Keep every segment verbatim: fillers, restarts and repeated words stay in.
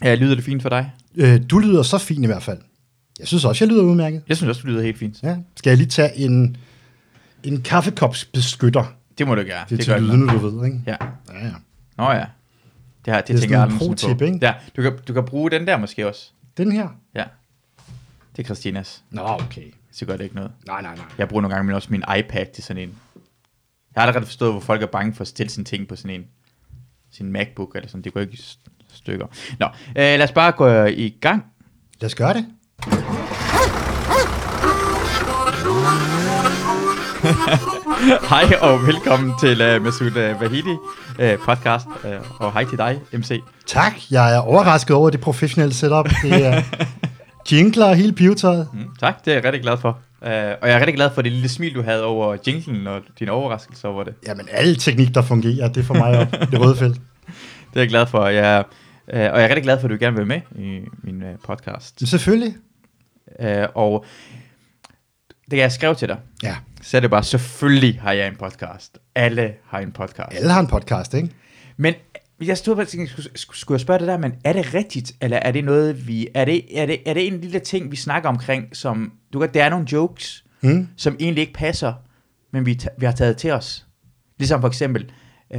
Ja, lyder det fint for dig? Øh, du lyder så fint i hvert fald. Jeg synes også, jeg lyder udmærket. Jeg synes også, du lyder helt fint. Ja. Skal jeg lige tage en, en kaffekopsbeskytter? Det må du gøre. Det er det til lydene, du ved, ikke? Ja. Ja, ja. Nå ja. Det, her, det, det er tænker jeg aldrig sådan en pro-tip, ikke? Ja, du kan, du kan bruge den der måske også. Den her? Ja. Det er Christinas. Nå, okay. Så gør det ikke noget. Nej, nej, nej. Jeg bruger nogle gange men også min iPad til sådan en. Jeg har aldrig forstået, hvor folk er bange for at stille sine ting på sådan en. Sin MacBook eller sådan. Det går ikke i stykker. Nå, øh, lad os bare gå i gang. Lad os gøre det. Hej og velkommen til uh, Masoud uh, Vahidi uh, podcast, uh, og hej til dig, M C. Tak, jeg er overrasket over det professionelle setup. Det er jingler og hele pivetøjet. Mm, tak, det er jeg rigtig glad for. Uh, og jeg er rigtig glad for det lille smil, du havde over jinglen og din overraskelse over det. Jamen, alle teknik, der fungerer, det er for mig op det røde felt. Det er jeg glad for, jeg, uh, og jeg er rigtig glad for, at du gerne vil være med i min uh, podcast. Selvfølgelig. Uh, og det jeg skrev til dig, ja. så er det bare, selvfølgelig har jeg en podcast. Alle har en podcast. Alle har en podcast, ikke? Men jeg stod og tænkte, skulle, skulle jeg spørge det der, men er det rigtigt, eller er det noget, vi, er det, er det, er det en lille ting, vi snakker omkring, som, du kan, der er nogle jokes, hmm. som egentlig ikke passer, men vi, vi har taget til os. Ligesom for eksempel, øh,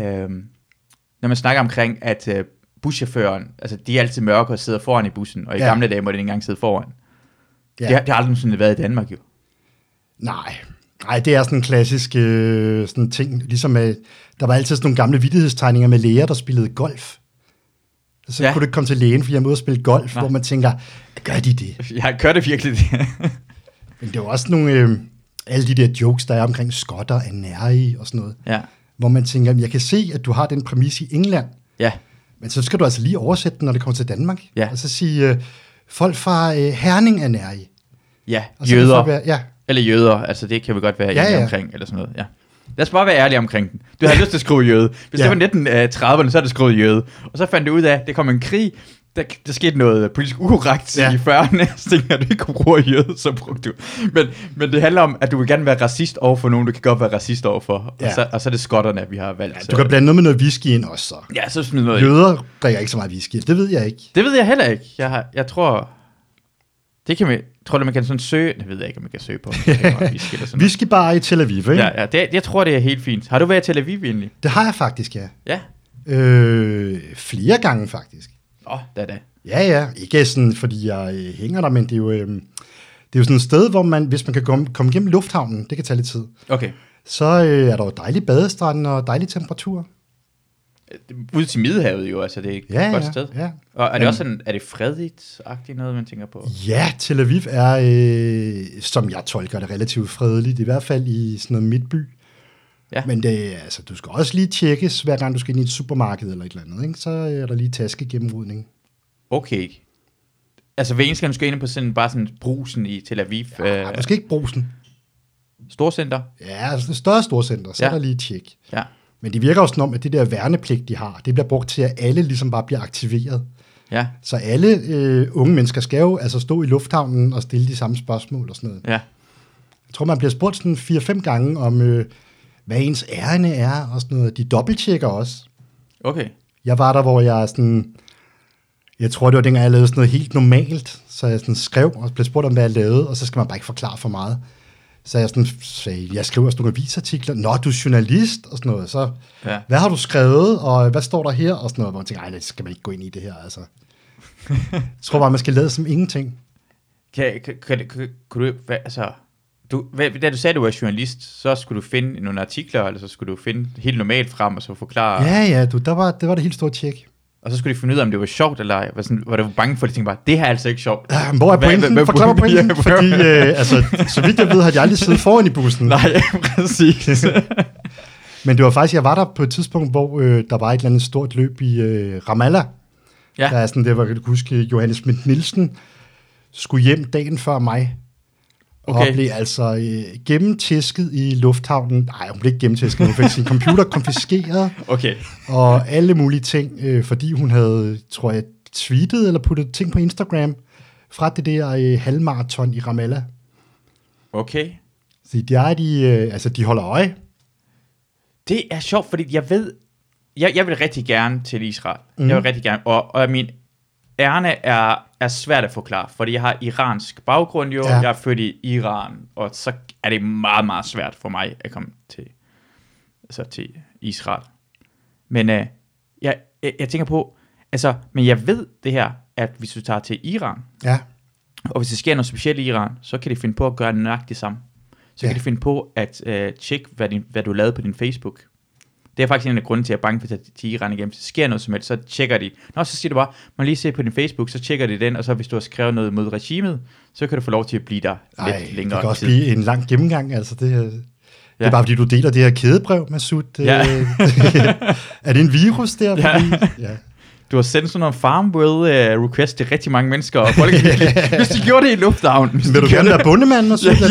når man snakker omkring, at øh, buschaufføren, altså de er altid mørke og sidder foran i bussen, og i ja. gamle dage må det ikke engang sidde foran. Ja. Det, har, det har aldrig sådan været i Danmark jo. Nej, Nej, det er sådan en klassisk øh, sådan ting, ligesom med, der var altid sådan nogle gamle vittighedstegninger med læger, der spillede golf. Så ja. kunne du ikke komme til lægen, fordi jeg måtte spille golf, nej. Hvor man tænker, gør de det? Jeg gør det virkelig det. Men det er jo også nogle, øh, alle de der jokes, der er omkring skotter, er nære og sådan noget. Ja. Hvor man tænker, jeg kan se, at du har den præmis i England, ja. Men så skal du altså lige oversætte den, når det kommer til Danmark. Ja. Og så sige, øh, folk fra øh, Herning er nære. Ja, jøder. Være, ja. Eller jøder, altså det kan vi godt være ja, enige ja. omkring, eller sådan noget, ja. Lad os bare være ærlige omkring den. Du havde lyst til at skrive jøde. Hvis ja. det var nitten trediverne, så er det skrevet jøde. Og så fandt du ud af, at det kom en krig, der, der skete noget politisk ukorrekt ja. i fyrrerne, så tænkte jeg, at du ikke kunne bruge jøde, så brugte du. Men, men det handler om, at du vil gerne være racist overfor nogen, du kan godt være racist overfor. Ja. Og, så, og så er det skotterne, vi har valgt. Ja, du kan blande noget med noget whisky ind også, så. Ja, så smid noget. Jøder drikker ikke så meget whisky, det ved jeg ikke. Det ved jeg heller ikke. Jeg, har, jeg tror... Det kan man, tror du, man kan sådan søge, jeg ved ikke, om man kan søge på. Whiskybar i Tel Aviv, ikke? Ja, ja det, jeg tror, det er helt fint. Har du været i Tel Aviv egentlig? Det har jeg faktisk, ja. Ja? Øh, flere gange, faktisk. Åh, oh, da da. Ja, ja. Ikke sådan, fordi jeg øh, hænger der, men det er jo, øh, det er jo sådan et sted, hvor man, hvis man kan komme, komme igennem lufthavnen, det kan tage lidt tid. Okay. Så øh, er der jo dejlig badestrand og dejlig temperatur. Ude til Middelhavet jo, altså det er et ja, godt ja, sted. Ja. Og er det også sådan, er det fredeligt-agtigt noget, man tænker på? Ja, Tel Aviv er, øh, som jeg tolker det, relativt fredeligt, i hvert fald i sådan noget midtby. Ja. Men det, altså, du skal også lige tjekkes, hver gang du skal ind i et supermarked eller et eller andet, ikke? Så er der lige taskegennemrydning. Okay. Altså hver eneste gang, du skal ind på sådan, bare sådan brusen i Tel Aviv. Ja, øh, måske ikke brusen. Storcenter? Ja, altså større storcenter, så ja. er der lige tjek. Ja. Men det virker også sådan om, at det der værnepligt, de har, det bliver brugt til, at alle ligesom bare bliver aktiveret. Ja. Så alle øh, unge mennesker skal jo altså stå i lufthavnen og stille de samme spørgsmål og sådan noget. Ja. Jeg tror, man bliver spurgt sådan fire fem gange om, øh, hvad ens ærende er og sådan noget. De dobbelttjekker også. Okay. Jeg var der, hvor jeg sådan... Jeg tror, det var dengang, jeg lavede sådan noget helt normalt. Så jeg sådan skrev og blev spurgt om, hvad jeg lavede, og så skal man bare ikke forklare for meget. Så jeg sådan sagde, jeg skriver sådan nogle avisartikler. Nå, du er journalist og sådan noget. Så ja. Hvad har du skrevet, og hvad står der her? Og sådan noget, hvor man tænker, ej, det skal man ikke gå ind i det her, altså. Jeg tror bare, man skal lade som ingenting. Kan, kan, kan, kan, kan du, hvad, altså, du, hvad, da du sagde, at du var journalist, så skulle du finde nogle artikler, eller så skulle du finde helt normalt frem, og så forklare... Ja, ja, du, der var, det var det helt store tjek. Og så skulle de finde ud af, om det var sjovt, eller ej. Var, sådan, var du bange for, at de tænkte bare, det her er altså ikke sjovt. Ja, hvor er pointen? Forklar mig pointen. Fordi, øh, altså, så vidt jeg ved, har jeg aldrig siddet foran i bussen. Nej, præcis. Men det var faktisk, jeg var der på et tidspunkt, hvor øh, der var et eller andet stort løb i øh, Ramallah. Ja. Der er sådan, det var, jeg kan huske, Johannes Schmidt Nielsen skulle hjem dagen før mig. Okay. Og blev altså øh, gennemtæsket i lufthavnen. Nej, hun blev ikke gennemtæsket, hun fik sin computer konfiskeret. Okay. Og alle mulige ting, øh, fordi hun havde, tror jeg, tweetet eller puttet ting på Instagram fra det der øh, halvmarathon i Ramallah. Okay. Så de er de, øh, altså de holder øje. Det er sjovt, fordi jeg ved, jeg, jeg vil rigtig gerne til Israel. Mm. Jeg vil rigtig gerne, og, og min ærne er, er svært at forklare, fordi jeg har iransk baggrund jo, ja. Jeg er født i Iran, og så er det meget, meget svært for mig at komme til, altså til Israel. Men øh, jeg, jeg, jeg tænker på, altså, men jeg ved det her, at hvis du tager til Iran, ja. Og hvis det sker noget specielt i Iran, så kan de finde på at gøre nøjagtigt det samme. Så ja. Kan de finde på at øh, tjekke, hvad, din, hvad du lavede på din Facebook. Det er faktisk en af grunden til, at jeg er bange for at tage til Iran igennem. Hvis det sker noget som helst, så tjekker de. Nå, så siger du bare, man lige se på din Facebook, så tjekker de den, og så hvis du har skrevet noget mod regimet, så kan du få lov til at blive der Ej, lidt længere. det kan også blive en lang gennemgang, altså det, det ja. Er bare fordi, du deler det her kædebrev, Masoud. Ja. Er det en virus der? Fordi, ja. Ja. Du har sendt sådan nogle farmworld uh, request til rigtig mange mennesker, og folk hvis de gjorde det i lufthavnen. Vil du gerne være bondemand, Masoud? Ja.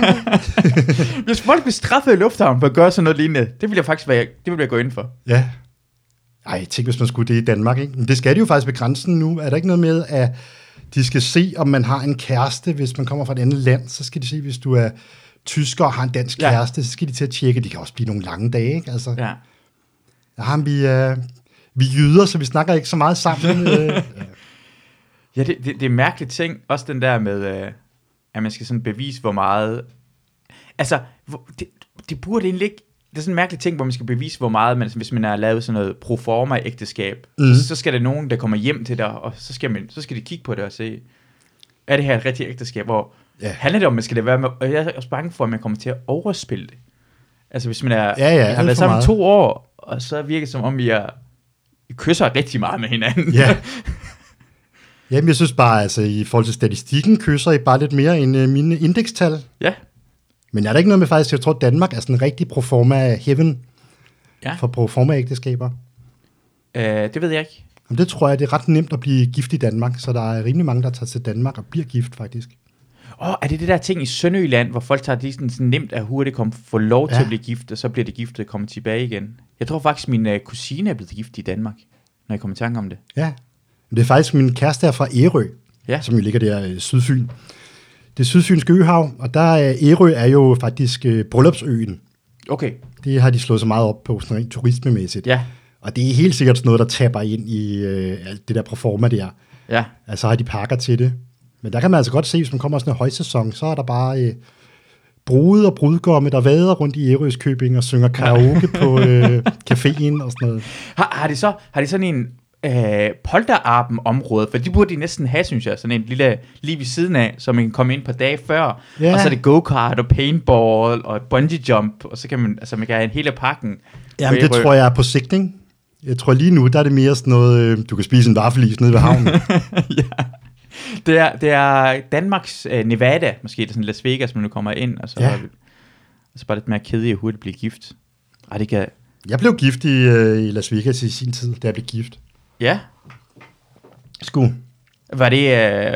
Det, hvis folk blev straffet i lufthavnen for at gøre sådan noget lignende, det ville jeg faktisk være, det ville jeg gå ind for. Ja. Ej, tænk hvis man skulle det i Danmark, ikke? Men det skal de jo faktisk ved grænsen nu. Er der ikke noget med, at de skal se, om man har en kæreste, hvis man kommer fra et andet land, så skal de se, hvis du er tysker og har en dansk ja. Kæreste, så skal de til at tjekke. Det kan også blive nogle lange dage, ikke? Altså, ja. Der har vi... Uh, Vi jyder, så vi snakker ikke så meget sammen. øh. Ja, det, det, det er mærkeligt ting. Også den der med, øh, at man skal sådan bevise, hvor meget... Altså, det, det burde egentlig ikke... Det er sådan en mærkelig ting, hvor man skal bevise, hvor meget... Man, hvis man har lavet sådan noget proforma-ægteskab, mm. så, så skal der nogen, der kommer hjem til dig, og så skal, man, så skal de kigge på det og se, er det her et rigtigt ægteskab? Hvor yeah. handler det om, man skal det være med... Og jeg er også bange for, at man kommer til at overspille det. Altså, hvis man er, ja, ja, har været sammen meget. to år, og så virker det som om, I er... I kysser rigtig meget med hinanden. Ja. Jamen, jeg synes bare, altså, i forhold til statistikken, kysser I bare lidt mere end uh, mine indekstal. Ja. Men er der ikke noget med faktisk, jeg tror, Danmark er sådan en rigtig proforma heaven ja. For proforma-ægteskaber? Uh, det ved jeg ikke. Jamen, det tror jeg, det er ret nemt at blive gift i Danmark, så der er rimelig mange, der tager til Danmark og bliver gift, faktisk. Åh, oh, er det det der ting i Sønderjylland, hvor folk tager det sådan, sådan nemt at hurtigt komme, få lov til ja. At blive gift, og så bliver det gift og kommer tilbage igen? Jeg tror faktisk, min uh, kusine er blevet gift i Danmark, når jeg kommer i tanke om det. Ja, det er faktisk min kæreste her fra Ærø, ja. Som jo ligger der i Sydfyn. Det er Sydfynske Øhav, og der er Ærø er jo faktisk uh, bryllupsøen. Okay. Det har de slået så meget op på, sådan rent turismemæssigt. Ja. Og det er helt sikkert sådan noget, der tapper ind i uh, alt det der proforma der. Ja. Altså har de pakker til det. Men der kan man altså godt se, hvis man kommer sådan en højsæson, så er der bare øh, brude og brudgomme, der vader rundt i Ærøskøbing og synger karaoke på øh, caféen og sådan noget. Har, har, de så, har de sådan en øh, polterarben-område? For de burde de næsten have, synes jeg, sådan en lille lige ved siden af, så man kan komme ind på dage før. Ja. Og så er det go-kart og paintball og bungee jump, og så kan man, altså man kan have en hele pakken. Jamen det tror jeg er på sigtning. Jeg tror lige nu, der er det mere sådan noget, øh, du kan spise en vaffelis nede ved havnen. Ja. Det er, det er Danmarks uh, Nevada, måske det er sådan Las Vegas, men nu kommer ind, og så, ja. Og så bare lidt mere kedeligt at hurtigt blive gift. Ej, det kan... Jeg blev gift i, uh, i Las Vegas i sin tid, da jeg blev gift. Ja? Sku. Var det,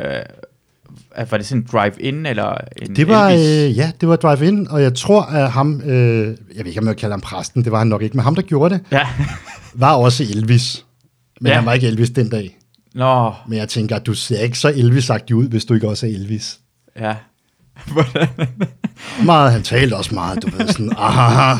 uh, var det sådan en drive-in, eller en det var, uh, ja, det var drive-in, og jeg tror, at ham, uh, jeg ved ikke, om jeg kalder ham præsten, det var han nok ikke, men ham, der gjorde det, ja. Var også Elvis. Men ja. Han var ikke Elvis den dag. Nå. Men jeg tænker, at du ser ikke så Elvis-agtig ud, hvis du ikke også er Elvis. Ja. Meget, han talte også meget, du ved, sådan, aha.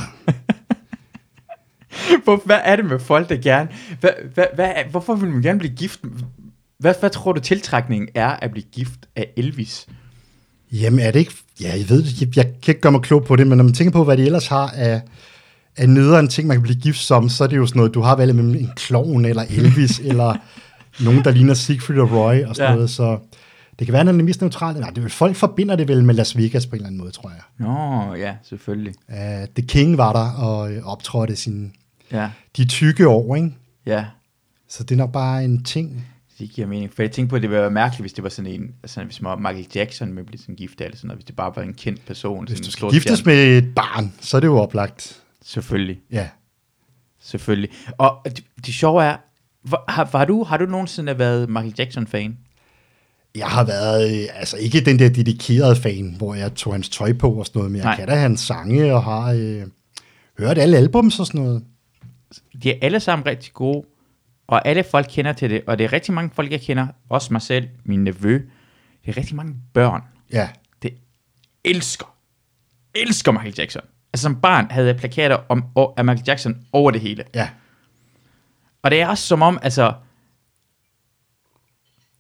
Hvor, hvad er det med folk, der gerne... Hvad, hvad, hvad, hvorfor vil man gerne blive gift? Hvad, hvad tror du tiltrækningen er at blive gift af Elvis? Jamen er det ikke... Ja, jeg ved jeg, jeg kan ikke gøre mig klog på det, men når man tænker på, hvad de ellers har af, af nederen ting, man kan blive gift som, så er det jo sådan noget, du har valgt mellem en klovn eller Elvis, eller... Nogen, der ligner Siegfried og Roy og sådan ja. Noget, så det kan være noget mest neutralt. Nej, det vil, folk forbinder det vel med Las Vegas på en eller anden måde, tror jeg. Nå, ja, selvfølgelig. Uh, The King var der og øh, optrådte sin, ja. De tykke år, ikke? Ja. Så det er nok bare en ting. Det giver mening, for jeg tænkte på, at det ville være mærkeligt, hvis det var sådan en, altså hvis man var Michael Jackson med blive sådan gift, eller sådan noget, hvis det bare var en kendt person. Hvis du skal giftes med et barn, så er det jo oplagt. Selvfølgelig. Ja. Selvfølgelig. Og det, det sjove er, Har, har, du, har du nogensinde været Michael Jackson-fan? Jeg har været, altså ikke den der dedikerede fan, hvor jeg tog hans tøj på og sådan noget, men jeg Nej. Kan da hans sange og har øh, hørt alle albums og sådan noget. De er alle sammen rigtig gode, og alle folk kender til det, og det er rigtig mange folk, jeg kender, også mig selv, min nevø. Det er rigtig mange børn. Ja. Det elsker, elsker Michael Jackson. Altså som barn havde jeg plakater om, om Michael Jackson over det hele. Ja. Og det er også som om, altså,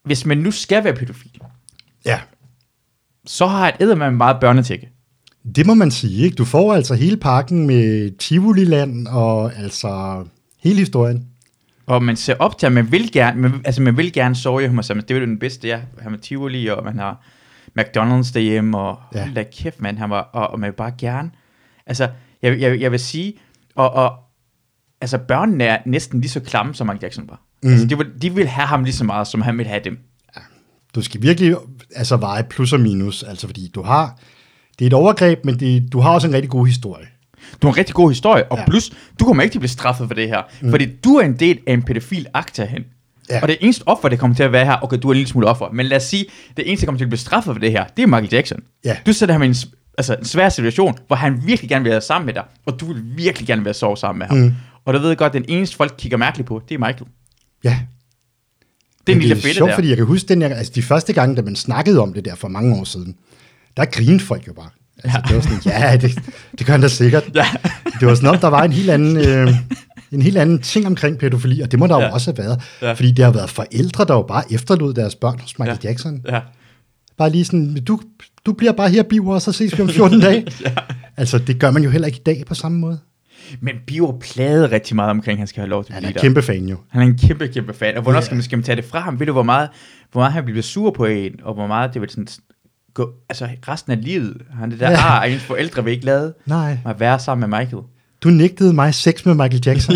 hvis man nu skal være pædofil, Ja, så har et eddermame meget børnetække. det må man sige, ikke? Du får altså hele pakken med Tivoliland og altså hele historien. Og man ser op til, at man vil gerne, man, altså man vil gerne sove hjemme hos ham. Det er jo den bedste, ja. Han har Tivoli, og man har McDonald's derhjemme, og Ja. hold da kæft, man. Han var, og, og man vil bare gerne. Altså, jeg, jeg, jeg vil sige, og, og altså børnene er næsten lige så klamme, som Michael Jackson var. Mm. Altså, de vil, de vil have ham lige så meget, som han vil have dem. Du skal virkelig altså veje plus og minus, altså fordi du har, det er et overgreb, men det, du har også en rigtig god historie. Du har en rigtig god historie, og Ja. plus, du kommer ikke til at blive straffet for det her, mm. fordi du er en del af en pædofil akt herhen. Ja. Og det eneste offer, det kommer til at være her, okay, du er en lille smule offer, men lad os sige, det eneste, der kommer til at blive straffet for det her, det er Michael Jackson. Ja. Du sætter ham i en, s- altså, en svær situation, hvor han virkelig gerne vil være sammen med dig, og du vil virkelig gerne være sove sammen med ham. Mm. Og du ved godt, den eneste folk kigger mærkeligt på, det er Michael. Ja. Det er en Men lille det er fedt sjovt, der. fordi jeg kan huske, den, altså de første gange, da man snakkede om det der for mange år siden, der grinede folk jo bare. Altså, ja. Det var sådan, ja, det, det gør han da sikkert. Ja. Det var sådan, om der var en helt anden, øh, en helt anden ting omkring pædofili, og det må der ja. jo også have været. Ja. Fordi det har været forældre, der jo bare efterlod deres børn hos Michael Ja. Jackson. Ja. Bare lige sådan, du, du bliver bare her, Biver, og så ses vi om fjorten dage. Ja. Altså, det gør man jo heller ikke i dag på samme måde. Men Bio plagede rigtig meget omkring, at han skal have lov til at Han blive er der. kæmpe fan jo. Han er en kæmpe, kæmpe fan. Og hvornår Ja. skal man, skal man tage det fra ham? Ved du, hvor meget, hvor meget han bliver sur på en, og hvor meget det vil sådan gå, altså resten af livet. Han det der, Ja. ah, ens forældre vil ikke lade Nej. mig være sammen med Michael. Du nægtede mig sex med Michael Jackson.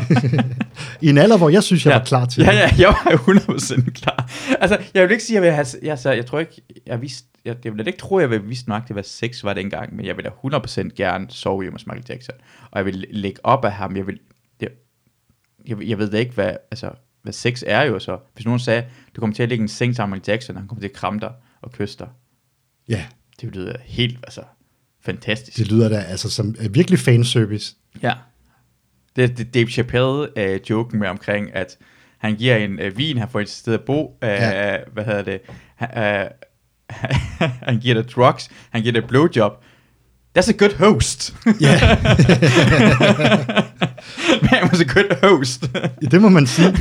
I en alder, hvor jeg synes, jeg ja. var klar til Ja, det. ja, jeg var jo hundrede procent klar. Altså, jeg vil ikke sige, at jeg vil have, jeg, så, jeg tror ikke, jeg vidste, jeg, jeg vil da ikke tro, jeg ville vidste nok, det var sex var dengang, men jeg vil da hundrede procent gerne sove hjemme hos Michael Jackson. Og jeg vil lægge op af ham, jeg vil, jeg, jeg, jeg ved da ikke, hvad, altså, hvad sex er jo så. Hvis nogen sagde, du kommer til at ligge i en seng sammen med Michael Jackson, og han kommer til at kramme dig og kysse dig. Ja, Det lyder helt, altså, fantastisk. det lyder da altså som uh, virkelig fanservice. Ja. Det er det Dave Chappelle-joken uh, med omkring, at han giver en uh, vin, han får et sted at bo, uh, Ja. hvad hedder det, uh, han giver dig drugs, han giver dig et blowjob. That's a good host. Ja, Man was a good host. det må man sige.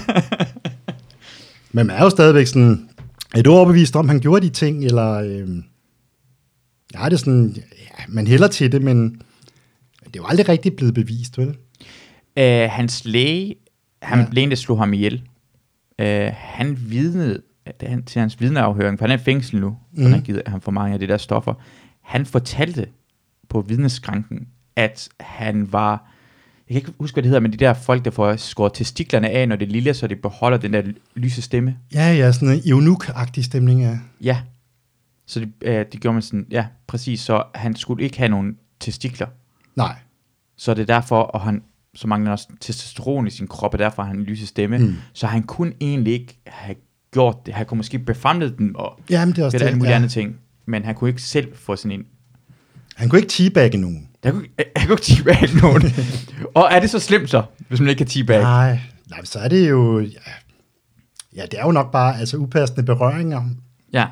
Men man er jo stadigvæk sådan, er du overbevist om, han gjorde de ting, eller øhm, ja, det er sådan, ja, man hælder til det, men det er jo aldrig rigtig blevet bevist, vel? Uh, hans læge, han, Ja. ja. lægen, der slog ham ihjel, uh, han vidnede han, til hans vidneafhøring, for han er i fængsel nu, for Mhm. han har givet ham for mange af de der stoffer. Han fortalte på vidneskranken, at han var, jeg kan ikke huske, hvad det hedder, men de der folk, der får skåret testiklerne af, når det er lille, så de beholder den der lyse stemme. Ja, ja, sådan en eunuch-agtig stemning, ja. Ja. Så det, øh, det gjorde man sådan, ja, præcis, så han skulle ikke have nogen testikler. Nej, Så det er derfor, og han, så mangler han også testosteron i sin krop, og derfor har han en lyse stemme. Mm. Så han kunne egentlig ikke have gjort det. Han kunne måske befamlet den, og jamen det er også det er alle mulige ja. andre ting. Men han kunne ikke selv få sådan en. Han kunne ikke teabagge nogen. Han kunne, han kunne ikke teabagge nogen. Og er det så slemt så, hvis man ikke kan teabagge? Nej, nej, så er det jo, ja, ja, det er jo nok bare altså upassende berøringer, Ja.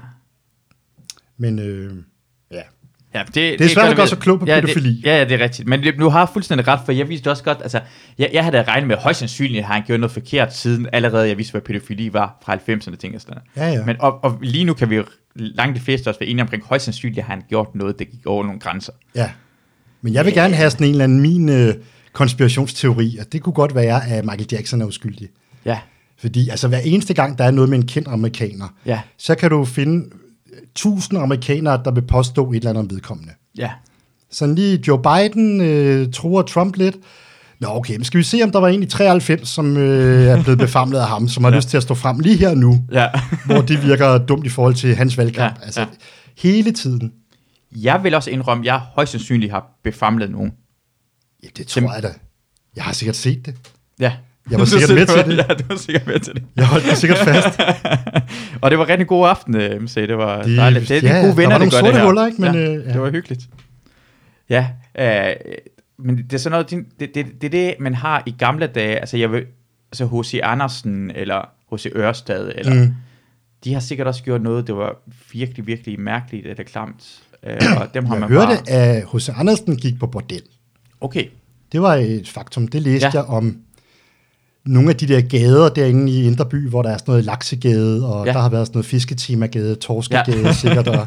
men øh, ja. Ja, det, Det er svært at gøre sig klog på ja, pædofili. Det, ja, ja, det er rigtigt. Men det, nu har jeg fuldstændig ret, for jeg vidste også godt, altså, jeg, jeg havde regnet med, højst sandsynligt har han gjort noget forkert, siden allerede jeg vidste, hvad pædofili var fra halvfemserne, ting og sådan noget. Ja, ja. Men og, og lige nu kan vi jo langt de fleste også være enige omkring, højst sandsynligt har han gjort noget, der gik over nogle grænser. Ja, men jeg vil gerne have sådan en eller anden min øh, konspirationsteori, og det kunne godt være, at Michael Jackson er uskyldig. Ja, Fordi altså hver eneste gang, der er noget med en kendt amerikaner, ja, så kan du finde tusind amerikanere, der vil påstå et eller andet om vedkommende. ja. Sådan lige Joe Biden øh, tror Trump lidt. Nå okay, men skal vi se, om der var en i treoghalvfems, som øh, er blevet befamlet af ham, som har ja. lyst til at stå frem lige her nu, Ja. hvor det virker dumt i forhold til hans valgkamp. Ja, altså ja. hele tiden. Jeg vil også indrømme, at jeg højst sandsynligt har befamlet nogen. Ja, det tror jeg da. Jeg har sikkert set det. Ja. Jeg var Du sikkert med til det. Ja, du var sikkert med til det. Jeg holdt det sikkert fast. Og det var rigtig god aften, M C. Det var De- dejligt. Det er ja, de gode venner, der var der gør nogle det sorte her. huller, ikke? Men, ja, øh, ja. det var hyggeligt. Ja, øh, men det er sådan noget, det det, det, det, det, man har i gamle dage, altså jeg vil, altså H C Andersen, eller H C Ørestad, eller, Mm. de har sikkert også gjort noget, det var virkelig, virkelig mærkeligt, eller klamt. Øh, og dem har Jeg man hørte, bare... at H C Andersen gik på bordel. Okay, Det var et faktum. Det læste Ja. jeg om nogle af de der gader derinde i Indre By, hvor der er sådan noget laksegade, og ja. der har været sådan noget fisketimagade, torskegade, ja. sikkert, og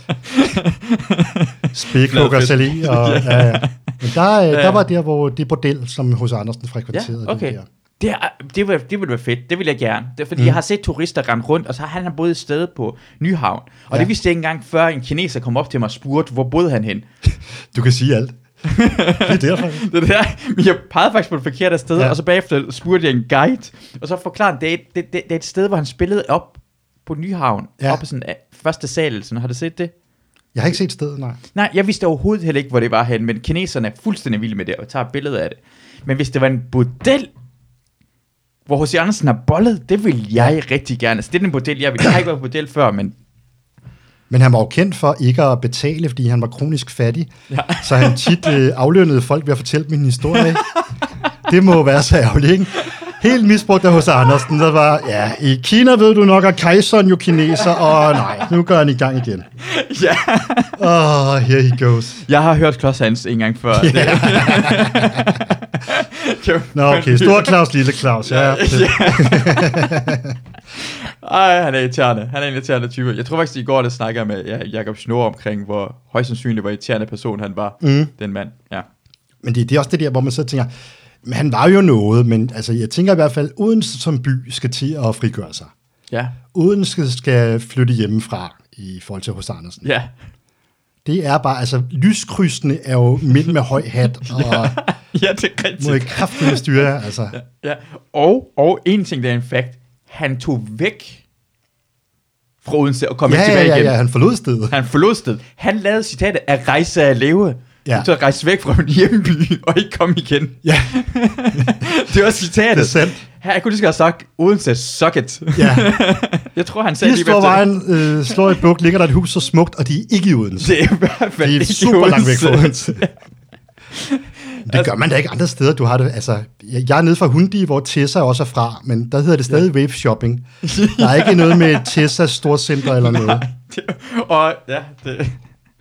spækhuggersalé, og ja, ja. Men der, ja, ja. der var der, hvor det bordel, som H C Andersen frekventerede. Ja, okay. Det, der. Det, er, det, vil, det ville være fedt, det vil jeg gerne. Det er, fordi mm. jeg har set turister rende rundt, og så har han boet et sted på Nyhavn. Og ja. det vidste jeg ikke engang, før en kineser kom op til mig og spurgte, hvor boede han hen. Du kan sige alt. Det er derfor. det der, men jeg pegede faktisk på det forkerte sted, ja. og så bagefter spurgte jeg en guide, og så forklarede han, det er, et, det, det, det er et sted, hvor han spillede op på Nyhavn, ja. op på sådan første sal. Sådan, har du set det? Jeg har ikke set stedet, nej. Nej, jeg vidste overhovedet heller ikke, hvor det var hen, men kineserne er fuldstændig vilde med det, og tager billeder af det. Men hvis det var en bordel, hvor H C Andersen har bollet, det vil jeg rigtig gerne. Altså, det er den bordel, jeg vil. Jeg har ikke været på bordel før, men... Men han var jo kendt for ikke at betale, fordi han var kronisk fattig. Ja. Så han tit øh, aflønnede folk ved at fortælle min historie. Det må være så ærgerligt, ikke? Helt misbrugt af H C Andersen, der var, ja, i Kina ved du nok, at kejseren jo kineser, og nej, nu gør han i gang igen. Ja. Åh, oh, here he goes. Jeg har hørt Klods Hans en gang før. Yeah. Nå, okay, stor Claus, lille Claus. Ja. Ja. Ej, han er irriterende. Han er en irriterende type. Jeg tror faktisk, i går, der snakker jeg med ja, Jakob Schnoor omkring, hvor højst sandsynligt, hvor irriterende person han var, mm. den mand. Ja. Men det, det er også det der, hvor man så tænker, men han var jo noget, men altså, jeg tænker i hvert fald, Odense som by skal til at frigøre sig. Ja. Odense skal flytte hjemmefra i forhold til H C Andersen. Ja. Det er bare, altså, lyskrydsene er jo midt med høj hat, og ja, ja, det er rigtigt. må ikke kraftigt styre, altså. Ja, ja. Og, og en ting, der er en fact, han tog væk fra Odense og kom ja, ikke tilbage ja, ja, igen. Ja, han forlod stedet. Han forlod stedet. Han lavede citatet af rejse af leve. Ja. Så rejse væk fra min hjemby og ikke komme igen. Ja. Det var citatet. Det er sandt. Her, jeg kunne lige så godt have sagt, Odense, suck it. Ja. Jeg tror, han sagde lige efter vejen, øh, slår et buk, ligger der et hus så smukt, og de er ikke i Odense. Det er i hvert fald de er ikke super langt væk fra Odense. Det altså, gør man da ikke andre steder. Du har det, altså, jeg er nede fra Hundi, hvor Tessa også er fra, men der hedder det stadig ja. Wave Shopping. Der er ikke noget med Tessas storcenter eller noget. Nej, det, og ja, det...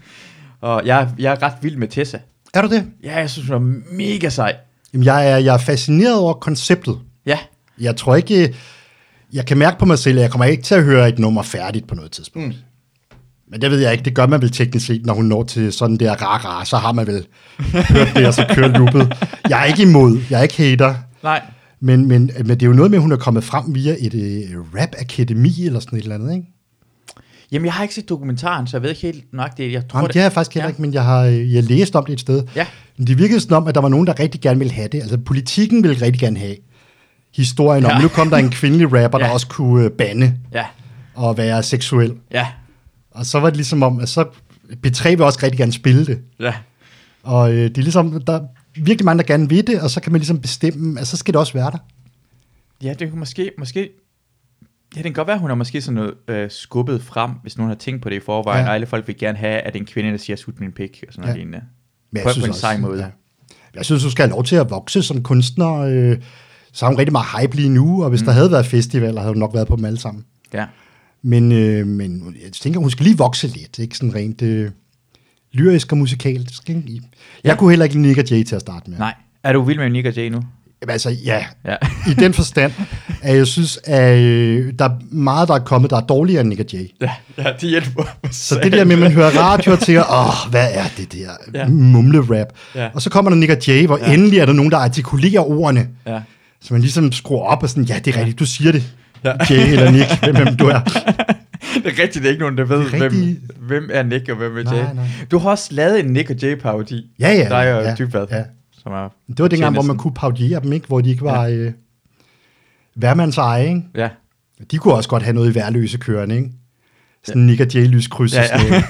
Og jeg, jeg er ret vild med Tessa. Er du det? Ja, jeg synes, hun er mega sej. Jamen, jeg er, jeg er fascineret over konceptet. Ja. Jeg tror ikke... Jeg kan mærke på mig selv, at jeg kommer ikke til at høre et nummer færdigt på noget tidspunkt. Mm. Men det ved jeg ikke. Det gør man vel teknisk set, når hun når til sådan der rar-rar, så har man vel hørt det, og så kører loopet. Jeg er ikke imod. Jeg er ikke hater. Nej. Men, men, men det er jo noget med, at hun er kommet frem via et uh, rap-akademi eller sådan et eller andet, ikke? Jamen, jeg har ikke set dokumentaren, så jeg ved ikke helt nok det. Jeg tror, Jamen, det har jeg faktisk heller ja. ikke, men jeg har jeg læst om det et sted. Ja. Men det virkede sådan om, at der var nogen, der rigtig gerne ville have det. Altså, politikken ville rigtig gerne have historien om. Ja. Nu kom der en kvindelig rapper, ja. der også kunne uh, bande ja. og være seksuel. Ja. Og så var det ligesom om, at så P tre vil også rigtig gerne spille det. Ja. Og øh, det er ligesom, der er virkelig mange, der gerne vil det, og så kan man ligesom bestemme, at så skal det også være der. Ja, det kunne måske, måske, ja, det kan godt være, hun har måske sådan noget øh, skubbet frem, hvis nogen har tænkt på det i forvejen, ja. og alle folk vil gerne have, at en kvinde, der siger, sut min pik, og sådan noget ja. lignende. Men på, på en sej måde. Ja. Jeg synes, du skal have lov til at vokse som kunstner, øh, så har hun rigtig meget hype lige nu, og hvis mm. der havde været festivaler, havde hun nok været på dem alle sammen. Ja. Men, øh, men jeg tænker, hun skal lige vokse lidt, ikke sådan rent øh, lyrisk og musikalt. Jeg ja. kunne heller ikke lide Nick og Jay til at starte med. Nej. Er du vild med Nick og Jay nu? Jamen, altså, ja. ja. I den forstand, at jeg synes, at øh, der er meget, der er kommet, der er dårligere end Nick og Jay. Ja, ja de hjælper. Så det der med, at man hører radio og tænker, åh, hvad er det der ja. mumle-rap? Ja. Og så kommer der Nick og Jay, hvor ja. endelig er der nogen, der artikulerer ordene. Ja. Så man ligesom skruer op og sådan, ja, det er rigtigt, du siger det. Ja. Jay eller Nick, hvem, hvem du er. Det er rigtigt, det er ikke nogen, der ved, hvem, hvem er Nick og hvem er Jay. Nej, nej. Du har også lavet en Nick og Jay-parodi. Ja, ja. Der er jo ja, Dybvad. Ja. Som er det var dengang, hvor man kunne parodiere dem, ikke? Hvor de ikke var ja. øh, værmands eje, ikke? Ja. De kunne også godt have noget i værløse kørende, ikke? Sådan ja. Nick og Jay-lyskryds ja, ja.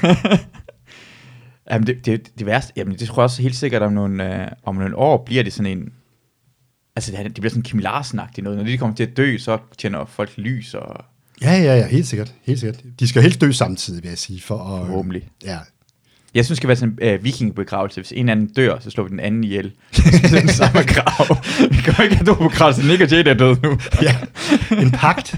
Jamen, det, det, det værste, jamen, det tror jeg også helt sikkert, om nogle, øh, om nogle år bliver det sådan en, altså det, det bliver sådan en Kim Larsen-agtigt noget. Når de kommer til at dø, så tænder folk lys og... Ja, ja, ja, helt sikkert, helt sikkert. De skal helst dø samtidig, vil jeg sige, for at... Forhåbentlig. Ja. Jeg synes, det skal være sådan en uh, vikingbegravelse. Hvis en anden dør, så slår vi den anden ihjel. Det er den samme grav. Vi kan ikke have to begravelser. Nick og Jay er død nu. Ja, en pagt.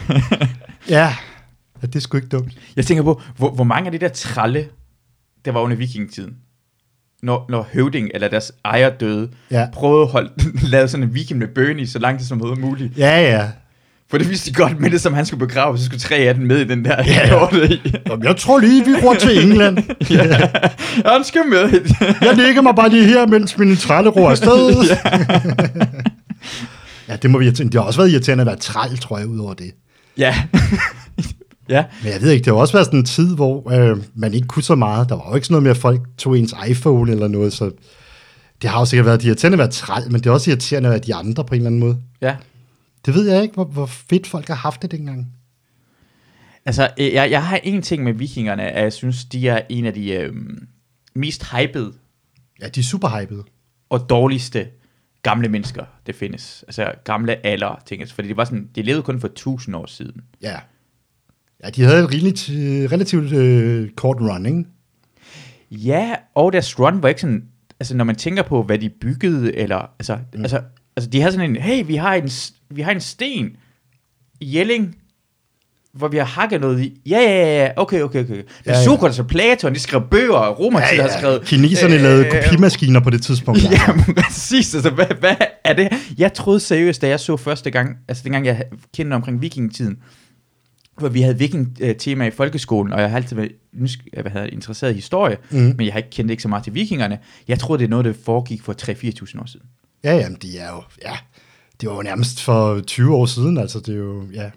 Ja, det er sgu ikke dumt. Jeg tænker på, hvor, hvor mange af de der tralle, der var under vikingetiden, når, når høvding eller deres ejer døde, ja. prøvede at holde, lave sådan en weekend med bøn i så lang tid som overhovedet muligt. Ja, ja. For det vidste de godt, med det som han skulle begrave, så skulle tre af dem med i den der. Ja, ja. Jeg tror lige, vi går til England. Ja, han skal med. Jeg ligger mig bare lige her, mens min trælle roer afsted. Ja. Ja, det må vi irriterende. Det har også været irriterende at være træl, tror jeg, ud over det. Ja. Ja. Men jeg ved ikke, det har også været sådan en tid, hvor øh, man ikke kunne så meget. Der var jo ikke sådan noget med, at folk tog ens iPhone eller noget, så det har jo sikkert været irriterende at være træl, men det er også irriterende at være de andre på en eller anden måde. Ja. Det ved jeg ikke, hvor, hvor fedt folk har haft det dengang. Altså, jeg, jeg har en ting med vikingerne, at jeg synes, de er en af de øh, mest hypede. Ja, de er super hypede. Og dårligste gamle mennesker, det findes. Altså gamle alder, ting. Fordi det var sådan, de levede kun for tusind år siden. Ja. Ja, de havde et relativt, relativt øh, kort run, ikke? Ja, og deres run var ikke sådan, altså når man tænker på, hvad de byggede, eller, altså, mm. altså, altså de havde sådan en, hey, vi har en, vi har en sten i Jelling, hvor vi har hakket noget i. Ja, ja, ja, okay, okay, okay. Men ja, ja. Sokrates og Platon, de skrev bøger, og romertid ja, ja. har skrevet... Kineserne øh, lavede kopimaskiner på det tidspunkt. Ja, altså. Præcis. Altså, hvad, hvad er det? Jeg troede seriøst, da jeg så første gang, altså dengang jeg kendte omkring vikingetiden, hvor vi havde viking-tema i folkeskolen, og jeg har altid været hvad hedder, interesseret i historie, mm. men jeg har ikke kendt ikke så meget til vikingerne. Jeg troede, det er noget, der foregik for tre til fire tusind år siden. Ja, jamen, de er jo... Ja, det var jo nærmest for tyve år siden, altså det er jo... Ja.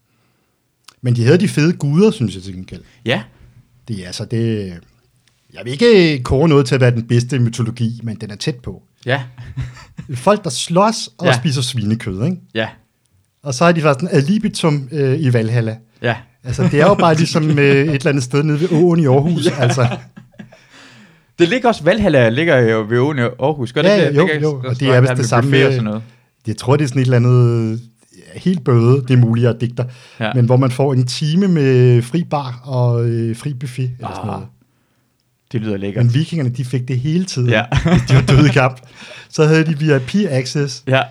Men de havde de fede guder, synes jeg til gengæld. Ja. Det er altså det... Jeg vil ikke kåre noget til at være den bedste mytologi, men den er tæt på. Ja. Folk, der slås og ja. spiser svinekød, ikke? Ja. Og så har de faktisk en ad libitum øh, i Valhalla. Ja. Altså, det er jo bare ligesom øh, et eller andet sted nede ved åen i Aarhus, ja. Altså. Det ligger også, Valhalla ligger jo ved åen i Aarhus. Gør det ja, det? jo, ligger, jo, og det er vist det samme med, noget. Jeg tror, det er sådan et eller andet helt bøde, det er muligt at digte, ja. Men hvor man får en time med fri bar og øh, fri buffet, eller ah, sådan noget. Det lyder lækkert. Men vikingerne, de fik det hele tiden. Ja. De var døde i kamp. Så havde de V I P-access. Ja.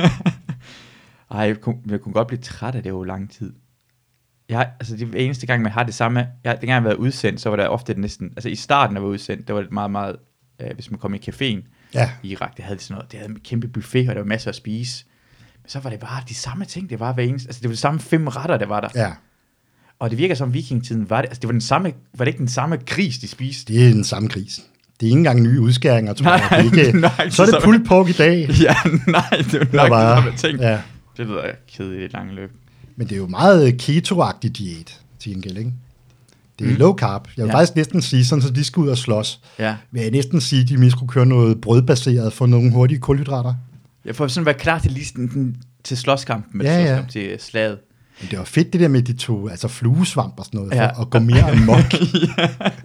Ej, jeg kunne, jeg kunne godt blive træt af det over lang tid. Jeg, altså, det eneste gang, man har det samme... Jeg, dengang jeg var udsendt, så var der ofte næsten... Altså, i starten, jeg var udsendt, der var det meget, meget... Øh, hvis man kom i caféen ja. i Irak, det havde de sådan noget... Det havde en kæmpe buffet, og der var masser at spise. Men så var det bare de samme ting, det var hver eneste... Altså, det var de samme fem retter, der var der. Ja. Og det virker som vikingetiden var det... Altså, det var den samme... Var det ikke den samme gris, de spiste? Det er den samme gris. Det er ikke engang nye udskæringer, tror nej, jeg. Det er ikke, nej, så er det pulled pork i dag. Ja, nej, det er nok bare, det, ting. Ja. Det lyder kedeligt i et langt løb. Men det er jo meget keto-agtig diæt, til gengæld, ikke? Det er mm. low carb. Jeg vil ja. faktisk næsten sige, sådan, så de skal ud og slås. Ja. Vil jeg næsten sige, at de mest skulle køre noget brødbaseret for nogle hurtige kulhydrater. Jeg får sådan være klar til listen til slåskampen, med ja, ja. til slaget. Men det var fedt det der med de to, altså fluesvamp og sådan noget, ja. for at gå mere amok. Ja.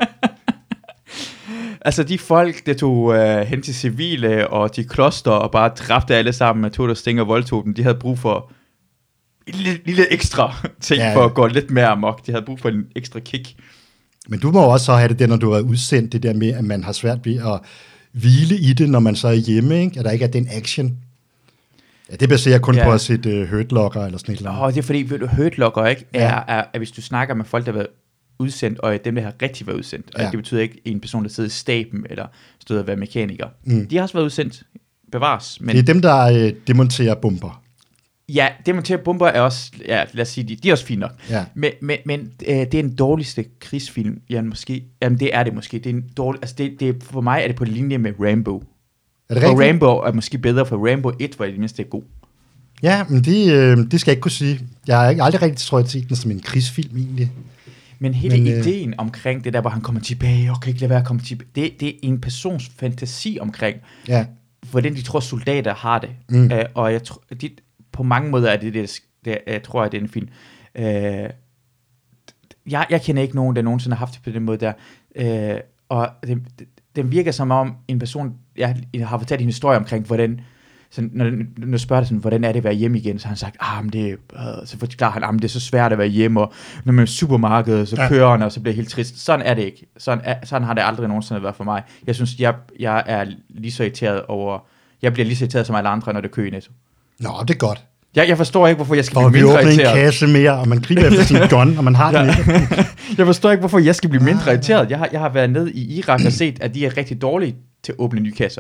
Altså de folk, der tog uh, hen til civile og de kloster og bare dræbte alle sammen med tog der sting og voldtog dem, de havde brug for en lille, lille ekstra ting ja, ja. for at gå lidt mere amok. De havde brug for en ekstra kick. Men du må også så have det der, når du er udsendt, det der med, at man har svært ved at hvile i det, når man så er hjemme, ikke? At der ikke er den action. Ja, det baserer kun ja. på at sætte uh, Hurt Locker eller sådan et eller andet. Åh, det er fordi, Hurt Locker ikke, er, ja. er, er, hvis du snakker med folk, der har været udsendt, og dem, der har rigtig været udsendt. Og ja. det betyder ikke en person, der sidder i staben, eller stod at være mekaniker. Mm. De har også været udsendt. Bevares. Men... Det er dem, der øh, demonterer bomber. Ja, demonterer bomber er også, ja, lad os sige, de, de er også fine nok. Ja. Men, men, men øh, det er den dårligste krigsfilm, Jan, måske. Jamen, det er det måske. Det er en dårlig, altså det, det, for mig er det på linje med Rambo. Er det rigtigt? Og Rambo er måske bedre, for Rambo et var det mindste god. Ja, men det, øh, det skal jeg ikke kunne sige. Jeg har aldrig rigtig, tror jeg, set den som en krigsfilm, egentlig. Men hele Men, ideen øh... omkring det der, hvor han kommer tilbage, og kan ikke lade være at komme tilbage, det, det er en persons fantasi omkring, ja. hvordan de tror, soldater har det. Mm. Uh, og jeg tror, de, på mange måder er det det, det jeg tror jeg, det er en film. Uh, jeg, jeg kender ikke nogen, der nogensinde har haft det på den måde der. Uh, og det, det, den virker som om en person, jeg, jeg har fortalt en historie omkring, hvordan så når, når spørger det sådan, hvordan er det at være hjemme igen, så har han sagt, ah, men det, øh, så forklarer han, ah, men det er så svært at være hjemme, og når man er i supermarkedet, så ja. kører han, og så bliver det helt trist. Sådan er det ikke. Sådan, er, sådan har det aldrig nogensinde været for mig. Jeg synes, jeg, jeg er lige så irriteret over, jeg bliver lige så irriteret som alle andre, når det kører i Netto. Nå, det er godt. Jeg, jeg forstår ikke, hvorfor jeg skal og blive mindre irriteret. Og vi åbner en kasse mere, og man griber efter sin gun, og man har den ikke. Jeg forstår ikke, hvorfor jeg skal blive mindre irriteret. Jeg har, jeg har været ned i Irak og set, at de er rigtig dårlige til at åbne nye kasser.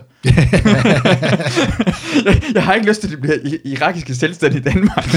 jeg, jeg har ikke lyst til, at det bliver irakiske selvstændige i Danmark.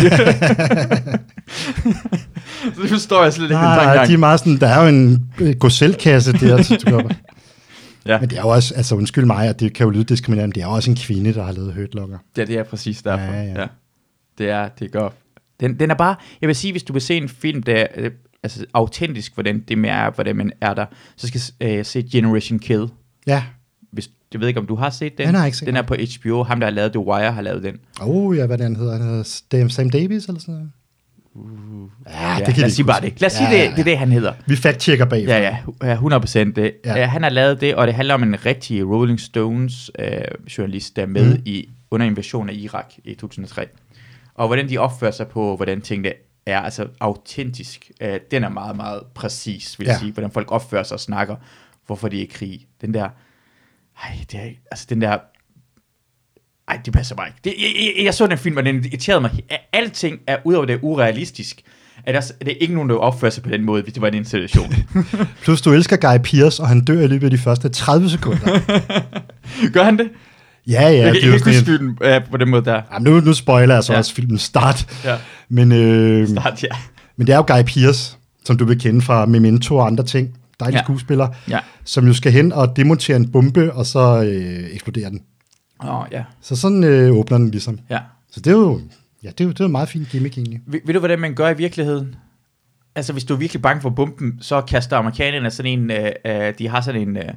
Så det forstår jeg slet ikke. Nej, nej, de er meget sådan, der er jo en Gosel-kasse der, så du går. Ja. Men det er jo også, altså undskyld mig, og det kan jo lyde diskriminerende, det er jo også en kvinde, der har lavet Hurt Locker. Ja, det er præcis derfor. Ja, ja. Ja. Det er, det gør. Den, den er bare, jeg vil sige, hvis du vil se en film, der er altså, autentisk, hvordan det med er, hvordan man er der, så skal jeg øh, se Generation Kill. Ja. Hvis, jeg ved ikke, om du har set den. Den, har ikke set den er på H B O. Ham, der har lavet The Wire, har lavet den. Oh ja, hvad den hedder. Han hedder Sam Davies eller sådan noget. Uh, ja, ja, det kan lad os sige bare det. Lad os sige, ja, det, ja, ja. det er det, han hedder. Vi fact-checker bagfra. Ja, ja, hundrede procent det. Ja. Han har lavet det, og det handler om en rigtig Rolling Stones øh, journalist, der er med mm. i, under invasionen af Irak i to tusind og tre. Og hvordan de opfører sig på, hvordan tingene er, altså autentisk. Øh, den er meget, meget præcis, vil jeg ja. sige. Hvordan folk opfører sig og snakker, hvorfor de er i krig. Den der, ej, det er, altså den der, ej, det passer bare ikke. Det, jeg, jeg, jeg så den film, og den irriterede mig. Alting er, udover det er urealistisk, at der, det er ikke nogen, der opfører sig på den måde, hvis det var en installation. Plus du elsker Guy Pearce, og han dør i løbet af de første tredive sekunder. Gør han det? Ja, ja. Jeg det kan ikke huske den uh, på den måde der. Jamen, nu, nu spoiler jeg så ja. også filmens start. Ja. Men, øh, start, ja. Men det er jo Guy Pearce, som du vil kende fra Memento og andre ting. Dejlig ja. skuespiller, ja. som jo skal hen og demontere en bombe, og så øh, eksploderer den. Åh, oh, ja. Så sådan øh, åbner den ligesom. Ja. Så det er jo, ja, det er jo, det er jo en meget fin gimmick egentlig. Ved, ved du, hvordan man gør i virkeligheden? Altså, hvis du er virkelig bange for bomben, så kaster amerikanerne sådan en, øh, øh, de har sådan en, øh,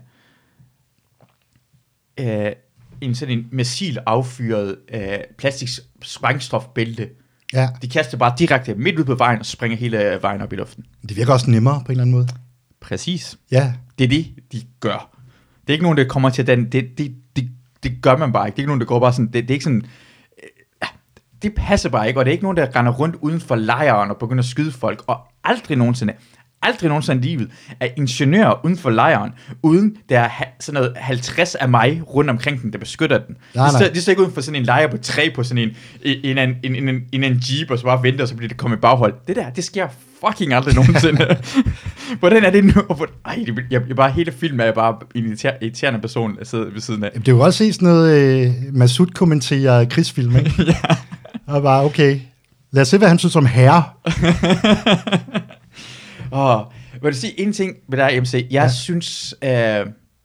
øh, en sådan en missil affyret øh, plastisk sprængstofbælte. Ja. De kaster bare direkte midt ud på vejen, og springer hele vejen op i luften. Det virker også nemmere på en eller anden måde. Præcis. Ja. Det er det, de gør. Det er ikke nogen, der kommer til den, det, det, det, det gør man bare ikke. Det er ikke nogen, der går bare sådan, det, det er ikke sådan, øh, det passer bare ikke, og det er ikke nogen, der render rundt uden for lejren og begynder at skyde folk, og aldrig nogensinde, aldrig nogensinde i livet er ingeniører uden for lejren, uden der er sådan noget halvtreds af mig rundt omkring den, der beskytter den. Nej, de, står, de står ikke uden for sådan en lejr på tre på sådan en, en, en, en, en, en, en jeep, og så bare venter, og så bliver det kommet i baghold. Det der, det sker fucking aldrig nogensinde. Hvordan er det nu? Ej, jeg, jeg bare hele filmen er jeg bare en irriterende person, der sidder ved siden af. Det er jo også se sådan noget, øh, Masud kommenterer krigsfilm, ikke? Ja. Og bare, okay, lad os se, hvad han synes om herre. Åh, oh, vil du sige en ting med dig, M C? Jeg ja. synes, øh, jeg,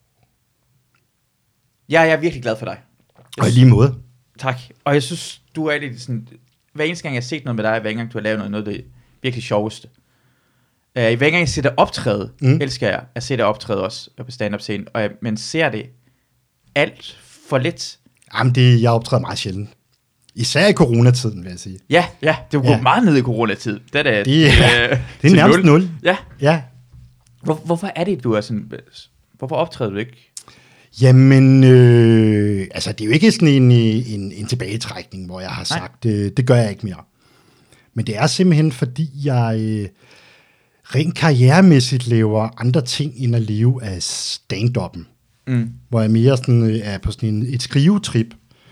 jeg er virkelig glad for dig. Og i lige måde. Tak. Og jeg synes, du er lidt sådan, hver eneste gang, jeg har set noget med dig, hver gang du har lavet noget, noget af det virkelig sjoveste. Uh, hver gang jeg ser dig optræde, mm. elsker jeg at se dig optræde også på stand-up scenen, og jeg, men ser det alt for lidt. Jamen, det, jeg optræder meget sjældent. Især i coronatiden, vil jeg sige. Ja, ja, det var ja. meget ned i coronatid. Det er, det, det, ja, øh, det er nærmest nul. nul. Ja. ja. Hvor, hvorfor er det, du er sådan... Hvorfor optræder du ikke? Jamen, øh, altså det er jo ikke sådan en, en, en tilbagetrækning, hvor jeg har sagt, det, det gør jeg ikke mere. Men det er simpelthen, fordi jeg øh, rent karrieremæssigt laver andre ting, end at leve af stand-up'en. Mm. Hvor jeg mere sådan, øh, er på sådan en, et skrivetrip.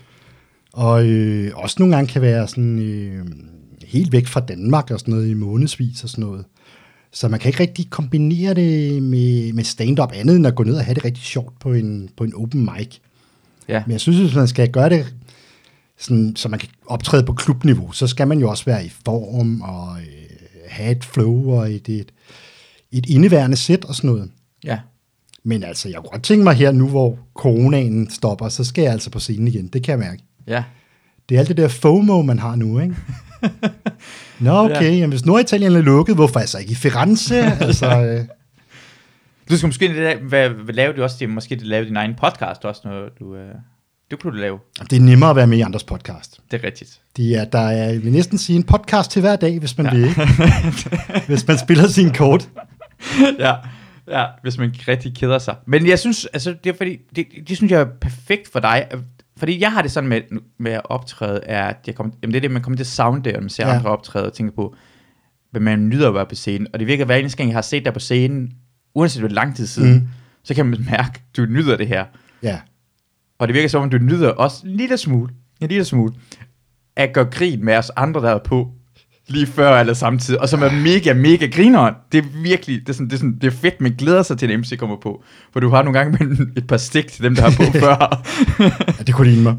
Og øh, også nogle gange kan være sådan øh, helt væk fra Danmark og sådan noget i månedsvis og sådan noget. Så man kan ikke rigtig kombinere det med, med stand-up andet end at gå ned og have det rigtig sjovt på en, på en open mic. Ja. Men jeg synes, hvis man skal gøre det, sådan, så man kan optræde på klubniveau, så skal man jo også være i form og øh, have et flow og et, et, et indeværende sæt og sådan noget. Ja. Men altså, jeg kunne godt tænke mig her nu, hvor coronaen stopper, så skal jeg altså på scenen igen. Det kan jeg mærke. Ja. Det er alt det der FOMO, man har nu, ikke? Nå, okay. Ja. Jamen, hvis Norditalien er lukket, hvorfor er så ikke i Firenze? altså, øh... Du skal måske hvad, hvad lave du også det, måske lave din egen podcast også, når du øh, det kunne du lave. Det er nemmere at være med i andres podcast. Det er rigtigt. De er, der er, jeg vil næsten sige en podcast til hver dag, hvis man ja. vil. Hvis man spiller sin kort. ja. Ja, hvis man rigtig keder sig. Men jeg synes, altså det er fordi, det, det synes jeg er perfekt for dig. Fordi jeg har det sådan med, med at optræde, er, at jeg kommer, jamen det er det, man kommer til at savne det, og man ser ja. andre optræde og tænker på, hvad man nyder at være på scenen. Og det virker hver eneste gang, jeg har set dig på scenen, uanset hvor lang tid siden, mm. så kan man mærke, at du nyder det her. Ja. Og det virker som om, du nyder også en lille smule, en lille smule, at gøre grin med os andre, der er på. lige før eller samtidig, og som er mega, mega grineren. Det er virkelig, det er, sådan, det er, sådan, det er fedt, man glæder sig til, at M C kommer på. For du har nogle gange med et par stik til dem, der har på før. Ja, det kunne ligne mig.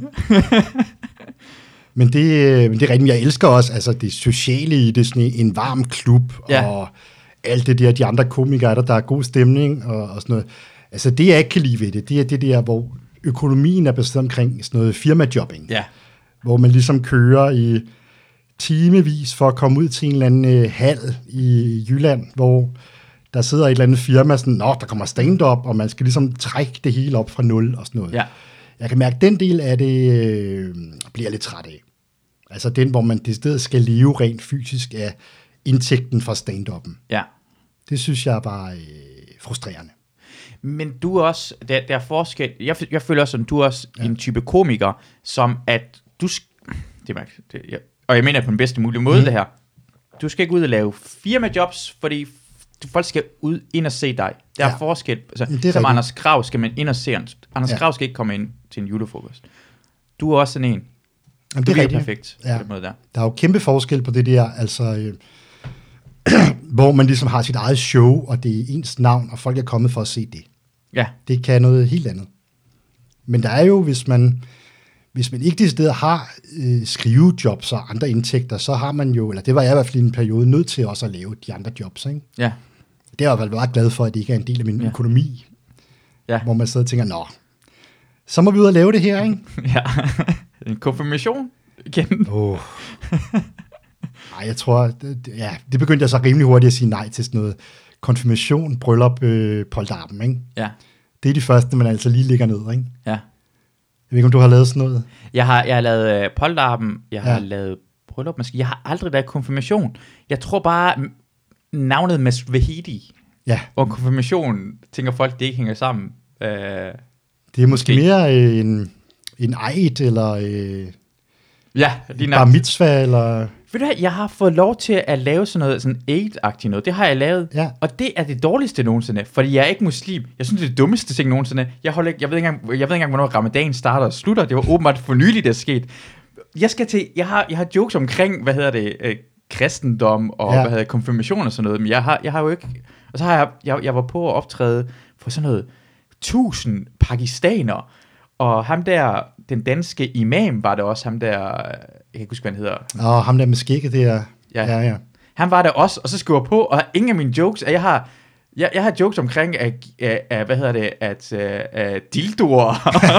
Men det, men det er rigtigt, jeg elsker også altså det sociale i det, sådan en varm klub, ja. Og alt det der, de andre komikere, der, der er god stemning og, og sådan noget. Altså det, jeg ikke kan lide ved det, det er det der, hvor økonomien er baseret omkring sådan noget firmajobbing. Ja. Hvor man ligesom kører i timevis for at komme ud til en eller anden øh, hal i Jylland, hvor der sidder et eller andet firma, sådan, nå, der kommer stand-up, og man skal ligesom trække det hele op fra nul og sådan noget. Ja. Jeg kan mærke, at den del af det øh, bliver jeg lidt træt af. Altså den, hvor man i stedet skal leve rent fysisk af indtægten fra stand-upen. Ja. Det synes jeg er bare øh, frustrerende. Men du er også, der, der er forskel, jeg, jeg føler også, at du er også ja. En type komiker, som at du, det er det, jeg, og jeg mener på den bedste mulige måde mm. det her, du skal ikke ud og lave firmajobs, fordi folk skal ud ind og se dig. Der er ja. Forskel, altså, som rigtigt. Anders Krav skal man ind og se, Anders ja. Krav skal ikke komme ind til en julefrokost. Du er også sådan en, jamen, du det er helt perfekt ja. På den måde der. Der er jo kæmpe forskel på det der, altså, øh, hvor man ligesom har sit eget show, og det er ens navn, og folk er kommet for at se det. Ja. Det kan noget helt andet. Men der er jo, hvis man, hvis man ikke de steder har øh, skrivejobs og andre indtægter, så har man jo, eller det var jeg i hvert fald i en periode, nødt til også at lave de andre jobs, ikke? Ja. Det er jeg i hvert fald meget glad for, at det ikke er en del af min ja. Økonomi. Ja. Hvor man sidder og tænker, nå, så må vi ud og lave det her, ikke? Ja. En konfirmation igen. Åh. Nej, jeg tror, det, ja, det begyndte jeg så rimelig hurtigt at sige nej til sådan noget konfirmation, bryllup, øh, polterappen, ikke? Ja. Det er de første, man altså lige ligger ned, ikke? Ja. Jeg ved ikke, om du har lavet sådan noget? Jeg har, jeg har lavet øh, polterappen, jeg har ja. lavet bryllup, måske. Jeg har aldrig lavet konfirmation. Jeg tror bare, navnet Masoud Vahedi ja. og konfirmation, tænker folk, det ikke hænger sammen. Øh, det er måske, måske. mere øh, en, en eid, eller øh, ja, en bar mitzvah, eller... Ved du hvad, jeg har fået lov til at lave sådan noget, sådan aid-agtigt noget. Det har jeg lavet, ja. Og det er det dårligste nogensinde, fordi jeg er ikke muslim. Jeg synes, det er det dummeste ting nogensinde. Jeg, holder ikke, jeg, ved ikke engang, jeg ved ikke engang, hvornår ramadan starter og slutter. Det var åbenbart for nyligt, det er sket. Jeg skal til, jeg har, jeg har jokes omkring, hvad hedder det, øh, kristendom og ja. Hvad hedder det, konfirmation og sådan noget, men jeg har, jeg har jo ikke, og så har jeg, jeg, jeg var på at optræde for sådan noget tusind pakistanere, og ham der, den danske imam, var det også ham der, jeg kan ikke huske, hvad han hedder. Åh, oh, ham der med skægget, det er... Ja. ja, ja. Han var der også, og så skulle jeg på, og ingen af mine jokes, at jeg har, jeg, jeg har jokes omkring, at, at, at hvad hedder det, at, at dildoer,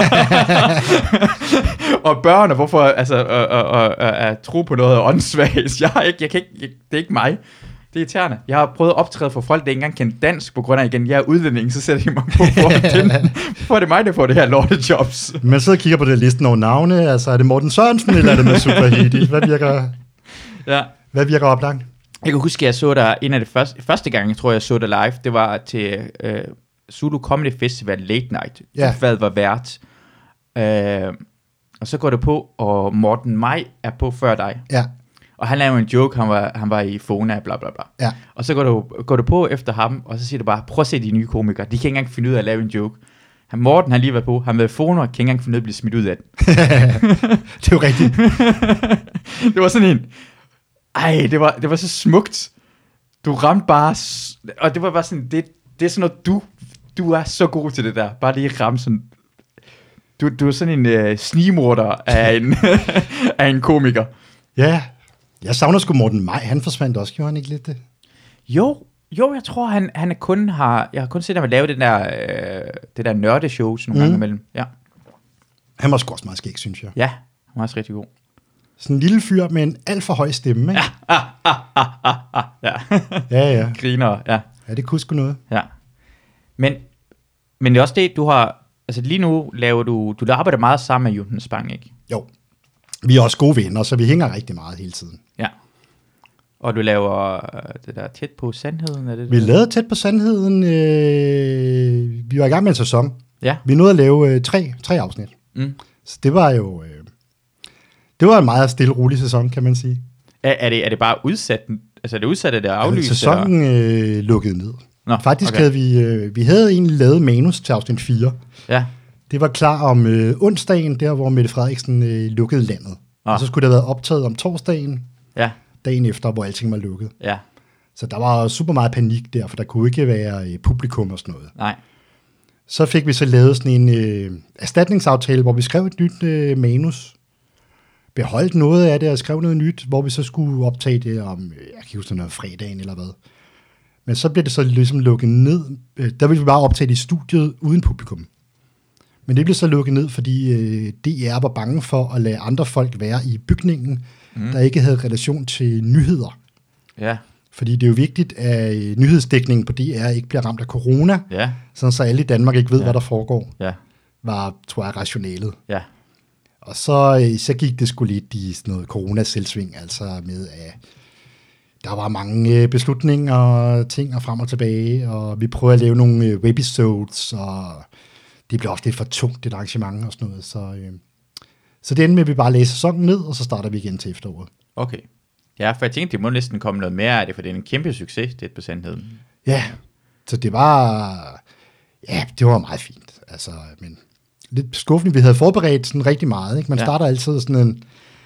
og børn, og hvorfor, altså, og, og, og, at tro på noget åndssvagt. Jeg har ikke, jeg kan ikke, jeg, det er ikke mig. Det er irriterende. Jeg har prøvet at optræde for folk, der ikke engang kendte dansk, på grund af, igen, jeg er udlænding, så sætter de mig på, for er det mig, der får det her lortejobs. Man sidder og kigger på det listen over navne, altså er det Morten Sørensen, eller er det Masoud Vahedi? Hvad virker, ja. Hvad virker oplagt? Jeg kan huske, at jeg så der, en af det første, første gang, jeg tror, jeg så det live, det var til øh, Zulu Comedy Festival Late Night. Ja. Hvad var vært. Øh, og så går det på, og Morten Maj er på før dig. Ja. Og han lavede en joke, han var, han var i Fona, bla bla bla. Ja. Og så går du, går du på efter ham, og så siger du bare, prøv at se de nye komikere. De kan ikke engang finde ud af at lave en joke. Han, Morten har lige været på, han har været i Fona, og kan ikke engang finde ud af at blive smidt ud af den. Det er jo rigtigt. Det var sådan en, ej, det var, det var så smukt. Du ramte bare, og det var bare sådan, det, det er sådan noget, du, du er så god til det der. Bare lige ramme sådan, du, du er sådan en uh, snigmorder af en, af en komiker. Ja, jeg savner sgu Morten Maj, han forsvandt også, gjorde han ikke lidt det? Jo, jo, jeg tror, han, han kun har, jeg har kun set ham lave den der, øh, det der nørdeshows nogle mm. gange imellem, ja. Han var sgu også meget skæg, synes jeg. Ja, han var også rigtig god. Sådan en lille fyr med en alt for høj stemme, ikke? Ja, ah, ah, ah, ah, ah, ja. Ja, ja. Griner, ja. Ja, det kunne sgu noget. Ja. Men, men det er også det, du har, altså lige nu laver du, du arbejder meget sammen med Jonas Spang, ikke? Jo. Vi er også gode venner, så vi hænger rigtig meget hele tiden. Ja. Og du laver det der tæt på sandheden? Er det, vi lavede tæt på sandheden. Øh, vi var i gang med en sæson. Ja. Vi nåede at lave øh, tre, tre afsnit. Mm. Så det var jo... Øh, det var en meget stille, rolig sæson, kan man sige. Er, er, det, er det bare udsat? Altså er det udsat, at det er aflyst? Altså, sæsonen øh, lukkede ned. Nå, Faktisk okay. havde vi... Øh, vi havde egentlig lavet manus til afsnit fire. Ja. Det var klar om øh, onsdagen, der hvor Mette Frederiksen øh, lukkede landet. Ah. Og så skulle det have været optaget om torsdagen, ja. dagen efter, hvor alting var lukket. Ja. Så der var super meget panik der, for der kunne ikke være øh, publikum og sådan noget. Nej. Så fik vi så lavet sådan en øh, erstatningsaftale, hvor vi skrev et nyt øh, manus, beholdt noget af det og skrev noget nyt, hvor vi så skulle optage det om, jeg kan ikke huske noget, fredagen eller hvad. Men så blev det så ligesom lukket ned. Der ville vi bare optage det i studiet uden publikum. Men det blev så lukket ned, fordi øh, D R var bange for at lade andre folk være i bygningen, mm. der ikke havde relation til nyheder. Ja. Fordi det er jo vigtigt, at nyhedsdækningen på D R ikke bliver ramt af corona, Ja. sådan så alle i Danmark ikke ved, Ja. hvad der foregår. Ja. Var, tror jeg, rationalet. Ja. Og så, så gik det sgu lidt i sådan noget corona-selvsving, altså med, at der var mange beslutninger og ting og frem og tilbage, og vi prøvede at lave nogle webisodes, og det blev også lidt for tungt, det arrangement og sådan noget. Så, øh, så det endte med, at vi bare lagde sæsonen ned, og så starter vi igen til efteråret. Okay. Ja, for jeg tænkte, det må næsten komme noget mere af det, for det er en kæmpe succes, det på sandheden. Ja, så det var, ja, det var meget fint. Altså, men lidt skuffende. Vi havde forberedt sådan rigtig meget, ikke? Man Ja. starter altid sådan en,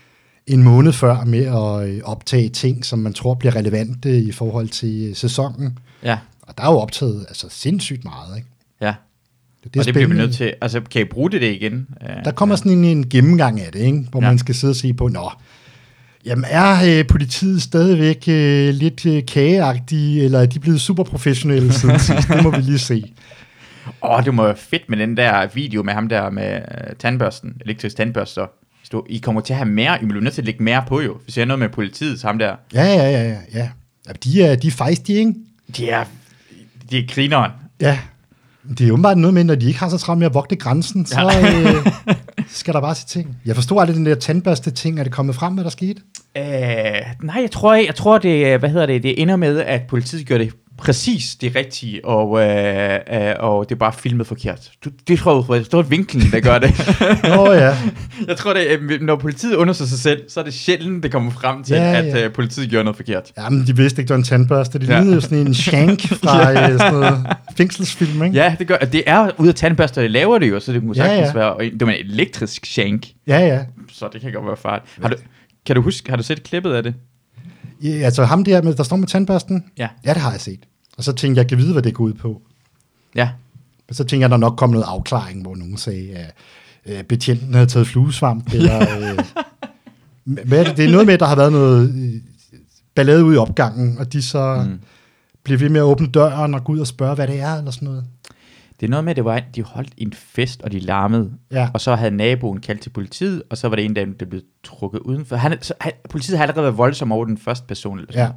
en måned før med at optage ting, som man tror bliver relevante i forhold til sæsonen. Ja. Og der er jo optaget altså sindssygt meget, ikke? Ja. Det, Det og det bliver vi nødt til. Altså, kan I bruge det, det igen? Der kommer ja. sådan en, en gennemgang af det, ikke? Hvor ja. man skal sidde og sige på, nå, jamen er øh, politiet stadigvæk øh, lidt øh, kageagtige, eller er de blevet super professionelle siden sidst? Det må vi lige se. Åh, oh, det må være fedt med den der video med ham der med uh, tandbørsten, elektrisk tandbørster. I kommer til at have mere, I bliver nødt til at lægge mere på jo, hvis jeg er noget med politiet, så ham der. Ja, ja, ja, ja. ja. De er, de er fejstige, ikke? De er, de er grineren. Ja, det er åbenbart noget med, når de ikke har så travlt med at vogte grænsen, så ja. øh, skal der bare se ting. Jeg forstår aldrig den der tandbørste ting, er det kommet frem, hvad der skete? Uh, nej, jeg tror, jeg, jeg tror det, hvad hedder det, det ender med, at politiet gør det præcis det rigtige, og, øh, øh, og det er bare filmet forkert. Du, det tror jeg, det er vinklen, der gør det. Nå ja. Jeg tror, det, når politiet undersøger sig selv, så er det sjældent, det kommer frem til, ja, ja. at øh, politiet gør noget forkert. Jamen, de vidste ikke, det var en tandbørste. Det ja. lignede jo sådan en shank fra ja. sådan noget fængselsfilm, ikke? Ja, det gør, det er ude af tandbørster, det laver det jo, så det kunne ja, sagtens ja. være, det var en elektrisk shank. Ja, ja. Så det kan godt være farligt. Har du, kan du huske, har du set klippet af det? Ja, altså ham der, med, der står med tandbørsten? Ja. Ja, det har jeg set. Og så tænkte jeg, jeg kan vide, hvad det går ud på. Ja. Og så tænkte jeg, der nok kom noget afklaring, hvor nogen sagde, at øh, betjenten havde taget fluesvamp, eller øh, hvad, det er noget med, at der har været noget øh, ballade ude i opgangen, og de så mm. bliver ved med at åbne døren og gå ud og spørge, hvad det er, eller sådan noget. Det er noget med, at det var, de holdt en fest, og de larmede, ja. Og så havde naboen kaldt til politiet, og så var det en af dem, der blev trukket udenfor. Han, så, han, politiet har allerede været voldsom over den første person. Eller sådan. Ja.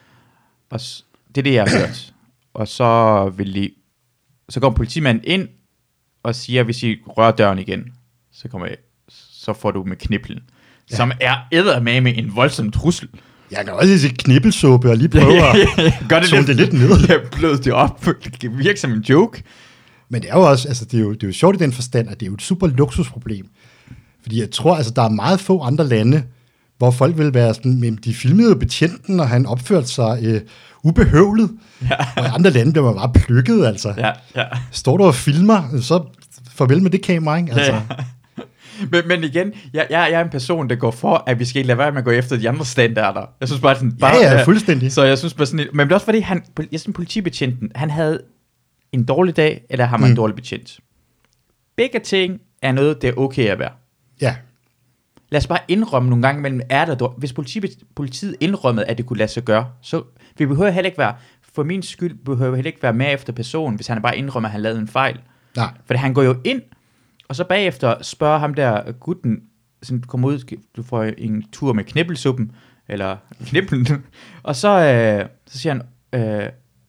Og s- det er det, jeg har hørt. Og så vil de, så går politimanden ind og siger, hvis I rører døren igen, så kommer jeg, så får du med kniblen, ja. Som er eddermame med en voldsom trussel. Jeg kan også sige knibbelsuppe og lige prøve at gør det lidt, det lidt ned. Jeg blød det op. Det virker som en joke. Men det er jo også, altså det er jo, det er jo sjovt i den forstand, at det er jo et super luksusproblem. Fordi jeg tror, altså der er meget få andre lande, hvor folk vil være sådan, men de filmede betjenten, og han opførte sig øh, ubehøvlet. Ja. Og i andre lande bliver man bare plukket, altså. Ja, ja. Står du og filmer, så farvel med det kamera, ikke? Altså. Ja. Men, men igen, jeg, jeg, jeg er en person, der går for, at vi skal ikke lade være med at gå efter de andre standarder. Jeg synes bare sådan... Bare, ja, ja, fuldstændig. Så jeg synes bare sådan... Men det er også fordi, han, jeg synes politibetjenten, han havde en dårlig dag, eller har man mm. en dårlig betjent. Begge ting er noget, det er okay at være. Ja. Lad os bare indrømme nogle gange mellem, er der dårlig. Hvis politi, politiet indrømmede, at det kunne lade sig gøre, så vi behøver heller ikke være, for min skyld behøver vi heller ikke være mere efter personen, hvis han bare indrømmer, at han lavede en fejl. Nej. For han går jo ind, og så bagefter spørger ham der gutten, sådan kommer ud, du får en tur med knibbelsuppen, eller knibbelen, og så, øh, så siger han, øh,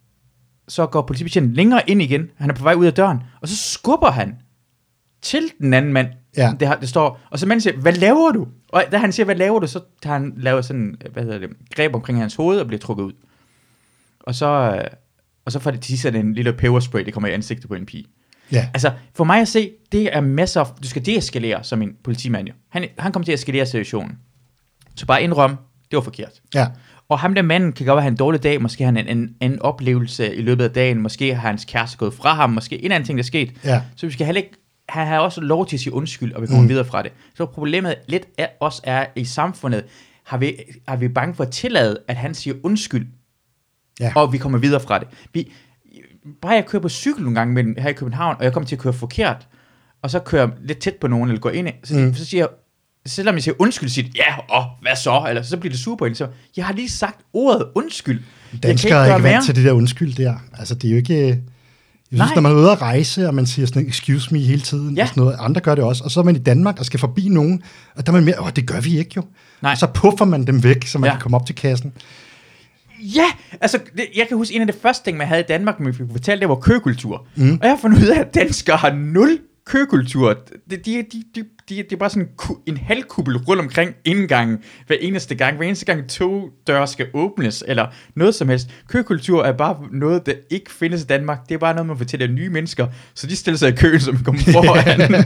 så går politibetjenten længere ind igen, han er på vej ud af døren, og så skubber han til den anden mand, ja. det, det står, og så manden siger, hvad laver du? Og da han siger, hvad laver du, så tager han laver sådan, hvad hedder det, greb omkring hans hoved, og bliver trukket ud. Og så, øh, og så får det til sidst en lille peberspray, det kommer i ansigtet på en pige. Ja. Altså, for mig at se, det er masser af, du skal deeskalere som en politimand jo. Han, han kommer til at eskalere situationen. Så bare indrøm, det var forkert. Ja. Og ham der manden kan godt have en dårlig dag, måske har han en, en, en oplevelse i løbet af dagen, måske har hans kæreste gået fra ham, måske en anden ting, der er sket. Ja. Så vi skal heller ikke, han har også lov til at sige undskyld, og vi kommer mm. videre fra det. Så problemet lidt er, også er i samfundet, har vi, har vi bange for at tillade, at han siger undskyld, Ja. og vi kommer videre fra det. Vi, bare jeg kører på cykel nogle gange mellem, her i København, og jeg kommer til at køre forkert, og så kører jeg lidt tæt på nogen, eller går ind, så, mm. så siger jeg, selvom jeg siger undskyld, siger ja, åh, hvad så? Eller så bliver det super, så jeg har lige sagt ordet undskyld. Danskere er ikke vant til det der undskyld der. Altså, det er jo ikke... Jeg synes, Nej. Når man er ude at rejse, og man siger sådan, excuse me hele tiden, ja. Og sådan noget, andre gør det også, og så er man i Danmark og skal forbi nogen, og der er man mere, åh, det gør vi ikke jo. Nej. Og så puffer man dem væk, så man ja. kan komme op til kassen. Ja, altså, det, jeg kan huske, en af de første ting, man havde i Danmark, man fik fortalt, det var køkultur. Mm. Og jeg har fundet ud af, at danskere har nul køkultur. Det de, de, de, de, de er bare sådan en halvkuppel rundt omkring indgangen hver eneste gang. Hver eneste gang to døre skal åbnes, eller noget som helst. Køkultur er bare noget, der ikke findes i Danmark. Det er bare noget, man fortæller nye mennesker, så de stiller sig i køen, som kommer foran.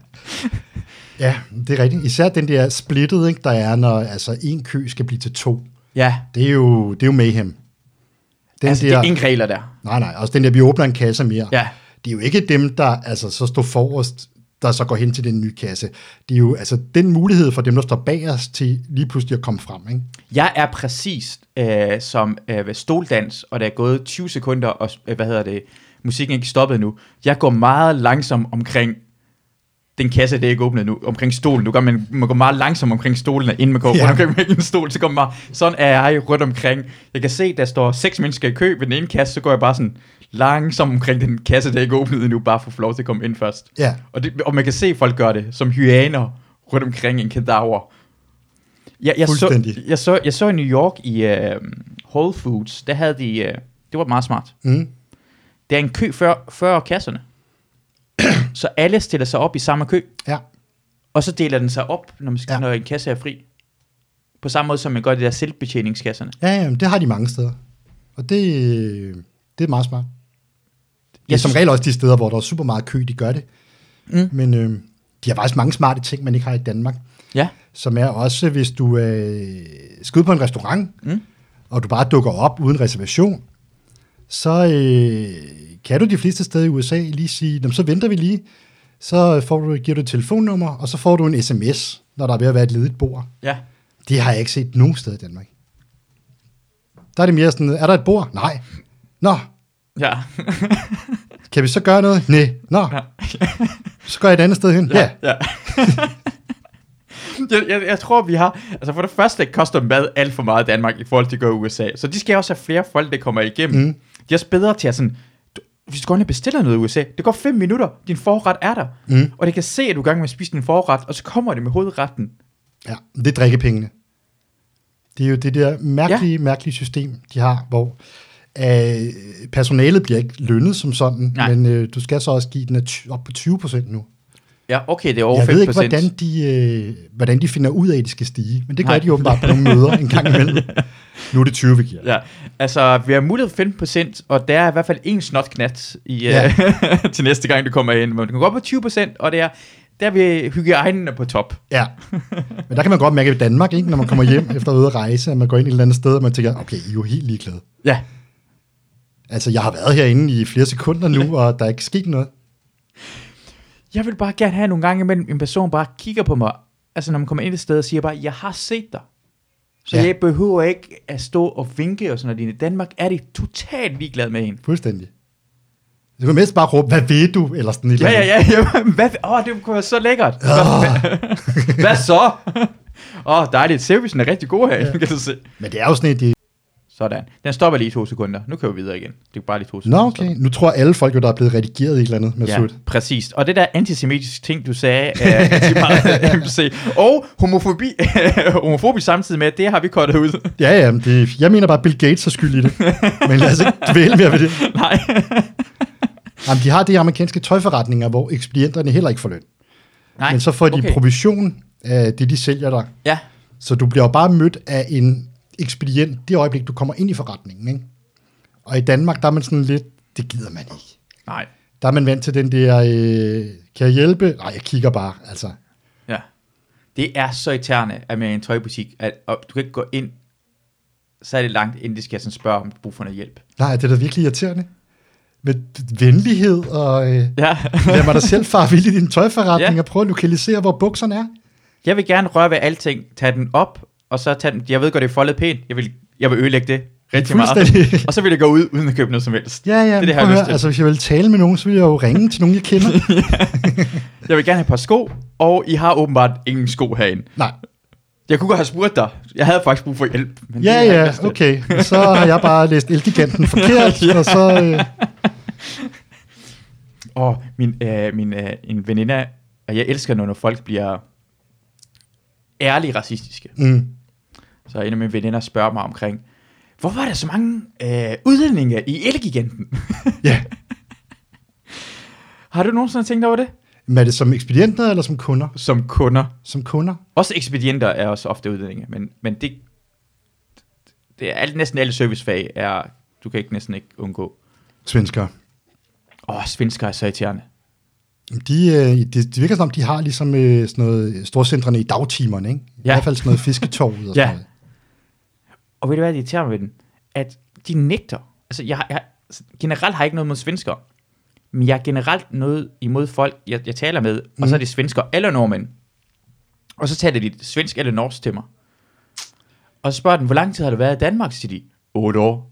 Ja, det er rigtigt. Især den der splittet, ikke, der er, når altså, en kø skal blive til to. Ja. Det er jo, det er jo mayhem. Den altså, der, det er ingen regler der. Nej, nej. Også den der, vi åbner en kasse mere. Ja. Det er jo ikke dem, der altså, så står forrest, der så går hen til den nye kasse. Det er jo altså den mulighed for dem, der står bag os, til lige pludselig at komme frem. Ikke? Jeg er præcis øh, som øh, ved stoldans, og der er gået tyve sekunder, og øh, hvad hedder det, musikken er ikke stoppet nu. Jeg går meget langsomt omkring den kasse, det er ikke åbnet nu, omkring stolen. Du kan, man, man går meget langsomt omkring stolen, inden man går ja. rundt omkring en stol, så går man bare, sådan er jeg rundt omkring. Jeg kan se, der står seks mennesker i kø ved den ene kasse, så går jeg bare sådan langsomt omkring den kasse, der er ikke åbnet endnu, bare for at få lov til at komme ind først. Ja. Og, det, og man kan se, at folk gør det, som hyæner rundt omkring en kadaver. Jeg, jeg, så, jeg, så, jeg så i New York i uh, Whole Foods, der havde de, uh, det var meget smart. Mm. Der er en kø før, før kasserne. Så alle stiller sig op i samme kø. Ja. Og så deler den sig op, når, man skal, ja. når en kasse er fri. På samme måde, som man gør det der selvbetjeningskasserne. Ja, ja, det har de mange steder. Og det, det er meget smart. Det er som regel også de steder, hvor der er super meget kø, de gør det. Mm. Men øh, de har faktisk mange smarte ting, man ikke har i Danmark. Ja. Som er også, hvis du øh, skal ud på en restaurant, mm. og du bare dukker op uden reservation, så øh, kan du de fleste steder i U S A lige sige, så venter vi lige, så får du, giver du et telefonnummer, og så får du en sms, når der er ved at være et ledigt bord. Ja. Det har jeg ikke set nogen sted i Danmark. Der er det mere sådan, er der et bord? Nej. Nå. Ja. Kan vi så gøre noget? Nej. Nå. Ja. Så går jeg et andet sted hen. Ja. ja. ja. jeg, jeg, jeg tror, vi har... Altså for det første koster mad alt for meget i Danmark i forhold til at gå i U S A. Så de skal også have flere folk, der kommer igennem. Mm. De er også bedre til at sådan... Du, hvis du går ind og bestiller noget i U S A, det går fem minutter, din forret er der. Mm. Og det kan se, at du er i gang med at spise din forret, og så kommer det med hovedretten. Ja, det er drikkepengene. Det er jo det der mærkelige, ja. mærkelige system, de har, hvor øh, personalet bliver ikke lønnet som sådan, Nej. men øh, du skal så også give den t- op på tyve procent nu. Ja, okay, det er over fem procent. Jeg ved ikke, hvordan de, øh, hvordan de finder ud af, at de skal stige, men det gør Nej. de åbenbart på nogle møder en gang imellem. Nu er det tyve, vi giver. Ja, altså, vi har mulighed for femten procent, og der er i hvert fald en snotknat i, ja. øh, til næste gang, du kommer ind. Men du kan gå op på tyve procent, og det er, der vil hygiejnen på top. Ja, men der kan man godt mærke i Danmark, ikke, når man kommer hjem efter at ude at rejse, at man går ind et eller andet sted, og man tænker, okay, I er jo helt ligeglade. Ja. Altså, jeg har været herinde i flere sekunder nu, og der er ikke sket noget. Jeg vil bare gerne have nogle gange imellem, en person bare kigger på mig, altså når man kommer ind et sted og siger bare, jeg har set dig. Så ja. jeg behøver ikke at stå og vinke og sådan noget. I Danmark er de totalt ligeglade med en. Fuldstændig. Du kan mest bare råbe, hvad ved du? Eller sådan et ja, ja, ja, ja. Hvad, åh, det kunne være så lækkert. Oh. Hvad, hvad så? Åh, oh, dejligt. Servicen er rigtig god her, ja. kan du se. Men det er jo sådan et... De... Sådan. Den stopper lige i to sekunder. Nu kører vi videre igen. Det er bare lige to sekunder. Nå, okay. Nu tror alle folk jo, der er blevet redigeret i et eller andet med ja, sut. præcis. Og det der antisemitiske ting, du sagde, er rigtig meget M C. Og homofobi, homofobi samtidig med, det har vi kortet ud. Ja, ja. Det, jeg mener bare, Bill Gates er skyld i det. Men lad os ikke dvæle mere ved det. Nej. Jamen, de har de amerikanske tøjforretninger, hvor ekspedienterne heller ikke får løn. Nej, men så får de okay. provision af det, de sælger der. Ja. Så du bliver jo bare mødt af en ekspedient det øjeblik, du kommer ind i forretningen. Ikke? Og i Danmark, der er man sådan lidt, det gider man ikke. Nej. Der er man vant til den der, øh, kan jeg hjælpe? Nej, jeg kigger bare, altså. Ja. Det er så irriterende, at med en tøjbutik, at du kan ikke gå ind, så er det langt, inden de skal sådan spørge, om du bruger for noget hjælp. Nej, det er da virkelig irriterende. Med venlighed og øh, ja. lad mig da selv fare vild i din tøjforretning ja. og prøve at lokalisere, hvor bukserne er. Jeg vil gerne røre ved alting, tage den op, og så tage den. Jeg ved godt, det er foldet pænt. Jeg vil, jeg vil ødelægge det rigtig meget. Og så vil jeg gå ud, uden at købe noget som helst. Ja, ja, det er det, prøv at høre, altså hvis jeg vil tale med nogen, så vil jeg jo ringe til nogen, jeg kender. Jeg vil gerne have et par sko, og I har åbenbart ingen sko herinde. Nej. Jeg kunne godt have spurgt dig. Jeg havde faktisk brug for hjælp. Men ja, ja, okay. Så har jeg bare læst Elgiganten forkert, ja. Og så... Øh... Og min, øh, min øh, en veninde, og jeg elsker, når folk bliver ærligt racistiske. Mm. Så en af mine veninder spørger mig omkring, hvorfor er der så mange øh, udlændinge i Elgiganten? Ja. Har du nogensinde tænkt over det? Men er det som ekspedienter eller som kunder? Som kunder. Som kunder? Også ekspedienter er også ofte udlændinge, men, men det, det er alt, næsten alle servicefag er, du kan ikke næsten ikke undgå. Svenskere. Åh, oh, svensker er så irriterende. De, de, de virker som, de har ligesom øh, sådan noget storcentrene i dagtimerne, ikke? I ja. hvert fald sådan noget fisketov og sådan ja. noget. Og ved du hvad, det irriterer mig ved den? At de nægter. Altså, jeg, jeg, generelt har jeg ikke noget mod svensker. Men jeg har generelt noget imod folk, jeg, jeg taler med, mm. og så er det svensker eller nordmænd. Og så taler de svensk eller norsk til mig. Og så spørger den, hvor lang tid har du været i Danmark, siger de? otte år.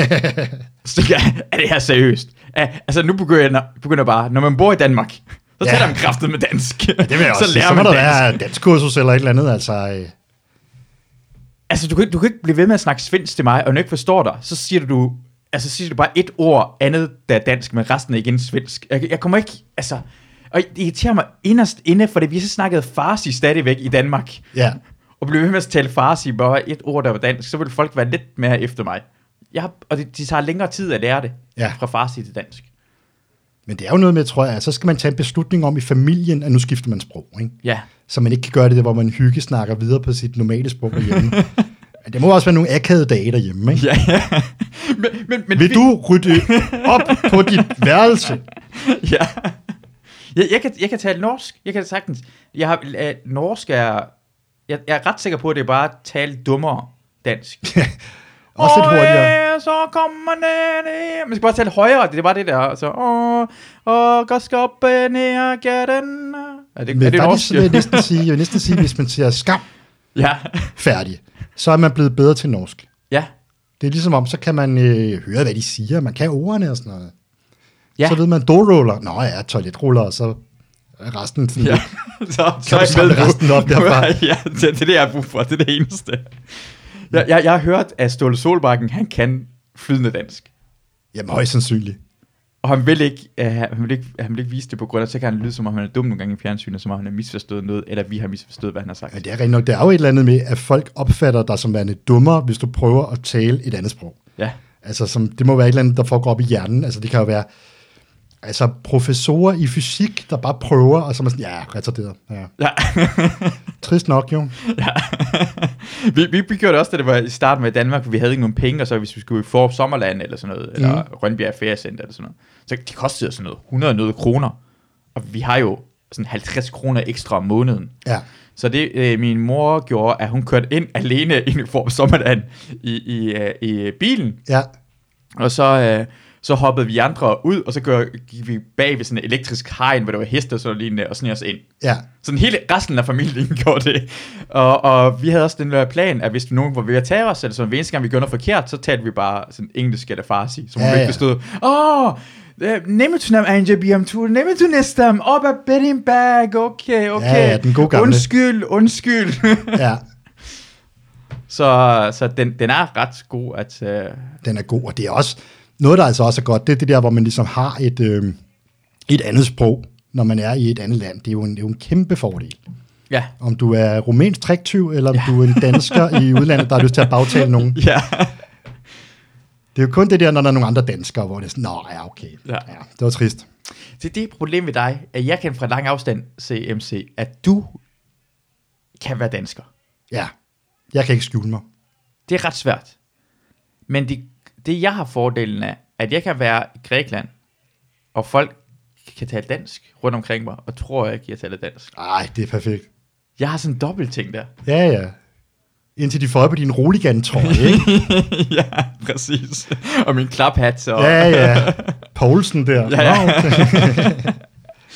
Så jeg, er det her seriøst? Altså nu begynder jeg begynder bare, når man bor i Danmark, så ja. taler man kraftet med dansk. Ja, det vil jeg også så sige. Så må der være danskkursus eller et eller andet. Altså, øh. altså du, kan, du kan ikke blive ved med at snakke svensk til mig, og når jeg ikke forstår dig, så siger du, altså siger du bare et ord andet, der er dansk, men resten er igen svensk. Jeg, jeg kommer ikke, altså, og det irriterer mig inderst inde, for det vi så snakkede farsi stadigvæk i Danmark. Ja. Og blive ved med at tale farsi, bare et ord, der var dansk, så vil folk være lidt mere efter mig. Jeg har, og det, de tager længere tid at lære det, ja. Fra farsi til dansk. Men det er jo noget med, tror jeg, at så skal man tage en beslutning om i familien, at nu skifter man sprog, ikke? Ja. Så man ikke kan gøre det der, hvor man hygge snakker videre på sit normale sprog derhjemme. Men det må også være nogle akavede dage derhjemme, ikke? Ja, ja. Men, men, men, vil du rydde op på dit værelse? Ja. Jeg, jeg, kan, jeg kan tale norsk. Jeg kan sagtens. Jeg har, uh, norsk er... Jeg, jeg er ret sikker på, at det er bare at tale dummere dansk. Også lidt hurtigere. Åh, så kommer det. Man skal bare tale højere, det er bare det der. Så, åh, åh, gå skop ned, get den. Er det, Men er det faktisk vil jeg næsten sige, jeg vil næsten sige, hvis man siger skam, ja. færdig, så er man blevet bedre til norsk. Ja. Det er ligesom om, så kan man øh, høre, hvad de siger, man kan ordene og sådan noget. Ja. Så ved man, doruller, nå ja, toiletruller, og så resten sådan ja. lidt. så, så kan du samle resten op derfra. Ja, det, det er det, jeg har brug for, det er det eneste. Jeg, jeg, jeg har hørt, at Ståle Solbakken, han kan flydende dansk. Jamen, højst sandsynligt. Og han vil, ikke, uh, han, vil ikke, han vil ikke vise det på grund af, så kan han lyde, som om han er dum nogle gange i fjernsynet, som om han har misforstået noget, eller vi har misforstået, hvad han har sagt. Ja, det er rent nok. Det er jo et eller andet med, at folk opfatter dig som værende dummere, hvis du prøver at tale et andet sprog. Ja. Altså, som, det må være et eller andet, der foregår op i hjernen. Altså, det kan jo være altså, professorer i fysik, der bare prøver, og så er man sådan, ja, retarderet. Ja. Ja. Trist nok, jo. Ja. vi, vi, vi gjorde det også, da det var i starten med Danmark, for vi havde ikke nogen penge, og så hvis vi skulle i Forup Sommerland, eller sådan noget, eller mm. Rønbjerg Feriecenter, eller sådan noget, så det kostede sådan noget, hundrede noget kroner. Og vi har jo sådan halvtreds kroner ekstra om måneden. Ja. Så det øh, min mor gjorde, at hun kørte ind alene ind i Forup Sommerland i, i, øh, i bilen. Ja. Og så... Øh, så hoppede vi andre ud, og så gik vi bag ved sådan en elektrisk hegn, hvor der var heste og sådan lignende, og sned os ind. Ja. Sådan hele resten af familien gjorde det. Og, og vi havde også den der plan, at hvis nogen var ved at tage os, eller sådan, hver eneste gang vi gjorde noget forkert, så talte vi bare sådan engelsk eller farsi, som ja, hun ikke ja. forstod. Åh, nemmer du nam anjabiam tu, nemmer du næstam, op af bedding bag, okay, okay. Ja, ja, den gode gamle. Undskyld, undskyld. Ja. Så, så den, den er ret god at... Uh... Den er god, og det er også... Noget, der altså også er godt, det er det der, hvor man ligesom har et, øh, et andet sprog, når man er i et andet land. Det er jo en, det er jo en kæmpe fordel. Ja. Om du er rumænsk triktyv, eller om ja. du er en dansker i udlandet, der har lyst til at bagtale nogen. Ja. Det er jo kun det der, når der er nogle andre danskere, hvor det er sådan, nå ja, okay. Ja. Ja, det var trist. Det er det problem ved dig, at jeg kan fra lang afstand se M C, at du kan være dansker. Ja, jeg kan ikke skjule mig. Det er ret svært. Men det Det jeg har fordelen af, at jeg kan være i Grækenland, og folk kan tale dansk rundt omkring mig, og tror jeg ikke, jeg taler dansk. Ej, det er perfekt. Jeg har sådan en dobbelt ting der. Ja, ja. Indtil de får på din roligan-trøje, ikke? Ja, præcis. Og min klaphat. Og... Ja, ja. Poulsen der. Ja, ja. Wow, okay.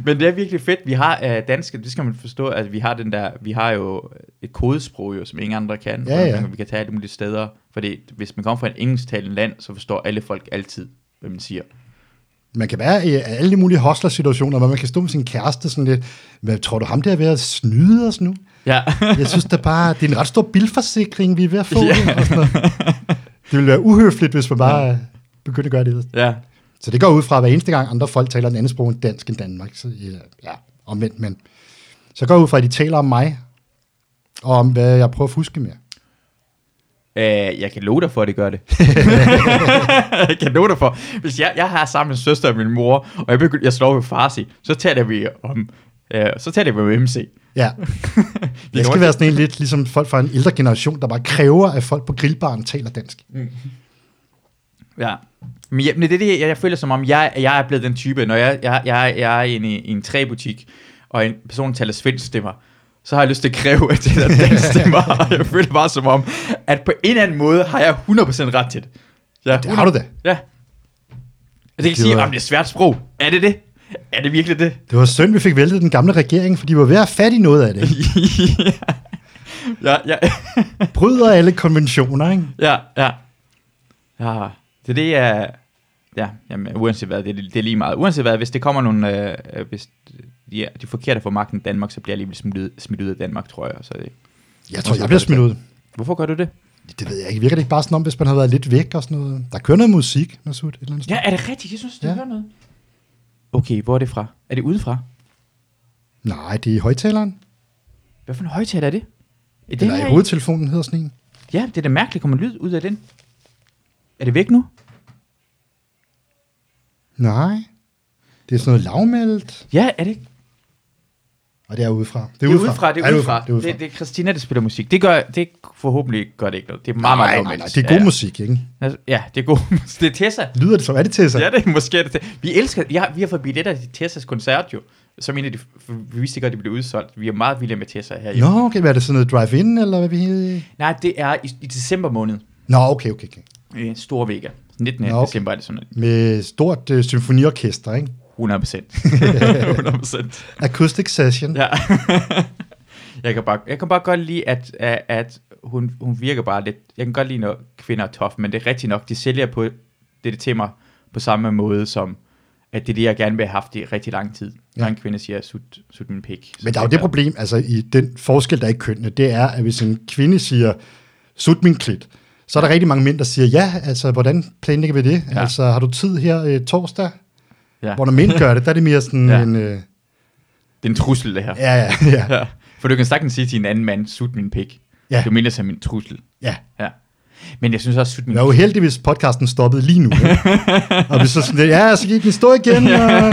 Men det er virkelig fedt. Vi har uh, danske, det skal man forstå, at vi har den der, vi har jo et kodesprog, jo, som ingen andre kan. Ja, ja. Vi kan tage alle mulige steder. Fordi hvis man kommer fra et engelsktalende land, så forstår alle folk altid, hvad man siger. Man kan være i alle de mulige hostler-situationer, hvor man kan stå med sin kæreste sådan lidt, hvad tror du ham der er ved at snyde os nu? Ja. Jeg synes da bare, det er en ret stor bilforsikring, vi er ved at få. Ja. Og sådan noget. Det ville være uhøfligt, hvis man bare ja. begyndte at gøre det. Ja. Så det går ud fra, at hver eneste gang andre folk taler en anden sprog end dansk end Danmark. Så ja, omvendt, men så går ud fra, at de taler om mig, og om hvad jeg prøver at fuske med. Uh, jeg kan love dig for, at det gør det. Jeg kan love dig for. Hvis jeg, jeg har sammen med en søster og min mor, og jeg, begynder, jeg slår ved farsi, så taler vi om, uh, så taler vi om M C. Ja. Det skal være sådan en lidt ligesom folk fra en ældre generation, der bare kræver, at folk på grillbaren taler dansk. Mm. Ja. Men, jeg, men det er det, jeg, jeg føler som om, jeg, jeg er blevet den type, når jeg, jeg, jeg, jeg er i en, i en træbutik, og en person taler svensk stemmer, så har jeg lyst til at kræve, at det er dansk stemmer, og jeg føler bare som om, at på en eller anden måde har jeg hundrede procent ret til det. Ja, det har du da. Ja. Jeg kan sige, at det er svært sprog. Er det det? Er det virkelig det? Det var synd, vi fik væltet den gamle regering, for de var ved at have fat i noget af det. ja, ja. Bryder alle konventioner, ikke? Ja, ja. Ja, det er det, jeg... Ja, jamen, uanset hvad, det er, det er lige meget. Uanset hvad, hvis det kommer nogle... Øh, hvis de, de forkerte får magten i Danmark, så bliver jeg alligevel smidt ud, smidt ud af Danmark, tror jeg. Så det, jeg tror, jeg bliver smidt ud. Hvorfor gør du det? Det ved jeg ikke. Virker det ikke bare sådan om, hvis man har været lidt væk og sådan noget? Der kører noget musik, Masud, et eller andet sted. Ja, er det rigtigt? Jeg synes, du ja. hører noget. Okay, hvor er det fra? Er det udefra? Nej, det er i højtaleren. Hvad for en højtaler er det? Er det eller i hovedtelefonen hedder sådan en. Ja, det er da mærkeligt, kommer lyd ud af den. Er det væk nu? Nej. Det er sådan noget lavmældt. Ja, er det ikke? Og det er udefra. Det er udefra, det er udefra. Det, det, det er Christina, der spiller musik. Det gør, det forhåbentlig gør det ikke noget. Det er meget, nej, meget nej, nej, det er god ja. musik, ikke? Ja, det er god musik. Det er Tessa. Lyder det så? Er det Tessa? Ja, det er måske det. Vi elsker, ja, vi har fået billetter til Tessas koncert jo. Som en af de, vi vidste ikke, at det blev udsolgt. Vi er meget vilde med Tessa her. Nå, okay, hvad er det sådan noget drive-in, eller hvad vi hedder? Nej, det er i, i december måned. Nå, okay, okay, okay. En stor Vega. nittende Nå, okay. december er det sådan noget. Med stort uh, symfoniorkester, ikke? hundrede procent. hundrede procent. Acoustic session. Ja. jeg, kan bare, jeg kan bare godt lide, at, at, at hun, hun virker bare lidt... Jeg kan godt lide, når kvinder er tough, men det er rigtigt nok, de sælger på det, det til mig på samme måde, som at det er det, jeg gerne vil have haft i rigtig lang tid. Når ja. en kvinde siger, sut, sut min pik. Men der er jo det problem, altså i den forskel, der er i kønnene, det er, at hvis en kvinde siger, sut min klit, så er der rigtig mange mænd, der siger, ja, altså, hvordan planlægger vi det? Ja. Altså, har du tid her øh, torsdag? Ja. Hvor når mænd gør det, der er det mere sådan ja. en... Øh... Det er en trussel, det her. Ja, ja, ja. ja. For du kan sagtens sige til en anden mand, sut min pik. Ja. Det minder som en trussel. Ja. ja. Men jeg synes også, sut min pik... Jeg er jo heldig, hvis podcasten stoppede lige nu. Og hvis så sådan, ja, så gik den stå igen. Og...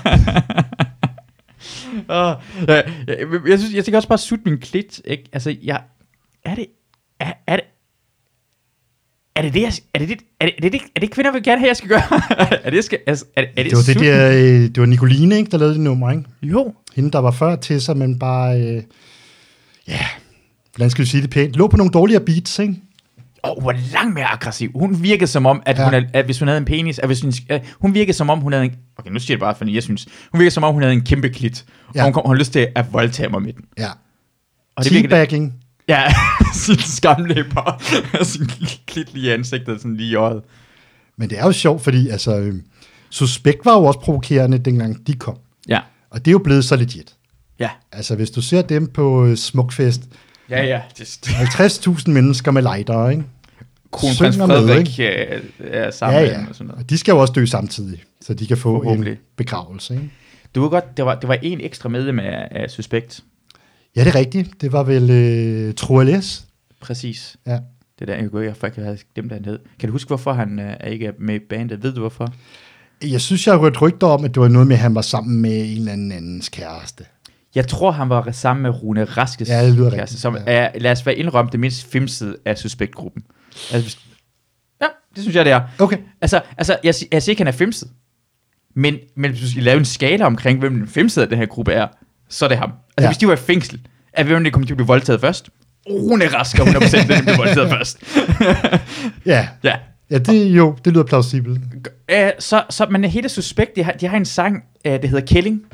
oh, ja, jeg, jeg, synes, jeg tænker også bare, sut min klit, ikke? Altså, jeg... Er det... Er, er det... Er det det, jeg, er det det, er det, er det, er det kvinder vil gerne have, jeg skal gøre? er det, skal, altså, er, er det, det var det der, det var Nicoline, ikke, der lavede det nummer, ikke? Jo. Hende, der var før til sig, men bare, øh, ja, hvordan skal vi sige det pænt, lå på nogle dårligere beats, ikke? Åh, oh, hvor langt mere aggressiv. Hun virkede som om, at, ja. hun, at hvis hun havde en penis, at hvis hun, uh, hun virkede som om, hun havde en, okay, nu siger jeg det bare, fordi jeg synes, hun virkede som om, hun havde en kæmpe klit, ja. Og hun, kom, hun havde lyst til at voldtage mig med den. Ja. Og det teabagging. Ja, sin skamlæber, sin klit lige i ansigtet, sådan lige i øjet. Men det er jo sjovt, fordi altså, øh, Suspekt var jo også provokerende, dengang de kom. Ja. Og det er jo blevet så legit. Ja. Altså, hvis du ser dem på uh, Smukfest, ja, ja. Just. halvtreds tusind mennesker med lighter, ikke? Kronprins Frederik er sammen ja, ja. og sådan noget. Og de skal jo også dø samtidig, så de kan få en begravelse, ikke? Du ved godt, det var, det var en ekstra medlem af, af Suspekt. Ja, det er rigtigt. Det var vel øh, Troelles. Præcis. Ja. Det der, jeg kunne ikke faktisk have glemt, han hed. Kan du huske, hvorfor han øh, ikke er med i bandet? Ved du, hvorfor? Jeg synes, jeg har hørt rygter om, at det var noget med, at han var sammen med en eller andens kæreste. Jeg tror, han var sammen med Rune Raskes ja, det lyder kæreste, rigtigt. som ja. er, lad os være indrømme, det mindst femside af Suspektgruppen. Altså, ja, det synes jeg, det er. Okay. Altså, altså jeg, jeg siger ikke, han er femside. Men, men hvis vi laver en skala omkring, hvem den femside af den her gruppe er, så er det ham. Altså, ja. Hvis de var i fængsel, er hvem det kommer til at blive voldtaget først? Rune Rasker hundrede procent, den bliver voldtaget først. ja. Ja. Ja, det, jo, det lyder plausibelt. Uh, så, så man er helt suspekt. De har, de har en sang, uh, der hedder Killing.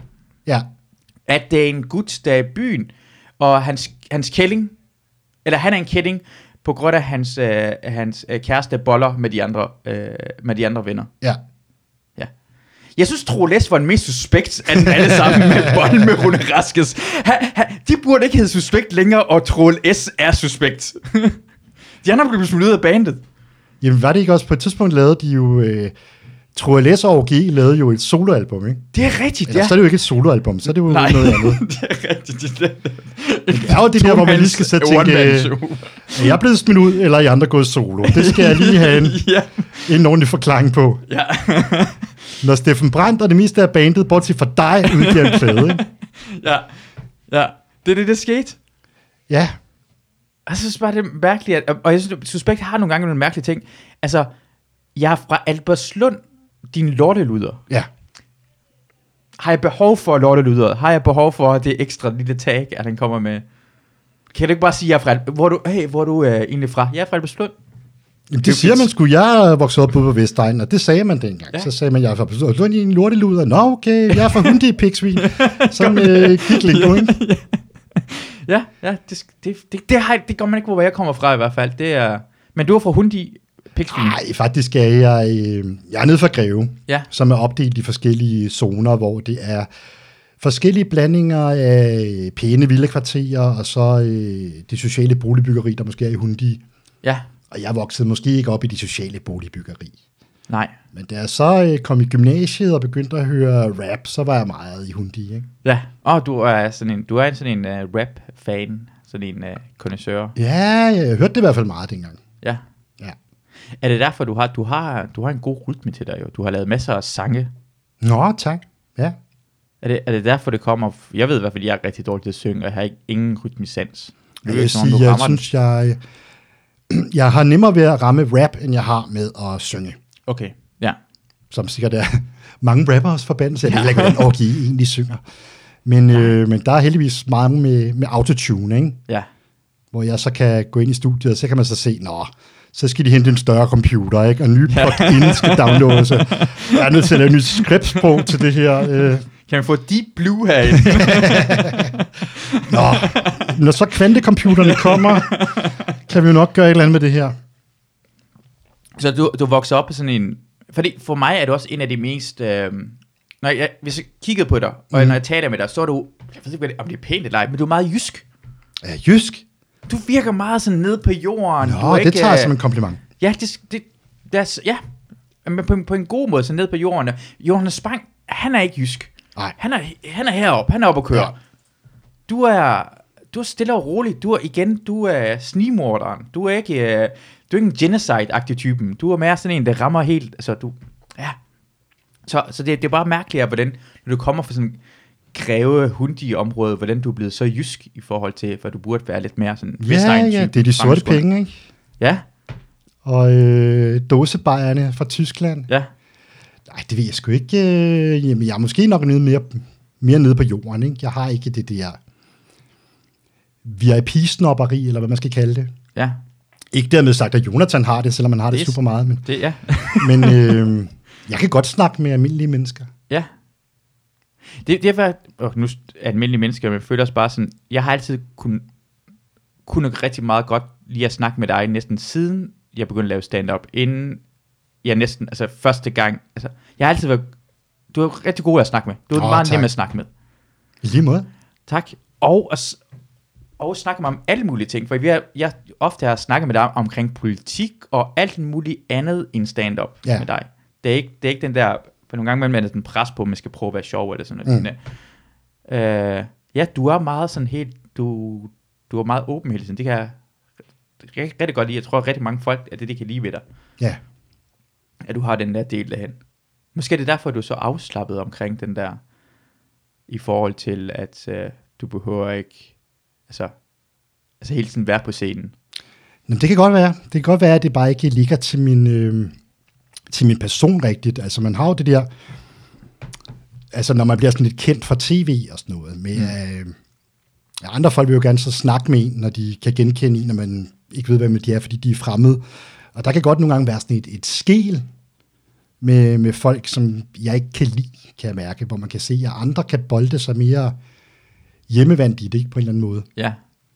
Ja. At det er en gut, der er i byen, og hans, hans kælling, eller han er en kælling, på grund af hans, øh, hans øh, kæreste boller med de andre, øh, med de andre venner. Ja. Ja. Jeg synes, Troels var en mest suspekt af den alle sammen med bolden med Rune Raskes. Ha, ha, de burde ikke hedde suspekt længere, og Troels er suspekt. De andre blev smidt ud af bandet. Jamen var det ikke også, på et tidspunkt lavede de jo, øh, Troels og O G lavede jo et soloalbum, ikke? Det er rigtigt, Eller, ja. så er det jo ikke et soloalbum, så er det jo Nej, noget andet. det er rigtigt. Det er, det er jo det der, hvor man lige skal sætte tænke, er jeg blevet smidt ud, eller er I andre gået solo? Det skal jeg lige have en, ja. en ordentlig forklaring på. Ja. Når Steffen Brandt og det meste af bandet, bortset fra dig, udgiver en plade, ikke? Ja, ja. Det er det, der skete. Ja. Jeg synes bare, det er mærkeligt, at, og jeg synes, Suspekt har nogle gange nogle mærkelige ting. Altså, jeg er fra Albertslund, din lorteluder. Ja. Har jeg behov for lorteluder? Har jeg behov for det ekstra lille tag, at han kommer med? Kan du ikke bare sige, jeg er fra, hvor du, hey, hvor er du uh, egentlig fra? Jeg er fra Albertslund. Jamen, det, det siger man sgu. Jeg er vokset op ude på Vestegnen, og det sagde man dengang. Ja. Så sagde man, jeg er fra Albertslund i en lorteluder. Nå, okay, jeg er fra Hundi Pigsvin. Sådan øh, gik lingo, ikke? Ja, ja, det, det, det, det, har, det gør man ikke, hvor jeg kommer fra i hvert fald. Det er, men du er fra Hundi Pigsvin? Nej, faktisk er jeg, øh, jeg er nede fra Greve, ja. Som er opdelt i forskellige zoner, hvor det er forskellige blandinger af pæne villakvarterer, og så øh, det sociale boligbyggeri, der måske er i Hundi. Ja. Og jeg voksede måske ikke op i det sociale boligbyggeri. Nej. Men da jeg så øh, kom i gymnasiet og begyndte at høre rap, så var jeg meget i Hundi, ikke? Ja, og du er sådan en, du er sådan en uh, rap-fan, sådan en uh, connoisseur. Ja, jeg hørte det i hvert fald meget dengang. Ja. Ja. Er det derfor, du har, du har, du har en god rytme til dig jo? Du har lavet masser af sange. Nå, tak. Ja. Er det, er det derfor, det kommer? Jeg ved i hvert fald, at jeg er rigtig dårlig til at synge, og jeg har ikke, ingen rytmisans. Jeg vil sige, jeg synes, jeg, jeg har nemmere ved at ramme rap, end jeg har med at synge. Okay, ja. Som sikkert er mange rappers forbandelse. Jeg ved ikke, hvordan O G egentlig synger. Men, øh, men der er heldigvis mange med, med autotune, ikke? Ja. Hvor jeg så kan gå ind i studiet, og så kan man så se, nå, så skal de hente en større computer, ikke? Og nye plugins skal downloades. Jeg er nødt til at lave et nyt skriptsprog til det her. Øh. Kan man få Deep Blue herinde? Nå, når så kvantecomputerne kommer, kan vi jo nok gøre et eller andet med det her. Så du, du vokser op på sådan en... Fordi for mig er det også en af de mest... Øh, når jeg, hvis jeg kiggede på dig, og mm. når jeg taler med dig, så er du... Jeg ved ikke, om det er pænt eller ej, men du er meget jysk. Ja, jysk? Du virker meget sådan nede på jorden. Nå, du er det ikke, tager jeg som en kompliment. Ja, det, det, det er, ja. Men på, på en god måde, så nede på jorden. Johannes Spang, han er ikke jysk. Nej. Han er, han er heroppe, han er oppe at køre. Ja. Du er... Du er stille og rolig. Du er igen, du er snigmorderen. Du er ikke, uh, du er ikke en genocide-agtig typen. Du er mere sådan en, der rammer helt, altså du, ja. Så, så det, det er bare mærkeligt, hvordan, når du kommer fra sådan en Greve Hundi-område, hvordan du er blevet så jysk i forhold til, for du burde være lidt mere sådan... Ja, ja, det er de sorte penge, ikke? Ja. Og øh, dåsebajerne fra Tyskland. Ja. Nej, det ved jeg sgu ikke. Øh, jamen, jeg er måske nok nede mere, mere nede på jorden, ikke? Jeg har ikke det der... V I P-snopperi, eller hvad man skal kalde det. Ja. Ikke dermed sagt, at Jonathan har det, selvom man har det, det super meget. Men, det, ja. men øh, jeg kan godt snakke med almindelige mennesker. Ja. Det, det er været, oh, nu er almindelige mennesker, men jeg føler også bare sådan, jeg har altid kun, kunnet rigtig meget godt lide at snakke med dig, næsten siden jeg begyndte at lave stand-up, inden jeg næsten, altså første gang, altså, jeg har altid været, du er rigtig god at snakke med. Du er oh, meget nem at snakke med. I lige måde. Tak. Og og snakke med om alle mulige ting, for vi har, jeg ofte har snakket med dig omkring politik og alt muligt andet end stand-up ja. Med dig. Det er, ikke, det er ikke den der, for nogle gange man er den pres på, at man skal prøve at være sjov eller sådan noget. Mm. Øh, ja, du er meget sådan helt, du, du er meget åben hele tiden. Det kan jeg rigtig, rigtig godt lide. Jeg tror rigtig mange folk, at det, det kan lide ved dig. Ja. At du har den der del derhen. Måske er det derfor, at du er så afslappet omkring den der, i forhold til, at øh, du behøver ikke, altså, altså hele tiden være på scenen. Jamen, det kan godt være. Det kan godt være, at det bare ikke ligger til min, øh, til min person rigtigt. Altså, man har jo det der, altså, når man bliver sådan lidt kendt fra tv og sådan noget, med, mm. øh, andre folk vil jo gerne så snakke med en, når de kan genkende en, når man ikke ved, hvem de er, fordi de er fremmede. Og der kan godt nogle gange være sådan et, et skel, med, med folk, som jeg ikke kan lide, kan jeg mærke, hvor man kan se, at andre kan bolde sig mere hjemmevandt i det, ikke, på en eller anden måde. Ja.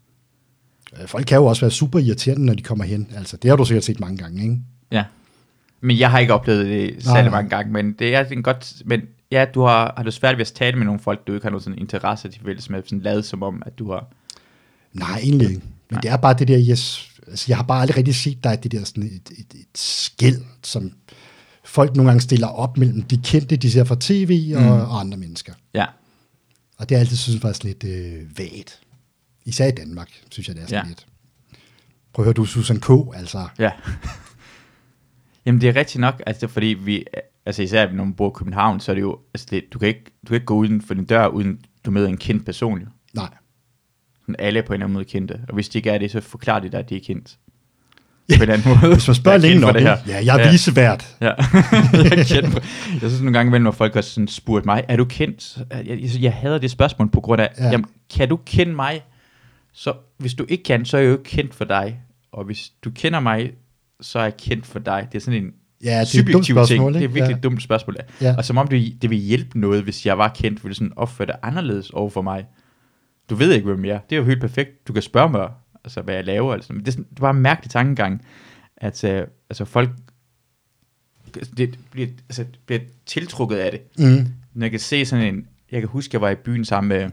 Folk kan jo også være super irriterende, når de kommer hen. Altså, det har du sikkert set mange gange, ikke? Ja. Men jeg har ikke oplevet det særlig mange gange, men det er en godt... Men ja, du har, har du svært ved at tale med nogle folk, du ikke har nogen sådan interesse til fælles med, sådan lavet som om, at du har... Nej, egentlig ikke. Men Nej. Det er bare det der, yes, altså, jeg har bare aldrig rigtig set dig, det der sådan et, et, et skæld, som folk nogle gange stiller op mellem de kendte, de ser fra tv, og, mm. og andre mennesker. Ja. Og det er altid, synes jeg, faktisk lidt øh, vagt. Især i Danmark, synes jeg, det er sådan ja. lidt. Prøv at høre, du Susan K., altså. Ja. Jamen, det er rigtigt nok, altså, fordi vi, altså især når man bor i København, så er det jo, altså det, du, kan ikke, du kan ikke gå uden for din dør, uden du møder en kendt person, jo. Nej. Sådan alle på en eller anden måde kendte, og hvis de ikke er det, så forklarer de dig, at de er kendt. På en anden måde. Hvis man spørger længe nok, ja, jeg er ja. visevært. Ja, jeg er kendt. Jeg synes nogle gange imellem, når folk har sådan spurgt mig, er du kendt? Jeg, jeg, jeg hader det spørgsmål på grund af, ja. jamen, kan du kende mig? Så hvis du ikke kan, så er jeg jo ikke kendt for dig. Og hvis du kender mig, så er jeg kendt for dig. Det er sådan en ja, subjektiv ting. Spørgsmål, det er virkelig ja. et dumt spørgsmål. Ja. Og som om det, det vil hjælpe noget, hvis jeg var kendt, ville sådan opføre det anderledes over for mig. Du ved ikke, hvem jeg er. Det er jo helt perfekt. Du kan spørge mig, altså, hvad jeg laver. Altså. Men det, er sådan, det er bare en mærkelig tankegang, at uh, altså, folk det bliver, altså, bliver tiltrukket af det. Mm. Når jeg kan se sådan en... Jeg kan huske, jeg var i byen sammen med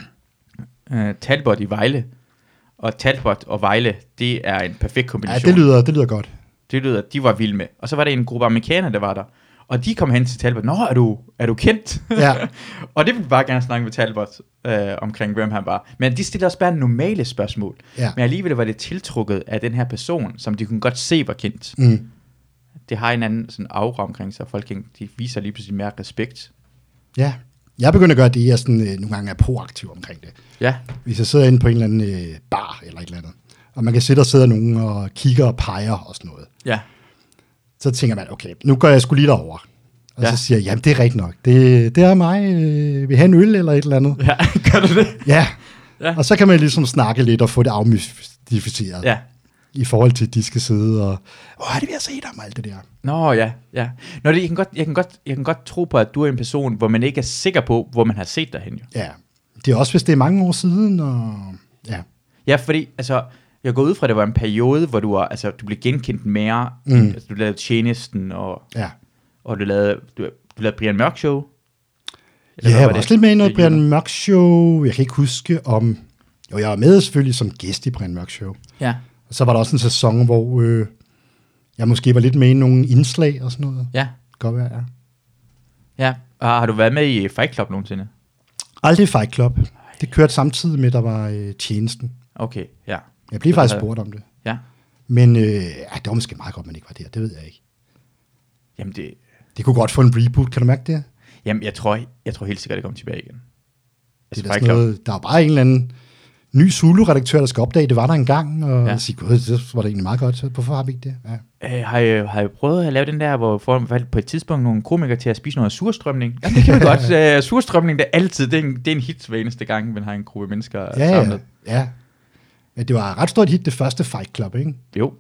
uh, Talbot i Vejle. Og Talbot og Vejle, det er en perfekt kombination. Ja, det lyder, det lyder godt. Det lyder, de var vilde med. Og så var der en gruppe amerikanere, der var der. Og de kom hen til Talbot. Nå, er du, er du kendt? Ja. Og det ville vi bare gerne snakke med Talbot øh, omkring, hvem han var. Men de stillede også bare normale spørgsmål. Ja. Men alligevel var det tiltrukket af den her person, som de kunne godt se var kendt. Mm. Det har en anden sådan aura omkring sig. Folk de viser lige pludselig mere respekt. Ja. Jeg begynder at gøre det, jeg sådan, øh, nogle gange er proaktiv omkring det. Ja. Hvis jeg sidder inde på en eller anden øh, bar eller et eller andet, og man kan sidde og sidde nogen og kigger og peger og sådan noget. Ja. Så tænker man, okay, nu går jeg sgu lige derover. Og ja. Så siger jeg, jamen det er rigtigt nok. Det, det er mig. Øh, vil have en øl eller et eller andet? Ja, gør du det? Ja. Ja. Og så kan man ligesom snakke lidt og få det afmystificeret. Ja. I forhold til, at de skal sidde og, åh, er det ved at se dig om alt det der? Nå, ja, ja. Nå, det, jeg, kan godt, jeg, kan godt, jeg kan godt tro på, at du er en person, hvor man ikke er sikker på, hvor man har set dig hen. Jo. Ja, det er også, hvis det er mange år siden, og ja. Ja, fordi, altså, jeg går ud fra, at det var en periode, hvor du, var, altså, du blev genkendt mere. Mm. Altså, du lavede Tjenesten, og, ja. og du lavede, du, du lavede Brian Mørk Show. Eller ja, jeg var, var også lidt med i noget Brian Mørk Show. Jeg kan ikke huske om, jo, jeg var med selvfølgelig som gæst i Brian Mørk Show. Ja. Og så var der også en sæson, hvor øh, jeg måske var lidt med i nogle indslag og sådan noget. Ja. Godt være, ja. Ja, og har du været med i Fight Club nogensinde? Aldrig Fight Club. Det kørte samtidig med, at der var øh, Tjenesten. Okay, ja. Jeg blev så faktisk havde... spurgt om det. Ja. Men øh, ja, det var måske meget godt, man ikke var der. Det ved jeg ikke. Jamen det... Det kunne godt få en reboot, kan du mærke det? Jamen jeg tror, jeg tror helt sikkert, det kommer tilbage igen. Altså, det er der, noget, der er bare en eller anden ny Zulu-redaktør, der skal opdage, det var der engang, og ja. sige, gud, det var det egentlig meget godt, så hvorfor har vi ikke det? Ja. Øh, har, I, har I prøvet at lave den der, hvor får på et tidspunkt nogle komikere til at spise noget surstrømning? Ja, det kan vi godt. Uh, surstrømning, det er altid, det er en, det er en hit hver eneste gang, man har en gruppe mennesker ja, samlet. Ja, ja. Men det var et ret stort hit, det første Fight Club, ikke? Jo.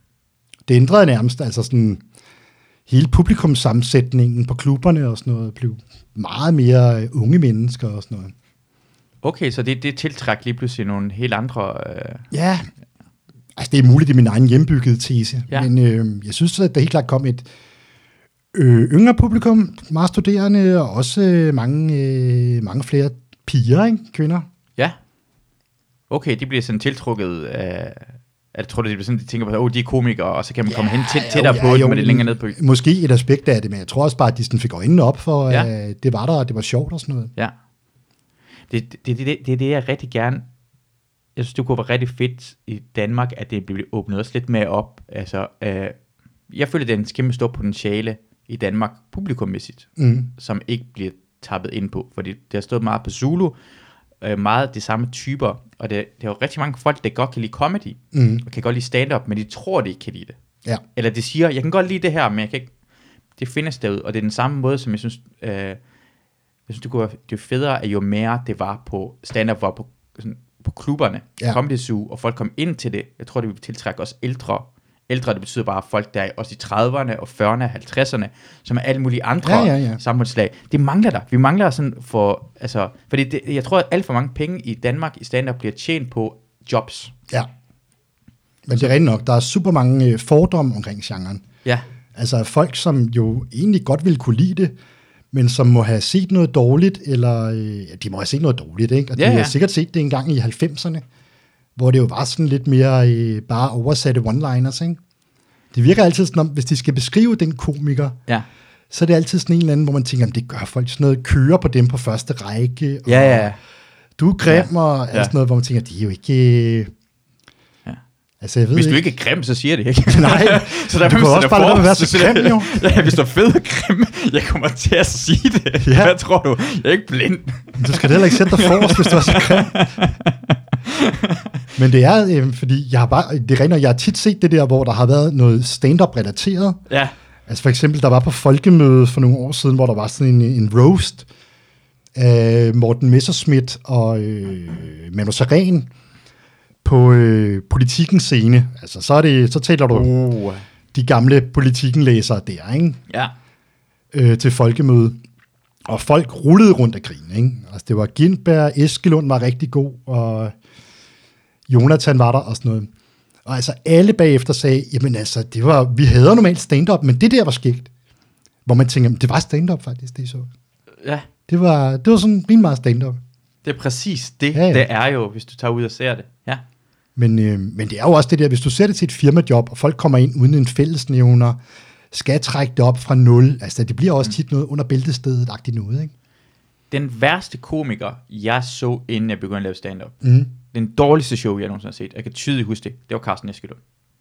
Det ændrede nærmest, altså sådan, hele publikumssammensætningen på klubberne og sådan noget, blev meget mere unge mennesker og sådan noget. Okay, så det, det tiltrækker lige pludselig nogle helt andre... Øh... Ja, altså det er muligt, det er min egen hjembyggede tese, ja. men øh, jeg synes, at der helt klart kom et øh, yngre publikum, meget studerende, og også øh, mange, øh, mange flere piger, ikke? Kvinder. Ja. Okay, de bliver sådan tiltrukket af... Jeg tror, de, sådan, de tænker på, at oh, de er komikere, og så kan man ja, komme hen tæt, tættere ja, på dem, og det længere ned på. Måske et aspekt af det, men jeg tror også bare, at de sådan fik øjnene op for, ja. at det var der, og det var sjovt og sådan noget. Ja. Det, det, det, det, det er det, jeg rigtig gerne... Jeg synes, det kunne være rigtig fedt i Danmark, at det blev åbnet også lidt mere op. Altså, øh, jeg føler, det er en kæmpe stor potentiale i Danmark, publikummæssigt, mm. som ikke bliver tappet ind på. Fordi det har stået meget på Zulu, øh, meget de samme typer, og det, det er jo rigtig mange folk, der godt kan lide comedy, mm. og kan godt lide stand-up, men de tror, de ikke kan lide det. Ja. Eller de siger, jeg kan godt lide det her, men jeg kan ikke... Det findes derude, og det er den samme måde, som jeg synes... Øh, jeg synes, det kunne være det federe, at jo mere det var på stand-up, var på, sådan, på klubberne, ja. Comedy Zoo, og folk kom ind til det. Jeg tror, det ville tiltrække også ældre, ældre, det betyder bare folk, der er også i trediverne og fyrrerne og halvtredserne, som er alle mulige andre ja, ja, ja. samfundslag. Det mangler der. Vi mangler sådan for, altså, fordi det, jeg tror, at alt for mange penge i Danmark i stand-up bliver tjent på jobs. Ja. Men det er rigtigt nok, der er super mange fordomme omkring genren. Ja. Altså folk, som jo egentlig godt ville kunne lide det, men som må have set noget dårligt, eller ja, de må have set noget dårligt, ikke? Og de ja, ja. har sikkert set det engang i halvfemserne, hvor det jo var sådan lidt mere øh, bare oversatte one-liners, ikke? Det virker altid sådan, om, hvis de skal beskrive den komiker, ja. så er det altid sådan en eller anden, hvor man tænker, det gør folk sådan noget, kører på dem på første række, og ja, ja. du er grim, ja. og ja. sådan noget, hvor man tænker, de er jo ikke... Altså, jeg ved hvis du ikke ikke er grim, så siger det ikke. Nej, så der du kan også bare lade mig være så grim, jo. Ja, hvis du er fed og grim, jeg kommer til at sige det. Ja. Hvad tror du? Jeg er ikke blind. Du skal da heller ikke sætte dig forrest, hvis du er så grim. Men det er, øh, fordi jeg har bare, det regner, jeg har tit set det der, hvor der har været noget stand-up relateret. Ja. Altså for eksempel, der var på Folkemødet for nogle år siden, hvor der var sådan en, en roast af Morten Messerschmidt og øh, Manu Sareen på øh, Politikens scene. Altså så, er det, så taler du uh. de gamle Politiken-læsere der, ikke? Ja. Øh, til Folkemødet. Og folk rullede rundt af grin, ikke? Altså det var Gindberg, Eskelund var rigtig god, og Jonathan var der og sådan noget. Og altså alle bagefter sagde, jamen altså, det var, vi havde normalt stand-up, men det der var skægt. Hvor man tænker, det var stand-up faktisk, det så. Ja. Det var, det var sådan rimelig meget stand-up. Det er præcis det, ja, ja. det er jo, hvis du tager ud og ser det. Ja. Men, øh, men det er jo også det der, hvis du ser det til et firmajob, og folk kommer ind uden en fællesnævner, skal trække det op fra nul. Altså det bliver også tit noget under bæltestedet-agtigt noget, ikke? Den værste komiker, jeg så, inden jeg begyndte at lave stand-up, mm. den dårligste show, jeg nogensinde har set, jeg kan tydeligt huske det, det var Carsten Eskelund.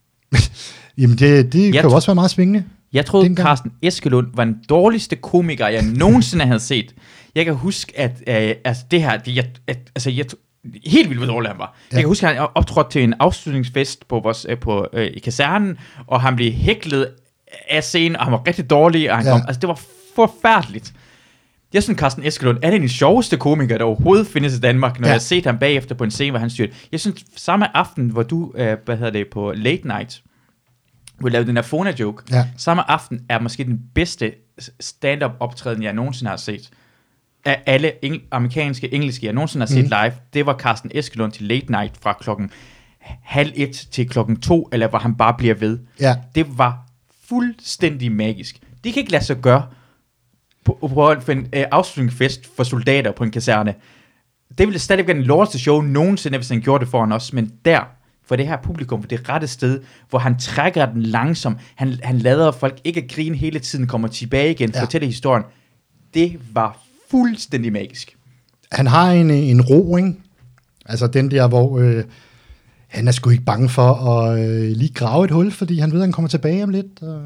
Jamen det, det kan jo også være meget svingende. Jeg troede, Dengang. Carsten Eskelund var den dårligste komiker, jeg nogensinde havde set. Jeg kan huske, at øh, altså det her, det, jeg, at, altså jeg, helt vildt, hvor dårlig han var. Ja. Jeg kan huske, at han optrådte til en afslutningsfest på vores, øh, på, øh, i kasernen, og han blev hæklet af scenen, og han var rigtig dårlig, og han ja. kom, altså det var forfærdeligt. Jeg synes, Carsten Eskelund er den sjoveste komiker, der overhovedet findes i Danmark, når ja. jeg har set ham bagefter på en scene, hvor han styrte. Jeg synes, samme aften, hvor du, øh, hvad hedder det, på Late Night, hvor lavede den her Fona-joke, ja. samme aften er måske den bedste stand-up optræden, jeg nogensinde har set. Af alle eng- amerikanske, engelske, jeg nogensinde har set mm. live, det var Carsten Eskelund til Late Night fra klokken halv et til klokken to, eller hvor han bare bliver ved. Ja. Det var fuldstændig magisk. Det kan ikke lade sig gøre på, på en øh, afslutningsfest for soldater på en kaserne. Det ville stadig være den lorteste show nogensinde, hvis han gjorde det foran os, men der, for det her publikum, for det rette sted, hvor han trækker den langsomt, han, han lader folk ikke at grine hele tiden, kommer tilbage igen, ja. fortæller historien. Det var fuldstændig magisk. Han har en, en ro, ikke? Altså den der, hvor øh, han er sgu ikke bange for at øh, lige grave et hul, fordi han ved, at han kommer tilbage om lidt. Og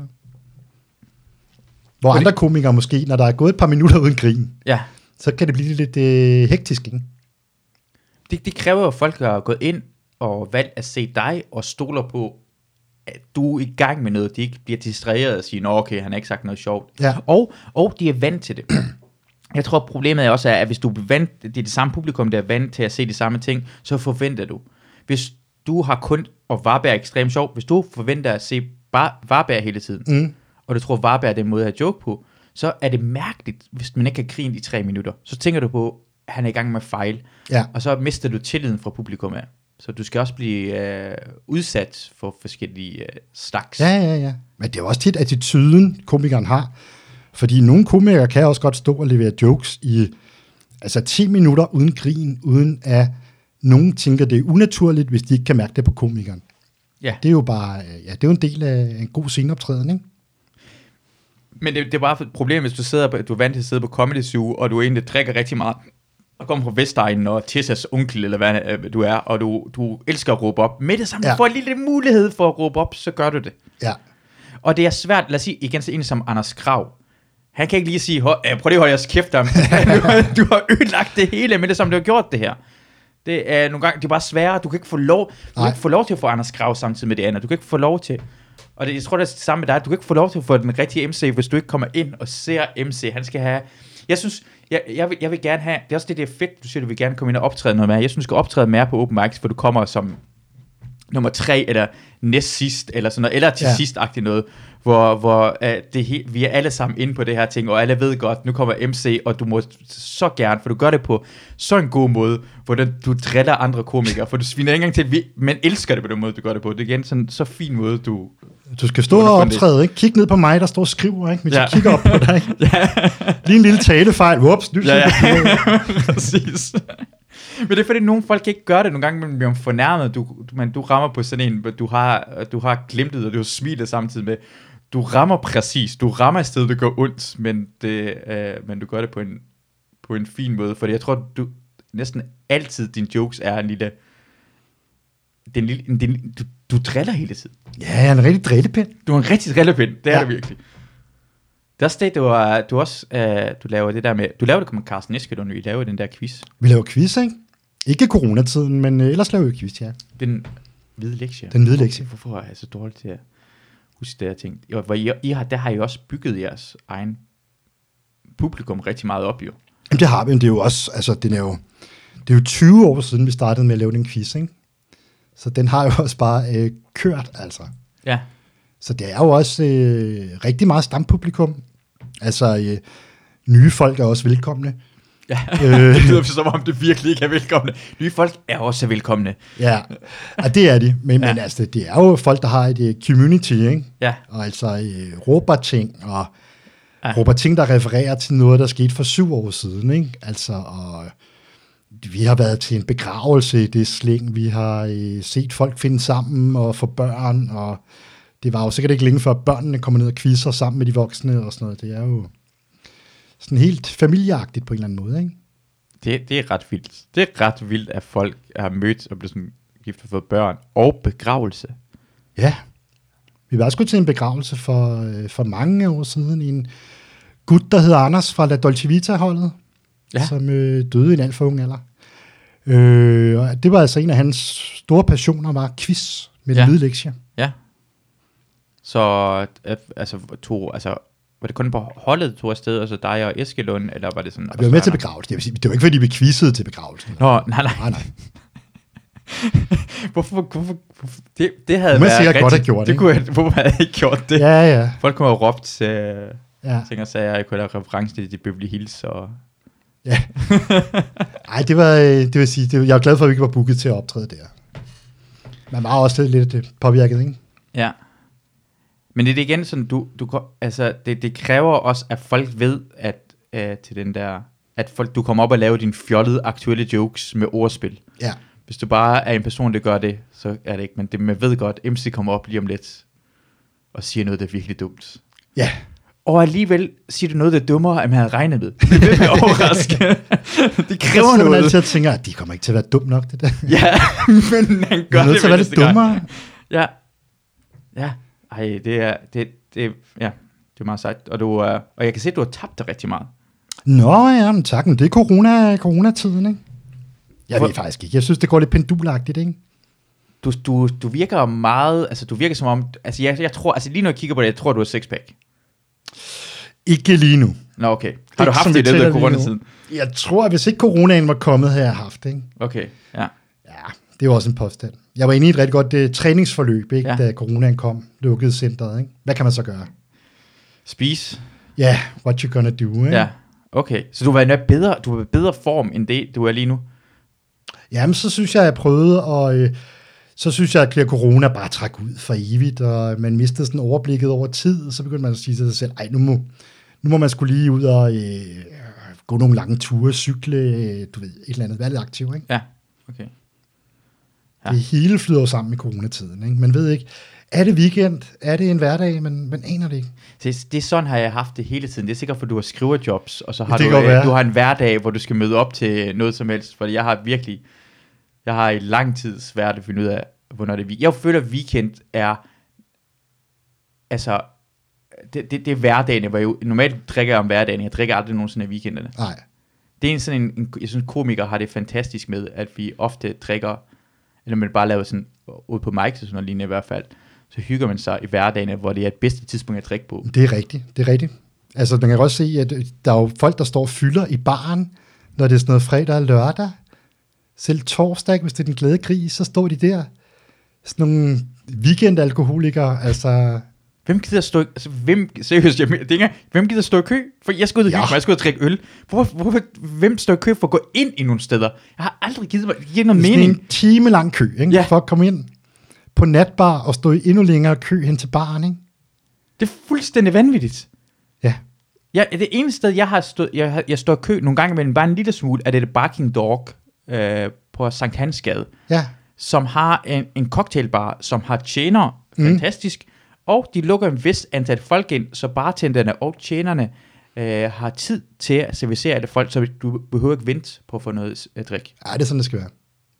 hvor andre komikere måske, når der er gået et par minutter uden grin, ja. så kan det blive lidt øh, hektisk, ikke? Det, det kræver jo, at folk har gået ind og valgt at se dig og stoler på, at du er i gang med noget. De ikke bliver distraheret og siger, nå okay, han har ikke sagt noget sjovt. Ja. Og, og de er vant til det. Jeg tror, problemet er også, at hvis du er vant, det er det samme publikum, der er vant til at se de samme ting, så forventer du. Hvis du har kun, og Varberg er ekstremt sjov, hvis du forventer at se bare Varberg hele tiden, mm. og du tror, Varberg er den måde at joke på, så er det mærkeligt, hvis man ikke kan grine i tre minutter. Så tænker du på, at han er i gang med at fejle, ja. og så mister du tilliden fra publikum af. Så du skal også blive øh, udsat for forskellige øh, slags. Ja, ja, ja. Men det er også tit attituden, komikeren har. Fordi nogle komikere kan også godt stå og levere jokes i altså ti minutter uden grin, uden at nogen tænker, det er unaturligt, hvis de ikke kan mærke det på komikeren. Ja. Det er jo bare, ja, det er jo en del af en god sceneoptræden, ikke? Men det, det er bare et problem, hvis du sidder på, du er vant til at sidde på Comedy Zoo, og du egentlig drikker rigtig meget, og kommer fra Vestegnen og Tessas onkel, eller hvad du er, og du, du elsker at råbe op. Med det samme, ja. du får en lille mulighed for at råbe op, så gør du det. Ja. Og det er svært, lad os sige, igen så en som Anders Krag. Han kan ikke lige sige, prøv lige at holde jeres kæft om. Du har ødelagt det hele med det, som du har gjort det her. Det er nogle gange, det er bare sværere. Du kan ikke få lov, du kan ikke få lov til at få Anders Krag samtidig med det andet. Du kan ikke få lov til, og det, jeg tror, det er det samme med dig. Du kan ikke få lov til at få den rigtige M C, hvis du ikke kommer ind og ser M C. Han skal have, jeg synes, jeg, jeg, vil, jeg vil gerne have, det er også det, det er fedt, du siger, du vil gerne komme ind og optræde noget mere. Jeg synes, du skal optræde mere på open mics, for du kommer som nummer tre, eller næst sidst, eller sådan noget, eller til Ja. sidst-agtigt noget, hvor, hvor uh, det he- vi er alle sammen inde på det her ting, og alle ved godt, nu kommer M C, og du må så gerne, for du gør det på så en god måde, hvor du, du driller andre komikere, for du sviner ikke engang til, vi, men elsker det på den måde, du gør det på. Det er igen sådan så fin måde, du... Du skal stå og optræde, ikke? Kig ned på mig, der står og skriver, ikke? Hvis Ja. jeg kigger op på dig. Ja. Lige en lille talefejl. Whoops, nu Ja, ja. Præcis. Men det er fordi, nogle folk ikke gør det. Nogle gange man bliver fornærmet. Du, men du rammer på sådan en, hvor du har, du har glimtet, og du har smilet samtidig med. Du rammer præcis. Du rammer et sted, det går ondt, men, det, øh, men du gør det på en, på en fin måde. Fordi jeg tror, du næsten altid, dine jokes er en lille... Den lille en, den, du, du driller hele tiden. Ja, jeg er en rigtig drillepind. Du er en rigtig drillepind. Det er Ja. det virkelig. Det er også det, du, er, du også uh, du laver det der med... Du laver det med Carsten Eskelund, I laver den der quiz. Vi laver quiz, ikke? Ikke coronatiden, men øh, ellers laver vi quiz, ja. Den hvide lektie. Den hvide lektie. Hvorfor, hvorfor er jeg så dårlig til at huske det, jeg tænkte? Jo, hvor I, I har, der har I også bygget jeres egen publikum rigtig meget op, jo. Jamen, det har vi, men det er jo også, altså, den er jo, det er jo tyve år siden, vi startede med at lave den quiz, ikke? Så den har jo også bare øh, kørt, altså. Ja. Så det er jo også øh, rigtig meget stampublikum. Altså, øh, nye folk er også velkomne. Ja, Øh. det lyder som om det virkelig ikke er velkomne. Nye folk er også velkomne. Ja, og det er de. Men, ja. men altså, det er jo folk, der har et uh, community, ikke? Ja. Og altså uh, råber ting, og Ja. ja. råber ting, der refererer til noget, der skete for syv år siden, ikke? Altså, og vi har været til en begravelse i det sling. Vi har uh, set folk finde sammen og få børn, og det var jo sikkert ikke længe før børnene kommer ned og quizzer sammen med de voksne og sådan noget. Det er jo sådan helt familieagtigt på en eller anden måde, ikke? Det, det er ret vildt. Det er ret vildt, at folk har mødt og blevet sådan gift og fået børn og begravelse. Ja, vi var sgu til en begravelse for, øh, for mange år siden i en gut, der hedder Anders fra La Dolce Vita-holdet, Ja. som øh, døde i en alt for ung alder. Øh, og det var altså en af hans store passioner, var quiz med Ja. den hvide lektie. Ja. Så, øh, altså, to, altså, var det kun på holdet to afsted, altså dig og Eskelund, eller var det sådan... Og vi var med til begravelsen. Det vil sige, det var ikke, fordi vi quizzede til begravelsen. Nå, nej, nej. Nej, nej. hvorfor, hvorfor, hvorfor, det, det havde Det må jeg været sikkert godt rigtig- have gjort, det ikke? kunne jeg, hvorfor havde jeg ikke gjort det? Ja, ja. Folk kunne have råbt øh, ja. ting og sager, jeg kunne have reference til Beverly Hills, og... ja. Ej, det var, øh, det vil sige, det, jeg er glad for, at vi ikke var booket til at optræde der. Man var også lidt øh, påvirket, ikke? Ja. Men det er det igen sådan, du, du går- altså, det, det kræver også, at folk ved, at øh, til den der, at folk, du kommer op og laver dine fjollede aktuelle jokes med ordspil. Ja. Hvis du bare er en person, der gør det, så er det ikke, men det, man ved godt, M C kommer op lige om lidt, og siger noget, der er virkelig dumt. Ja. Og alligevel siger du noget, der er dummere, end man havde regnet med. Det vil være overraskende. Det kræver Så man noget. altid tænker, at de kommer ikke til at være dumt nok, det der. Ja, men han Du gør er nødt det til at være lidt hver eneste gang. dummere. Ja. Ja. Ej, det er, det, det, ja, det er meget sejt. Og, du, uh, og jeg kan se, at du har tabt dig rigtig meget. Nå ja, men tak, men det er corona, coronatiden, ikke? Jeg Hvor- ved faktisk ikke. Jeg synes, det går lidt pendulagtigt, ikke? Du, du, du virker meget, altså du virker som om, altså jeg, jeg tror, altså lige når jeg kigger på det, jeg tror, du har sixpack. Ikke lige nu. Nå, okay. Har du Ikke haft som det i vi løbet af taler lige nu. coronatiden? Jeg tror, at hvis ikke coronaen var kommet, havde jeg haft det, ikke? Okay, ja. Ja, det var også en påstand. Jeg var inde i et rigtig godt uh, træningsforløb, ikke? Ja. Da coronaen kom, lukkede centret, ikke? Hvad kan man så gøre? Spis. Ja, yeah, what you gonna do, ikke? Ja, okay. Så du var i bedre, du var i bedre form, end det, du er lige nu? Jamen, så synes jeg, at jeg prøvede, og øh, så synes jeg, at corona bare trak ud for evigt, og man mistede sådan overblikket over tid, og så begyndte man at sige til sig selv, ej, nu må, nu må man skulle lige ud og øh, gå nogle lange ture, cykle, øh, du ved, et eller andet, være lidt aktiv, ikke? Ja, okay. Ja. Det hele flyder jo sammen med coronatiden, ikke? Man ved ikke, er det weekend, er det en hverdag, men man aner det ikke. Det, det er sådan, har jeg haft det hele tiden. Det er sikkert, for du har skriverjobs, og så har Det du, kan godt øh, være. du har en hverdag, hvor du skal møde op til noget som helst. Fordi jeg har virkelig, jeg har i lang tid svært at finde ud af, hvornår det er weekend. Jeg føler, at weekend er, altså, det, det, det er hverdagen, hvor jeg jo, normalt drikker jeg om hverdagen, jeg drikker aldrig nogensinde af weekenderne. Nej. Det er en sådan en, en, jeg synes komikere har det fantastisk med, at vi ofte drikker, eller man bare laver sådan, ud på mics og sådan noget lignende i hvert fald, så hygger man sig i hverdagen, hvor det er et bedste tidspunkt at drikke på. Det er rigtigt, det er rigtigt. Altså, man kan også se, at der er jo folk, der står og fylder i baren, når det er sådan noget fredag og lørdag. Selv torsdag, hvis det er den glade krig, så står de der. sådan nogle weekendalkoholikere, altså... Hvem gider stå i, altså, hvem, seriøst, jeg, det ikke, hvem gider stå i kø? For jeg skulle ud og hygge mig, jeg skulle ud og drikke øl. Hvor, hvor, hvem står i kø for at gå ind i nogle steder? Jeg har aldrig givet mig, det giver noget mening. Sådan en time lang kø, ikke? Ja. For at komme ind på natbar og stå i endnu længere kø hen til baren, ikke? Det er fuldstændig vanvittigt. Ja. Ja, det eneste sted, jeg har stået, jeg, jeg står i kø nogle gange mellem bare en lille smule, er det The Barking Dog øh, på Sankt Hansgade, ja. Som har en, en cocktailbar, som har tjenere, mm. fantastisk, og de lukker en vis antal folk ind, så bartenderne og tjenerne øh, har tid til at servicere alle folk, så du behøver ikke vente på at få noget at drikke. Ja, det er sådan, det skal være.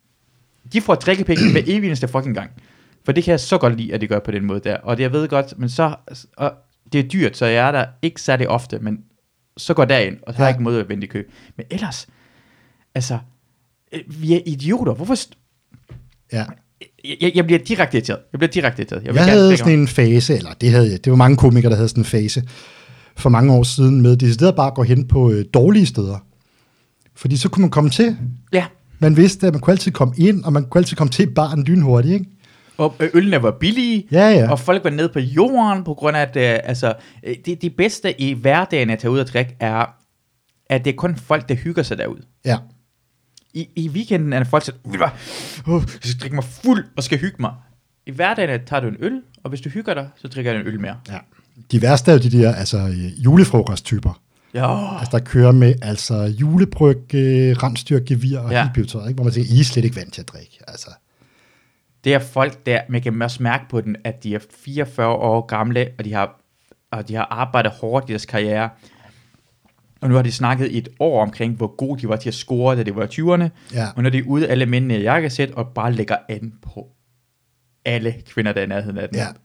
De får drikkepenge hver eneste fucking gang. For det kan jeg så godt lide, at de gør på den måde der. Og det jeg ved godt, men så... Og det er dyrt, så jeg er der ikke særlig ofte, men så går derind, og så har jeg ikke måde at vente i kø. Men ellers, altså, vi er idioter. Hvorfor... St- ja. Jeg, jeg bliver direkte irriteret. Jeg bliver direkte irriteret. Jeg, jeg havde sådan en fase, eller det havde jeg. Det var mange komikere, der havde sådan en fase for mange år siden med, de steder bare går hen på øh, dårlige steder. Fordi så kunne man komme til. Ja. Man vidste, at man kunne altid komme ind, og man kunne altid komme til baren lynhurtigt, ikke? Og ølene var billige, ja, ja. Og folk var nede på jorden, på grund af, at øh, altså, det, det bedste i hverdagen at tage ud og drikke, er, at det er kun folk, der hygger sig derud. Ja. I, I weekenden er der folk, der siger, oh, jeg skal drikke mig fuld og skal hygge mig. I hverdagen tager du en øl, og hvis du hygger dig, så drikker du en øl mere. Ja. De værste er jo de der altså, julefrokosttyper. Ja. Altså, der kører med altså, julebryg, øh, rensdyr, gevir og ja. Helt bivtøjet, ikke? Hvor man siger, I er slet ikke vant til at drikke. Altså. Det er folk, der man kan også mærke på den, at de er fireogfyrre år gamle, og de har, og de har arbejdet hårdt i deres karriere. Og nu har de snakket i et år omkring, hvor gode de var til at score, da det var tyverne. Ja. Og når de er ude alle mændene i jakkesæt, og bare lægger an på alle kvinder, der er i nærheden af den. Ja.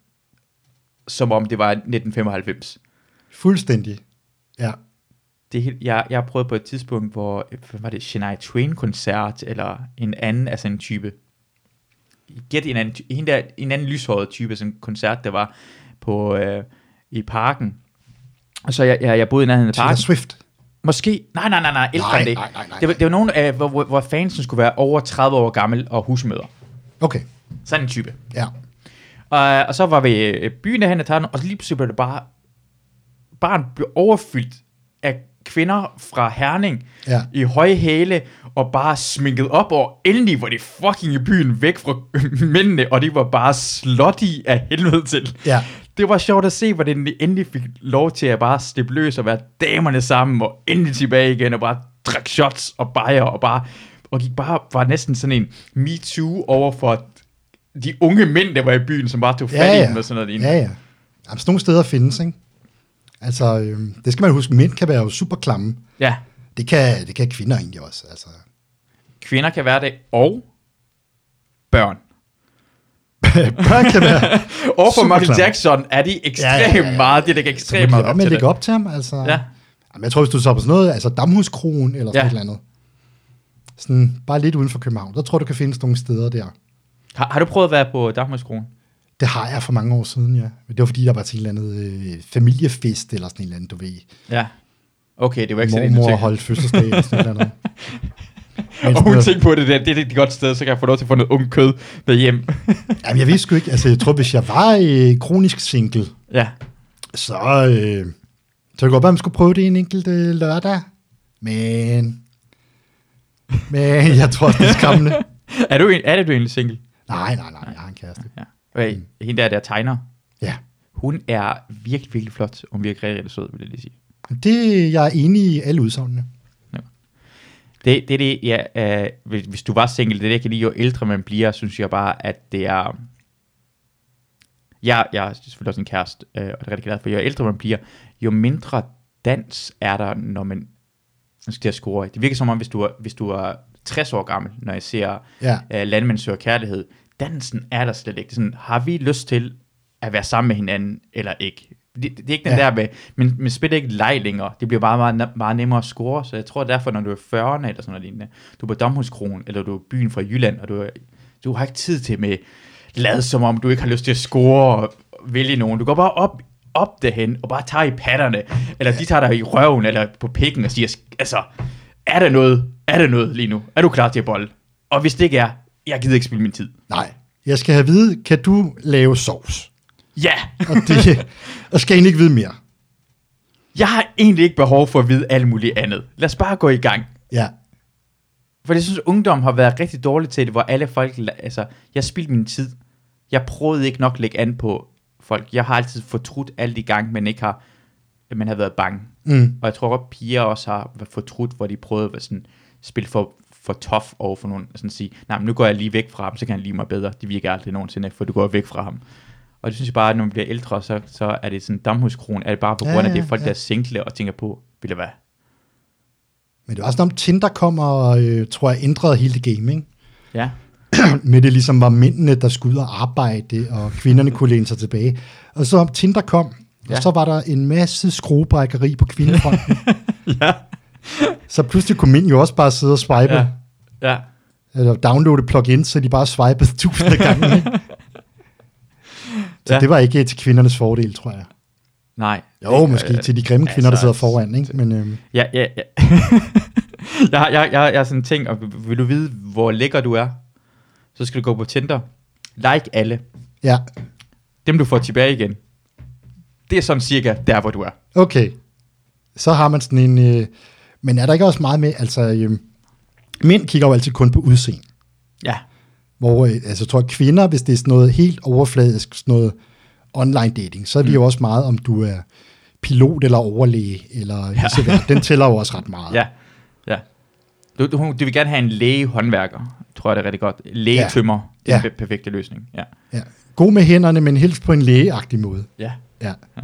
Som om det var nitten femoghalvfems. Fuldstændig. Ja. Det, jeg, jeg har prøvet på et tidspunkt, hvor hvad var det, Shania Twain-koncert, eller en anden af sådan en type. Gæt en anden, en, der, en anden lyshåret type, sådan en koncert, der var på, øh, i parken. Og så jeg, jeg, jeg boede i nærheden af parken. Taylor Swift? Måske. Nej, nej, nej, nej. Ældre nej, end det. Nej, nej, nej. Det var, det var nogen, øh, hvor, hvor, hvor fansen skulle være over tredive år gammel og husmøder. Okay. Sådan en type. Ja. Og, og så var vi i byen derhen og tager og lige pludselig blev det bare, bare blev overfyldt af kvinder fra Herning ja. I høje hæle og bare sminket op, og endelig var de fucking i byen væk fra mændene, og de var bare slutty af helvede til. Ja. Det var sjovt at se, hvordan de endelig fik lov til at bare slippe løs og være damerne sammen, og endelig tilbage igen, og bare drikke shots og bajer, og bare, og gik bare, var næsten sådan en MeToo over for de unge mænd, der var i byen, som bare tog fat i dem og sådan noget. Ja, ja. Jamen, sådan nogle steder findes, ikke? Altså, øh, det skal man huske, mænd kan være jo super klamme. Ja. Det kan, det kan kvinder egentlig også, altså. Kvinder kan være det, og børn. Børn kan være og for Michael klamme. Jackson er de ekstremt ja, ja, ja. meget, de lægger ekstremt meget op til det. lægger op til ham, altså. Ja. Jamen, jeg tror, hvis du så på sådan noget, altså Damhuskroen eller sådan ja. Et eller andet. Sådan, bare lidt uden for København. Der tror du kan finde nogle steder der. Har, har du prøvet at være på Damhuskroen? Det har jeg for mange år siden, ja. Men det var fordi, der var til en eller anden øh, familiefest, eller sådan en eller anden, du ved. Ja. Okay, det var ikke sådan en Mormor holdt fødselsdag, eller sådan noget andet. Og hun tænkte på det der, det er et godt sted, så kan jeg få lov til at få noget ung kød derhjemme. Jamen, jeg vidste sgu ikke, altså jeg tror, hvis jeg var øh, kronisk single, ja. så, øh, så det godt være, man skulle prøve det en enkelt øh, lørdag. Men, men jeg tror, det er skræmmende. er, du, er det du egentlig single? Nej, nej, nej, jeg har en kæreste. Ja. Okay, mm. Hende der, der tegner, ja. Hun er virkelig, virkelig flot, og virkelig rigtig, rigtig sød, vil jeg lige sige. Det, jeg er enig i alle udsagnene. Ja. Det, det er det, ja, øh, hvis, hvis du var single, det er det, jeg kan lide, jo ældre man bliver, synes jeg bare, at det er... Jeg, jeg er selvfølgelig også en kæreste, øh, og det er rigtig glad for, jo ældre man bliver, jo mindre dans er der, når man skal score. Det virker som om, hvis du er, hvis du er tres år gammel, når jeg ser ja. øh, Landmænd søger kærlighed, dansen er der slet ikke. Det er sådan, har vi lyst til at være sammen med hinanden, eller ikke? Det, det, det er ikke den ja. Der med, men man spiller ikke leg længere. Det bliver bare meget, meget nemmere at score, så jeg tror derfor, når du er fyrrerne, eller sådan noget lignende, du er på Damhuskroen, eller du er byen fra Jylland, og du, er, du har ikke tid til med, lad som om du ikke har lyst til at score og vælge nogen. Du går bare op, op derhen, og bare tager i patterne, eller de tager dig i røven, eller på pikken, og siger, altså, er der noget, er der noget lige nu? Er du klar til at bolle? Og hvis det ikke er, jeg gider ikke spille min tid. Nej. Jeg skal have at vide, kan du lave sovs? Ja! Og, det, og skal egentlig ikke vide mere. Jeg har egentlig ikke behov for at vide alt muligt andet. Lad os bare gå i gang. Ja. For jeg synes, ungdom har været rigtig dårligt til det, hvor alle folk, altså, jeg spildte min tid. Jeg prøvede ikke nok at lægge an på folk. Jeg har altid fortrudt alle de gange, men ikke har, man har været bange. Mm. Og jeg tror godt, piger også har været fortrudt, hvor de prøvede at sådan, spille for, for tough over for nogen. Sådan at sige, nej, men nu går jeg lige væk fra ham, så kan han lide mig bedre. Det virker aldrig nogensinde, for du går væk fra ham. Og det synes jeg bare, at når man bliver ældre, så, så er det sådan en damhuskron. Er det bare på grund af ja, ja, det, folk ja. der er single og tænker på, vil det være? Men det var også, når Tinder kommer og, øh, tror jeg, ændrede hele det game, ikke? Ja. Med det ligesom var mændene, der skulle ud og arbejde, og kvinderne kunne læne sig tilbage. Og så om Tinder kom, ja. og så var der en masse skruebrækkeri på kvindefronten. ja. Så pludselig kunne mænd jo også bare sidde og swipe. Ja. ja. Eller downloade plugins, så de bare swipede tusinde gange, ikke? Så ja. det var ikke til kvindernes fordel, tror jeg. Nej. Jo, måske øh, til de grimme kvinder, altså, der sidder foran, ikke? Men, øhm. Ja, ja, ja. jeg, har, jeg, jeg, jeg har sådan tænkt, og vil du vide, hvor lækker du er, så skal du gå på Tinder. Like alle. Ja. Dem, du får tilbage igen. Det er sådan cirka der, hvor du er. Okay. Så har man sådan en... Øh, men er der ikke også meget med, altså... Øh, mænd kigger jo altid kun på udseende. Ja. Hvor, øh, altså, jeg tror, kvinder, hvis det er sådan noget helt overfladisk, sådan noget online dating, så er det mm. jo også meget, om du er pilot eller overlæge, eller ja. Den tæller jo også ret meget. Ja, ja. Du, du, du vil gerne have en lægehåndværker, tror jeg det er rigtig godt. Lægetømmer, ja. Det er den ja. perfekte løsning. Ja. Ja. God med hænderne, men helst på en lægeagtig måde. Ja. Ja. ja.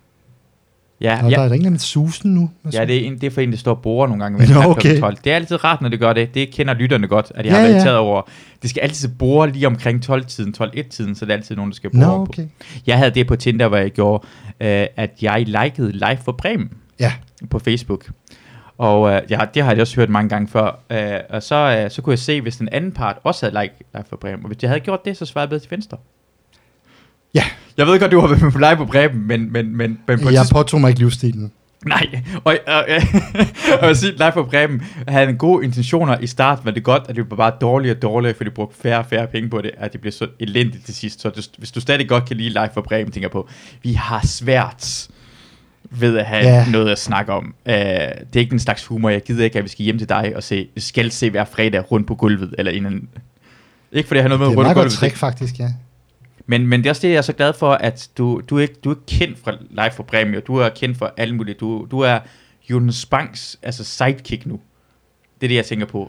Ja, og ja. der er der ikke noget susen nu. Ja, det er, en, det er for en, der står og borer nogle gange. Nå, okay. Det er altid rart, når det gør det. Det kender lytterne godt, at jeg ja, har været ja. taget over. Det skal altid bore lige omkring tolv-tiden, tolv-et-tiden, så det er altid nogen, der skal bore Nå, okay. på. Jeg havde det på Tinder, hvor jeg gjorde, øh, at jeg likede Live for Bremen ja. på Facebook. Og øh, jeg, det har jeg også hørt mange gange før. Øh, og så, øh, så kunne jeg se, hvis den anden part også havde liket Live for Bremen. Og hvis jeg havde gjort det, så svarede jeg bedre til venstre. Ja. Jeg ved godt, du har været på live på Bremen, men... men, men, men på jeg tidspunkt... påtog mig ikke livsstilen. Nej, og, og, og jeg siger, live på Bremen havde en gode intentioner i starten, men det er godt, at det var bare dårligere og dårligere, fordi de brugte færre og færre penge på det, at det blev så elendigt til sidst. Så det, hvis du stadig godt kan lide live på Bremen, tænker på, vi har svært ved at have ja. noget at snakke om. Uh, det er ikke den slags humor, jeg gider ikke, at vi skal hjem til dig og se, skal se hver fredag rundt på gulvet, eller inden. Ikke fordi jeg har noget med rundt på gulvet. Det er meget godt trick, faktisk, ja. Men, men det er også det, jeg er så glad for, at du, du, er, ikke, du er kendt fra Live for Bremen, du er kendt for alle mulige. Du, du er Jonas Spangs altså sidekick nu. Det er det, jeg tænker på.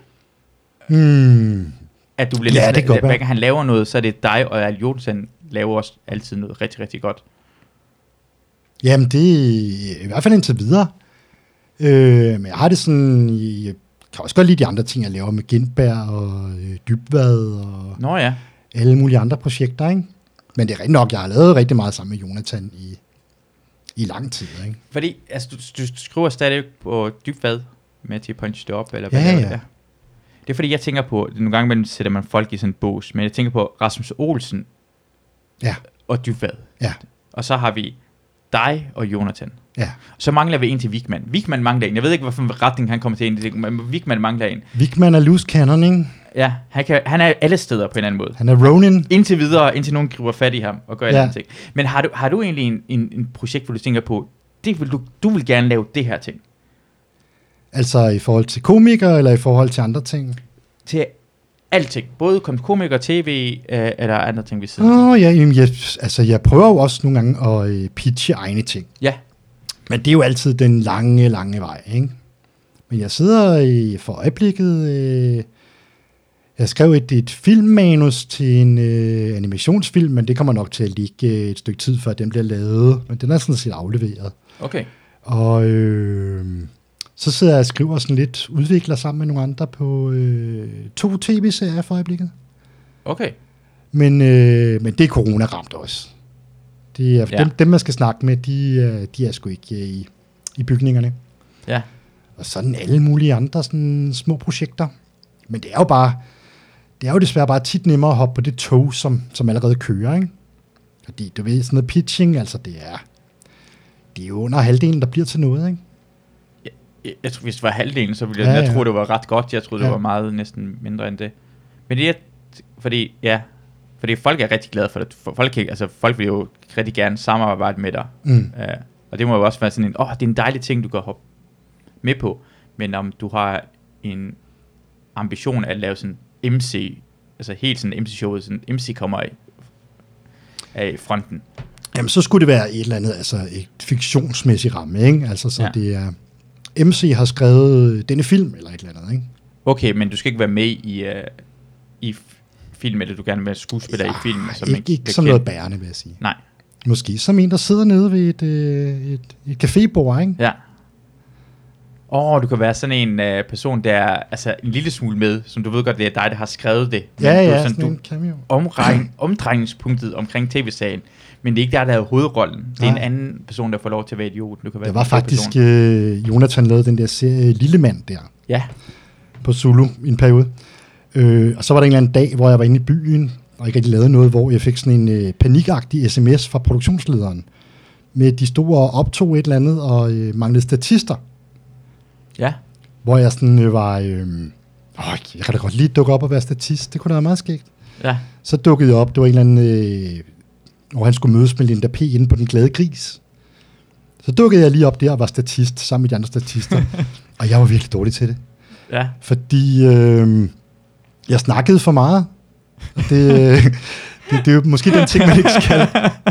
Hmm. At du bliver ja, næsten, det går at, hver gang han laver noget, så er det dig, og Jonas laver også altid noget rigtig, rigtig godt. Jamen, det er i hvert fald indtil videre. Øh, men jeg har det sådan... Jeg kan også godt lide de andre ting, jeg laver med Gindberg og øh, Dybvad og... Nå ja. Alle mulige andre projekter, ikke? Men det er rigtig nok, jeg har lavet rigtig meget sammen med Jonathan i, i lang tid, ikke? Fordi, altså, du, du skriver stadig på Dybvad med til Punch det op, eller hvad ja, det ja. Det er fordi, jeg tænker på, nogle gange mellem sætter man folk i sådan en bås, men jeg tænker på Rasmus Olsen ja. og Dybvad. Ja. Og så har vi dig og Jonathan. Ja. Så mangler vi en til Vigman. Vigman mangler en. Jeg ved ikke, hvilken retning han kommer til ind, men Vigman mangler en. Vigman er loose cannon, ikke? Ja, han, kan, han er alle steder på en anden måde. Han er Ronin. Indtil videre, indtil nogen griber fat i ham og gør ja. et andet ting. Men har du, har du egentlig en, en, en projekt, hvor du tænker på, det vil du, du vil gerne lave det her ting? Altså i forhold til komikere, eller i forhold til andre ting? Til alting. Både komikere, tv, øh, eller andre ting ved siden. Åh, oh, ja, jamen, jeg, altså jeg prøver jo også nogle gange at øh, pitche egne ting. Ja. Men det er jo altid den lange, lange vej, ikke? Men jeg sidder i, for øjeblikket... Øh, Jeg skrev et, et filmmanus til en øh, animationsfilm, men det kommer nok til at ligge et stykke tid, før den bliver lavet. Men den er sådan set afleveret. Okay. Og øh, så sidder jeg og skriver sådan lidt, udvikler sammen med nogle andre på øh, to tv-serier for øjeblikket. Okay. Men, øh, men det er corona-ramt også. Det er, ja. dem, dem, man skal snakke med, de, de er sgu ikke øh, i, i bygningerne. Ja. Og sådan alle mulige andre sådan små projekter. Men det er jo bare... Det er jo desværre bare tit nemmere at hoppe på det tog, som, som allerede kører, ikke? Fordi du ved, sådan noget pitching, altså det er, det er jo under halvdelen, der bliver til noget, ikke? Jeg, jeg, jeg tror, hvis det var halvdelen, så ville jeg, ja, jeg ja. tro, det var ret godt. Jeg troede, det ja. var meget næsten mindre end det. Men det er, fordi, ja, Fordi folk er rigtig glade for det. Folk, altså, folk vil jo rigtig gerne samarbejde med dig. Mm. Uh, og det må jo også være sådan en, åh, oh, det er en dejlig ting, du kan hoppe med på. Men om du har en ambition at lave sådan M C, altså helt sådan M C-showet, sådan M C kommer af, af fronten. Jamen, så skulle det være et eller andet, altså et fiktionsmæssigt ramme, ikke? Altså, så ja. Det er, M C har skrevet denne film, eller et eller andet, ikke? Okay, men du skal ikke være med i, uh, i film, eller du gerne vil være skuespiller ja, i film? Som ikke, ikke som noget bærende, vil jeg sige. Nej. Måske som en, der sidder nede ved et, et, et cafébord, ikke? Ja. Åh, oh, du kan være sådan en uh, person, der er altså, en lille smule med, som du ved godt, det er dig, der har skrevet det. Ja, ja, du, sådan, sådan du, en cameo. Omregn, omdrejningspunktet omkring tv-serien, men det er ikke der, der er hovedrollen. Det er ja. en anden person, der får lov til at være idiot. Du kan være det var faktisk, uh, Jonathan lavede den der serie Lillemand der. Ja. På Zulu i en periode. Uh, og så var der en eller anden dag, hvor jeg var inde i byen, og ikke rigtig lavede noget, hvor jeg fik sådan en uh, panikagtig sms fra produktionslederen, med de stod og optog et eller andet, og uh, manglede statister. Ja. Hvor jeg sådan øh, var, øh, åh, jeg kan da godt lige dukke op og være statist. Det kunne da være meget skægt. Ja. Så dukkede jeg op, det var en eller anden, øh, hvor han skulle mødes med Linda P. inde på Den Glade Gris. Så dukkede jeg lige op der og var statist sammen med de andre statister. Og jeg var virkelig dårlig til det. Ja. Fordi øh, jeg snakkede for meget. Og det, øh, det, det er jo måske den ting, man ikke skal.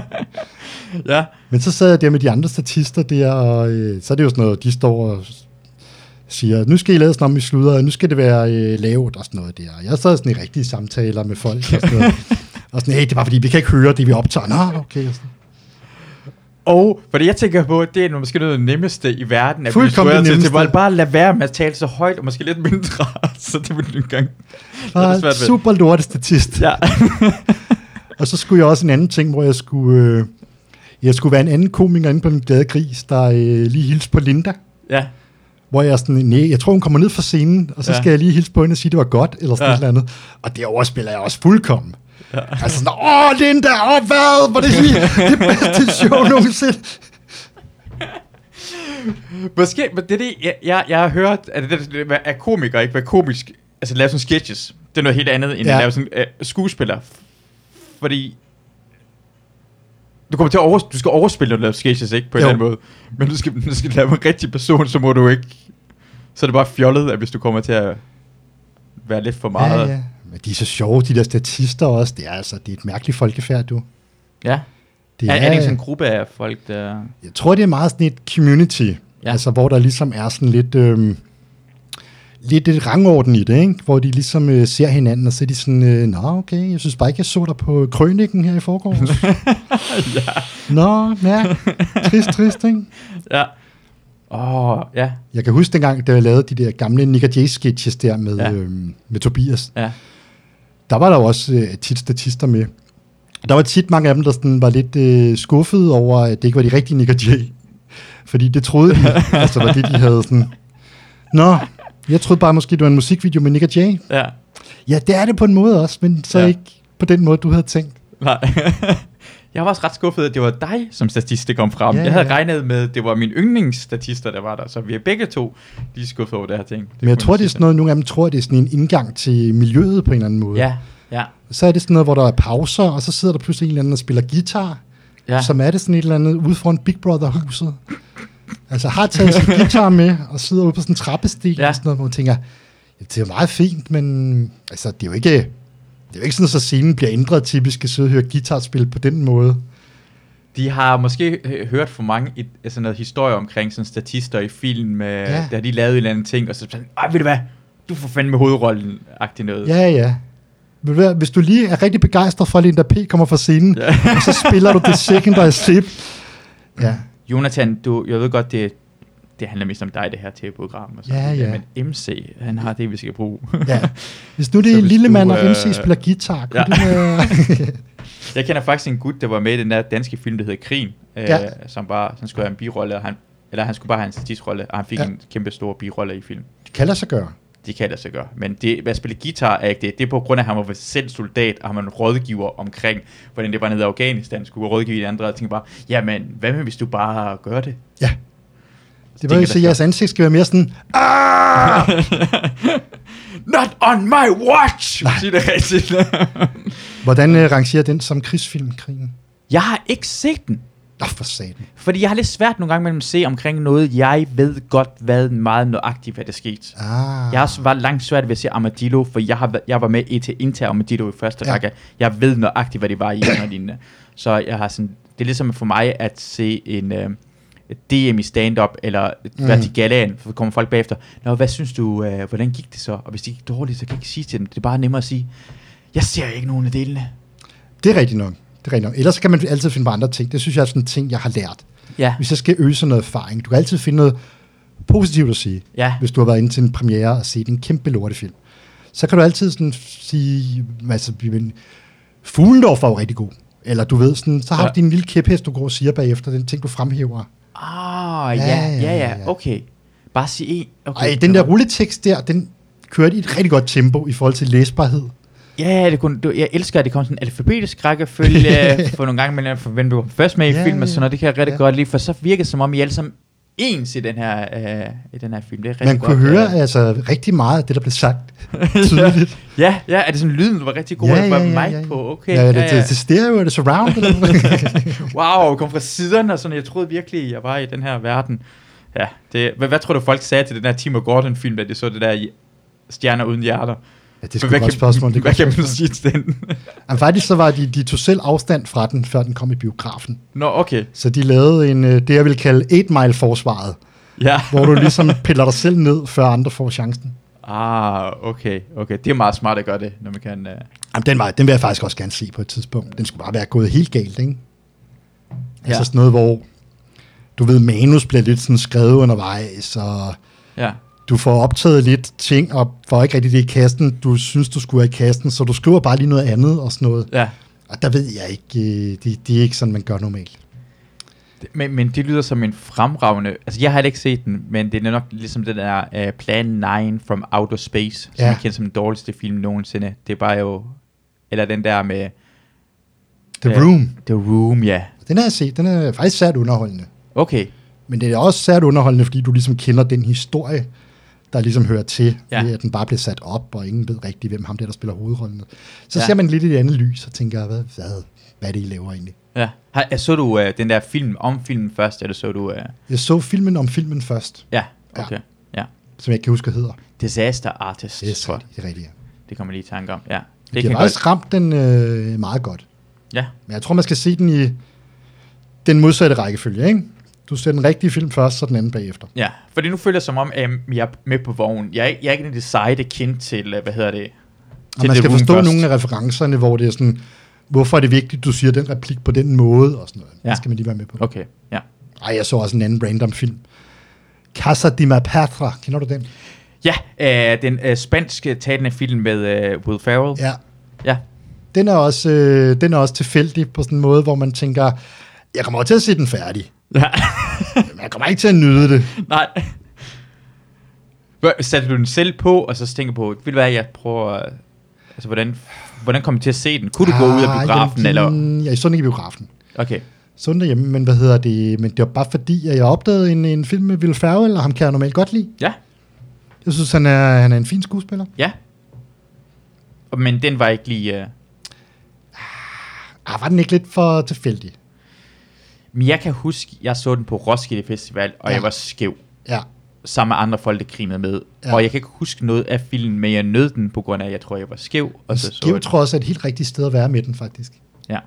Ja. Men så sad jeg der med de andre statister der, og øh, så er det jo sådan noget, de står og siger, nu skal I lade sådan om i sludder, nu skal det være øh, lavt og sådan noget der. Jeg sad sådan i rigtige samtaler med folk og sådan noget. Og sådan, hey, det er bare fordi, vi kan ikke høre det, vi optager. Nå, okay. Og, og fordi jeg tænker på, at det er måske noget af det nemmeste i verden, at vi skulle til, til bare lade være med at tale så højt, og måske lidt mindre, så det vil en gang. Bare super lortet statist. Ja. Og så skulle jeg også en anden ting, hvor jeg skulle, øh, jeg skulle være en anden komiker inde på Den Glade Gris, der øh, lige hilste på Linda. Ja. Hvor jeg sådan, nej, jeg tror, hun kommer ned fra scenen, og så ja. skal jeg lige hilse på hende og sige, det var godt, eller sådan ja. et eller andet. Og det overspiller jeg også fuldkommen. Ja. Altså sådan, åh, Linda, åh, hvad? Var det lige det bedste show nogensinde? Måske, men det er det, jeg, jeg, jeg har hørt, at det der er komiker, ikke? Være komisk, altså lave sådan sketches. Det er noget helt andet, end ja. at lave sådan uh, skuespiller. Fordi du kommer til at over, du skal overspille, når du laver sketches, ikke? På en jo. anden måde. Men du skal, du skal lave en rigtig person, så må du ikke. Så er det bare fjollet, at hvis du kommer til at være lidt for meget. Ja, ja. Men de er så sjove, de der statister også. Det er altså, det er et mærkeligt folkefærd, du. Ja. Det er, er, er det ikke sådan en gruppe af folk, der... Jeg tror, det er meget sådan et community. Ja. Altså, hvor der ligesom er sådan lidt... Øhm, lidt et rangorden i det, ikke? Hvor de ligesom øh, ser hinanden, og så er de sådan, øh, nå, okay, jeg synes bare ikke, jeg så dig på krøniken her i forgårs. Ja. Nå, ja, trist, trist, ikke? Ja. Åh, oh, ja. Jeg kan huske dengang, da jeg lavede de der gamle Nick og Jay-sketches der med, ja. øhm, med Tobias. Ja. Der var der også øh, tit statister med. Der var tit mange af dem, der sådan var lidt øh, skuffede over, at det ikke var de rigtige Nick og Jay. Fordi det troede de, altså var det, de havde sådan, nå, jeg troede bare måske, det var en musikvideo med Nick og Jay. Ja. Ja, det er det på en måde også, men så ja. ikke på den måde, du havde tænkt. Nej. Jeg var også ret skuffet, at det var dig, som statist, det kom frem. Ja, jeg havde ja. regnet med, at det var min yndlingsstatister, der var der, så vi er begge to lige skuffet over det her ting. Det men jeg tror, det er sådan noget, nogle af dem tror, det er sådan en indgang til miljøet på en eller anden måde. Ja, ja. Så er det sådan noget, hvor der er pauser, og så sidder der pludselig en eller anden, der spiller guitar, ja. som er det sådan et eller andet ude foran Big Brother-huset. Altså har taget sin guitar med, og sidder ude på sådan en trappestil, ja. og sådan noget, hvor man tænker, ja, det er jo meget fint, men altså, det er jo ikke, det er jo ikke sådan, at scenen bliver ændret typisk, at sidde og høre guitarspil på den måde. De har måske hørt for mange et, altså noget historie omkring sådan statister i film, øh, ja. der de lavede en eller anden ting, og så sådan, ej, ved du hvad, du får fandme hovedrollen-agtigt noget. Ja, ja. Hvis du lige er rigtig begejstret for, at Linda P. kommer fra scenen, ja. og så spiller du det secondary slip. Ja. Jonathan, du, jeg ved godt, det, det handler mest om dig, det her tv-program. Og ja, ja. Men M C, han har det, vi skal bruge. Ja. Hvis nu det er en lille mand, og M C spiller guitar, ja. kunne det Jeg kender faktisk en gut, der var med i den der danske film, der hedder Krigen, ja. øh, som bare han skulle have en birolle, og han, eller han skulle bare have en statistrolle, og han fik ja. en kæmpe stor birolle i film. Det kan lade sig gøre. Det kan lade sig gøre. Men det, at spille guitar er ikke det. Det er på grund af, at han var selv soldat, og han var en rådgiver omkring, hvordan det var nede i Afghanistan, skulle rådgive de andre, og tænkte bare, jamen, hvad med, hvis du bare gør det? Ja. Det var jo så, at jeres ansigt skal være mere sådan, Not on my watch! Sig det rigtigt. Hvordan øh, rangerer den som krigsfilm, krigen? Jeg har ikke set den. Nå, for satan. Fordi jeg har lidt svært nogle gange mellem at se omkring noget, jeg ved godt, hvad meget nøjagtigt, hvad der skete. Ah. Jeg har også været langt svært ved at se Armadillo, for jeg, har, jeg var med i til indtil Armadillo i første ja. række. Jeg ved nøjagtigt, hvad det var i og lignende. Så jeg har sådan, det er ligesom for mig at se en uh, D M i stand-up, eller mm. være til galaen, for kommer folk bagefter. Nå, hvad synes du, uh, hvordan gik det så? Og hvis det gik dårligt, så kan jeg ikke sige til dem. Det er bare nemmere at sige, jeg ser ikke nogen af delene. Det er rigtigt nok. Det er rigtigt nok. Ellers kan man altid finde på andre ting. Det synes jeg er sådan en ting, jeg har lært. Ja. Hvis jeg skal øge sådan noget erfaring, du kan altid finde noget positivt at sige. Ja. Hvis du har været inde til en premiere og set en kæmpe lortefilm. Så kan du altid sådan sige, altså, Fuglendorf var jo rigtig god. Eller du ved, sådan, så har ja. du din lille kæphest, du går og siger bagefter, den ting, du fremhæver. Ah, ja, ja, ja, ja, okay. Bare sige en. Okay. Ej, den der rulletekst der, den kørte i et rigtig godt tempo i forhold til læsbarhed. Ja, det kunne, du, jeg elsker, at det kom sådan en alfabetisk rækkefølge for nogle gange, men jeg forventer først med i ja, film og sådan noget. Det kan jeg rigtig ja. godt lide, for så virker det som om I alle sammen ens i den her, øh, i den her film. Det er rigtig Man godt, kunne høre øh, altså rigtig meget af det, der blev sagt tydeligt. ja, ja, er det sådan lyden, du var rigtig god, ja, at ja, ja, ja, ja, ja. på? Okay, ja, ja, det, ja. det, det stereo, er det surround? Wow, kom fra siderne og sådan. Jeg troede virkelig, jeg var i den her verden. Ja, det, hvad, hvad tror du, folk sagde til den her Tim Gordon-film, da de så det der Stjerner uden hjerter? Ja, det er sgu et godt spørgsmål. Det hvad kan man sige til den? Jamen, faktisk så var de, de tog selv afstand fra den, før den kom i biografen. Nå, okay. Så de lavede en, det jeg vil kalde eight mile forsvaret, ja. hvor du ligesom piller dig selv ned, før andre får chancen. Ah, okay, okay. Det er meget smart at gøre det, når man kan... Uh... Jamen, den, var, den vil jeg faktisk også gerne se på et tidspunkt. Den skulle bare være gået helt galt, ikke? Ja. Altså sådan noget, hvor du ved, manus bliver lidt sådan skrevet undervejs, og... Ja. Du får optaget lidt ting, og får ikke rigtig det i kassen, du synes, du skulle have i kassen, så du skriver bare lige noget andet og sådan noget. Ja. Og der ved jeg ikke, det, det er ikke sådan, man gør normalt. Men, men det lyder som en fremragende, altså jeg har ikke set den, men det er nok ligesom den der uh, Plan nine from Outer Space, som ja. jeg kender som den dårligste film nogensinde. Det er bare jo, eller den der med... The uh, Room. The Room, ja. Den har jeg set, den er faktisk sært underholdende. Okay. Men det er også sært underholdende, fordi du ligesom kender den historie, der ligesom hører til, ja. ved at den bare bliver sat op, og ingen ved rigtig, hvem ham der, der spiller hovedrollen. Så ja. ser man lidt i det andet lys, og tænker, hvad, hvad, hvad er det, I laver egentlig? Ja. Så du uh, den der film om filmen først, eller så du... Uh... Jeg så filmen om filmen først. Ja, okay. Ja. Ja. Som jeg ikke kan huske, hvad hedder. Disaster Artist. Det er, det er rigtigt, ja. Det kommer lige i tanke om, ja. Det de har faktisk godt... ramt den øh, meget godt. Ja. Men jeg tror, man skal se den i den modsatte rækkefølge, ikke? Du ser den rigtige film først, så den anden bagefter. Ja, fordi nu føler jeg som om, at jeg er med på vognen. Jeg er, jeg er ikke en af de seje kendt til, hvad hedder det? Og man skal forstå først. Nogle af referencerne, hvor det er sådan, hvorfor er det vigtigt, du siger den replik på den måde, og sådan noget. Ja. Det skal man lige være med på. Okay, ja. Ej, jeg så også en anden random film. Casa de la Patra, kender du den? Ja, øh, den øh, spanske talende film med øh, Will Ferrell. Ja. Ja. Den er, også, øh, den er også tilfældig på sådan en måde, hvor man tænker, jeg kommer til at se den færdig. Ja. Men jeg kommer ikke til at nyde det. Nej. Satte du den selv på, og så tænker på, vil det være, jeg prøver, altså hvordan, hvordan kom du til at se den? Kunne du ah, gå ud af biografen? Jeg, eller? Jeg så den ikke i biografen. Okay. Så den derhjemme, men hvad hedder det? Men det var bare fordi, at jeg opdagede en, en film med Will Ferrell, og ham kan jeg normalt godt lide. Ja. Jeg synes, han er, han er en fin skuespiller. Ja. Men den var ikke lige... Uh... Ah, var den ikke lidt for tilfældig? Men jeg kan huske, jeg så den på Roskilde Festival, og ja. jeg var skæv. Ja. Sammen med andre folk, der grinede med. Ja. Og jeg kan ikke huske noget af filmen, men jeg nød den, på grund af, at jeg tror, jeg var skæv. Og så skæv så tror jeg også er et helt rigtigt sted at være med den, faktisk. Ja.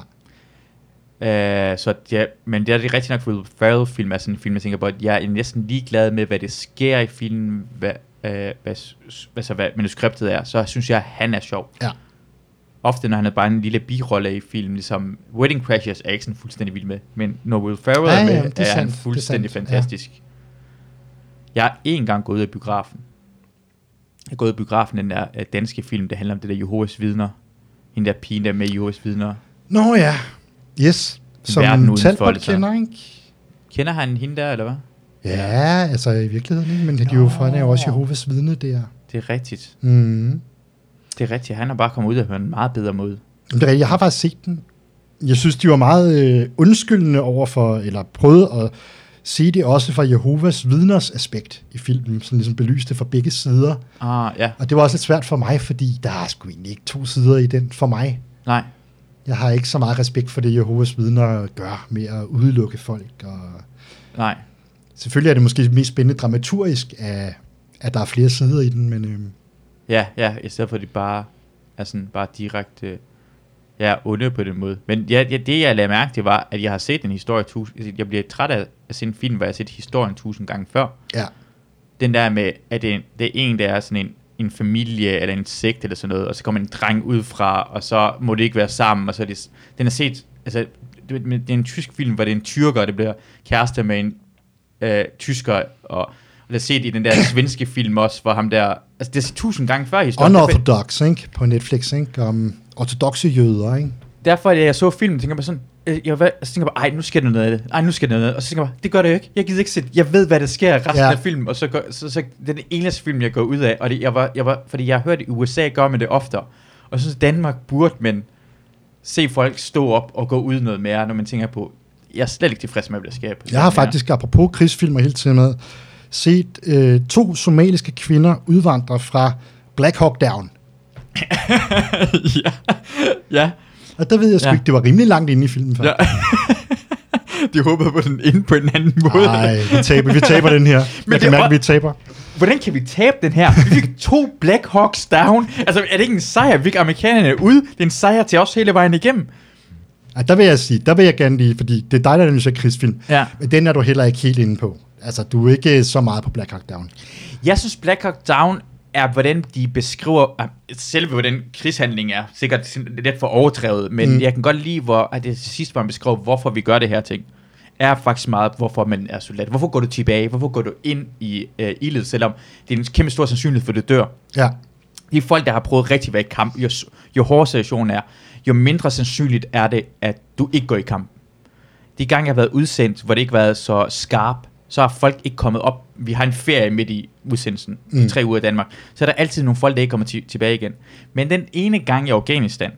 Ja. Uh, så ja, men det er det rigtig nok, Will Ferrell-film er sådan en film, jeg tænker på, at jeg er næsten ligeglad med, hvad det sker i filmen, hvad, uh, hvad, altså, hvad manuskriptet er. Så synes jeg, at han er sjov. Ja. Ofte, når han er bare en lille birolle i film, ligesom Wedding Crashers er ikke sådan fuldstændig vild med, men når Will Ferrell ja, er med, ja, er, er han fuldstændig fantastisk. Ja. Jeg har en gang gået ud af biografen. Jeg har gået ud af biografen, den der uh, danske film, der handler om det der Jehovas vidner. Hende der pigen der med Jehovas vidner. Nå ja, yes. Som Talbot kender, ikke? Kender han hende der, eller hvad? Ja, altså i virkeligheden, ikke? Men det er jo for, han er jo også Jehovas vidne der. Det er rigtigt. Mm. Det er rigtigt. Han har bare kommet ud af en meget bedre måde. Det er rigtigt. Jeg har faktisk set den. Jeg synes, de var meget øh, undskyldende over for, eller prøvede at se det også fra Jehovas vidners aspekt i filmen, som ligesom belyste fra begge sider. Ah, ja. Og det var også lidt svært for mig, fordi der er sgu egentlig ikke to sider i den for mig. Nej. Jeg har ikke så meget respekt for det, Jehovas vidner gør med at udelukke folk. Og Nej. selvfølgelig er det måske mest spændende dramaturgisk, at, at der er flere sider i den, men... Øhm, Ja, ja, i stedet for at de bare er sådan bare direkte ja, onde på den måde. Men ja, ja, det jeg lagde mærke til var, at jeg har set en historie tusind, jeg bliver træt af at se en film, hvor jeg har set historien tusind gange før. ja. Den der med, at det, det er en, der er sådan en, en familie eller en sekt eller sådan noget, og så kommer en dreng ud fra, og så må det ikke være sammen, og så er det, den er set, altså, det, det er en tysk film, hvor det er en tyrker, og det bliver kæreste med en øh, tysker, og det er set i den der svenske film også, hvor ham der, altså det er tusind gange før i historien. Unorthodox, ikke? På Netflix, ikke? Om ortodoxe jøder, ikke? Derfor, da jeg så filmen, tænker jeg bare sådan, øh, jeg, var, så tænker jeg bare, ej, nu sker der noget af det. Ej, nu sker der noget af det. Og så tænker jeg bare, det gør det jo ikke. Jeg gider ikke se det. Jeg ved, hvad der sker resten ja. af filmen. Og så, går, så, så det er den eneste film, jeg går ud af. Og det, jeg var, jeg var, fordi jeg har hørt, at i U S A gør man det oftere. Og så synes Danmark burde man se folk stå op og gå ud noget mere, når man tænker på, jeg er slet ikke tilfreds med, hvad der sker. På jeg har faktisk, apropos krigsfilmer hele tiden med, set øh, to somaliske kvinder udvandre fra Black Hawk Down. ja, ja. Og der ved jeg sgu ja. ikke, det var rimelig langt inde i filmen. Ja. De håbede på den inde på en anden måde. Nej, vi taber, vi taber den her. Men jeg kan mærke, at vi taber. Hvordan kan vi tabe den her? Vi fik to Black Hawks down. Altså, er det ikke en sejr? Vi fik amerikanerne ud. Det er en sejr til os hele vejen igennem. Ja, der vil jeg sige, der vil jeg gerne lige, fordi det er dig, der er en krigsfilm. Ja. Men den er du heller ikke helt inde på. Altså, du er ikke så meget på Black Hawk Down. Jeg synes, Black Hawk Down er, hvordan de beskriver, selve hvordan krigshandlingen er, sikkert lidt for overdrevet, men mm. jeg kan godt lide, hvor, at det til sidst, hvor man beskriver, hvorfor vi gør det her ting, er faktisk meget, hvorfor man er soldat. Hvorfor går du tilbage? Hvorfor går du ind i øh, ildet, selvom det er en kæmpe stor sandsynlighed for, at du dør? Ja. De folk, der har prøvet rigtig at være i kamp, jo, jo hårdere situationen er, jo mindre sandsynligt er det, at du ikke går i kamp. De gange, jeg har været udsendt, hvor det ikke har været så skarp, så har folk ikke kommet op. Vi har en ferie midt i udsendelsen, mm. i tre uger i Danmark. Så er der altid nogle folk, der ikke kommer t- tilbage igen. Men den ene gang i Afghanistan,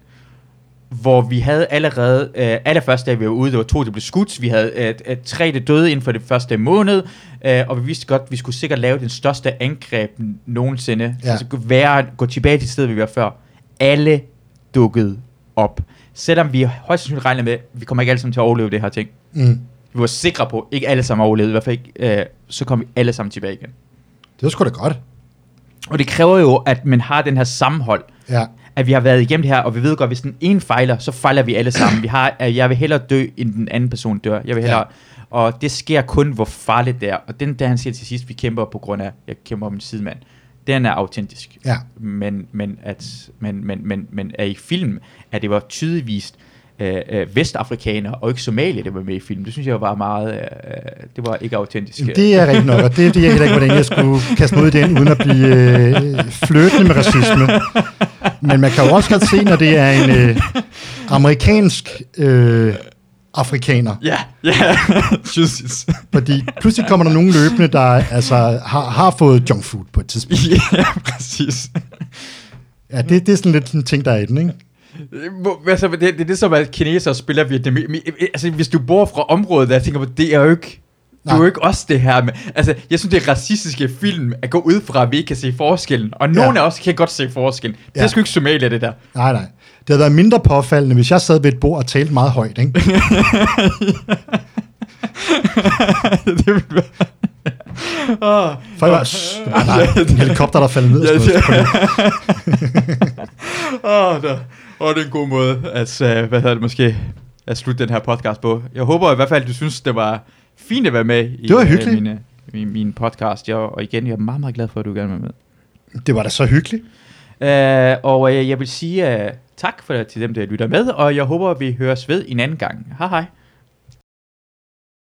hvor vi havde allerede, øh, allerførste dag vi var ude, det var to, der blev skudt, vi havde øh, øh, tre, der døde inden for det første måned, øh, og vi vidste godt, at vi skulle sikkert lave den største angreb nogensinde. Ja. Altså være, gå tilbage til stedet, vi var før. Alle dukkede op. Selvom vi højst sandsynligt regner med, at vi kommer ikke alle sammen til at overleve det her ting. Mm. Vi var sikre på, ikke alle sammen overlevede, i hvert fald ikke, øh, så kom vi alle sammen tilbage igen. Det var sgu da godt. Og det kræver jo, at man har den her sammenhold, ja. at vi har været igennem det her, og vi ved godt, at hvis den ene fejler, så fejler vi alle sammen. Vi har, at jeg vil hellere dø, end den anden person dør. Jeg vil hellere, ja. Og det sker kun, hvor farligt det er. Og den der, han siger til sidst, vi kæmper på grund af, jeg kæmper om en sidemand, den er autentisk. Ja. Men, men, at, men, men, men, men at i film, at det var tydeligvis øh, øh, vestafrikaner, og ikke somalier, der var med i film. Det synes jeg var meget, øh, det var ikke autentisk. Det er rigtigt nok, og det, det er heller ikke, hvordan jeg skulle kaste mig ud i den, uden at blive øh, flirtende med racisme. Men man kan jo også godt se, når det er en øh, amerikansk øh, afrikaner. Ja, ja. Fordi pludselig kommer der nogen løbende, der altså, har, har fået junk food på et tidspunkt. Ja, præcis. Ja, det, det er sådan lidt en ting, der er i den, ikke? Altså, det, det er det som, at kinesere spiller Vietnam. Altså, hvis du bor fra området, der jeg tænker på, det er jo ikke... Det er jo ikke også det her med... Altså, jeg synes, det er racistiske film at gå ud fra, at vi ikke kan se forskellen. Og nogen ja. af os kan godt se forskellen. Det er ja. sgu ikke Somalia, det der. Nej, nej. Det havde været mindre påfaldende, hvis jeg sad ved et bord og talte meget højt, ikke? Det ville være... Oh, For jeg var... Oh, nej, en helikopter, der faldt ned. Åh, oh, oh, det er en god måde at, uh, hvad hedder det, måske, at slutte den her podcast på. Jeg håber i hvert fald, at du synes, det var fint at være med i det var hyggeligt. Uh, mine, min, min podcast. Jeg, og igen, jeg er meget, meget glad for, at du gerne var med. Det var da så hyggeligt. Uh, og uh, jeg vil sige uh, tak for, til dem, der lytter med, og jeg håber, at vi høres ved en anden gang. Hej hej.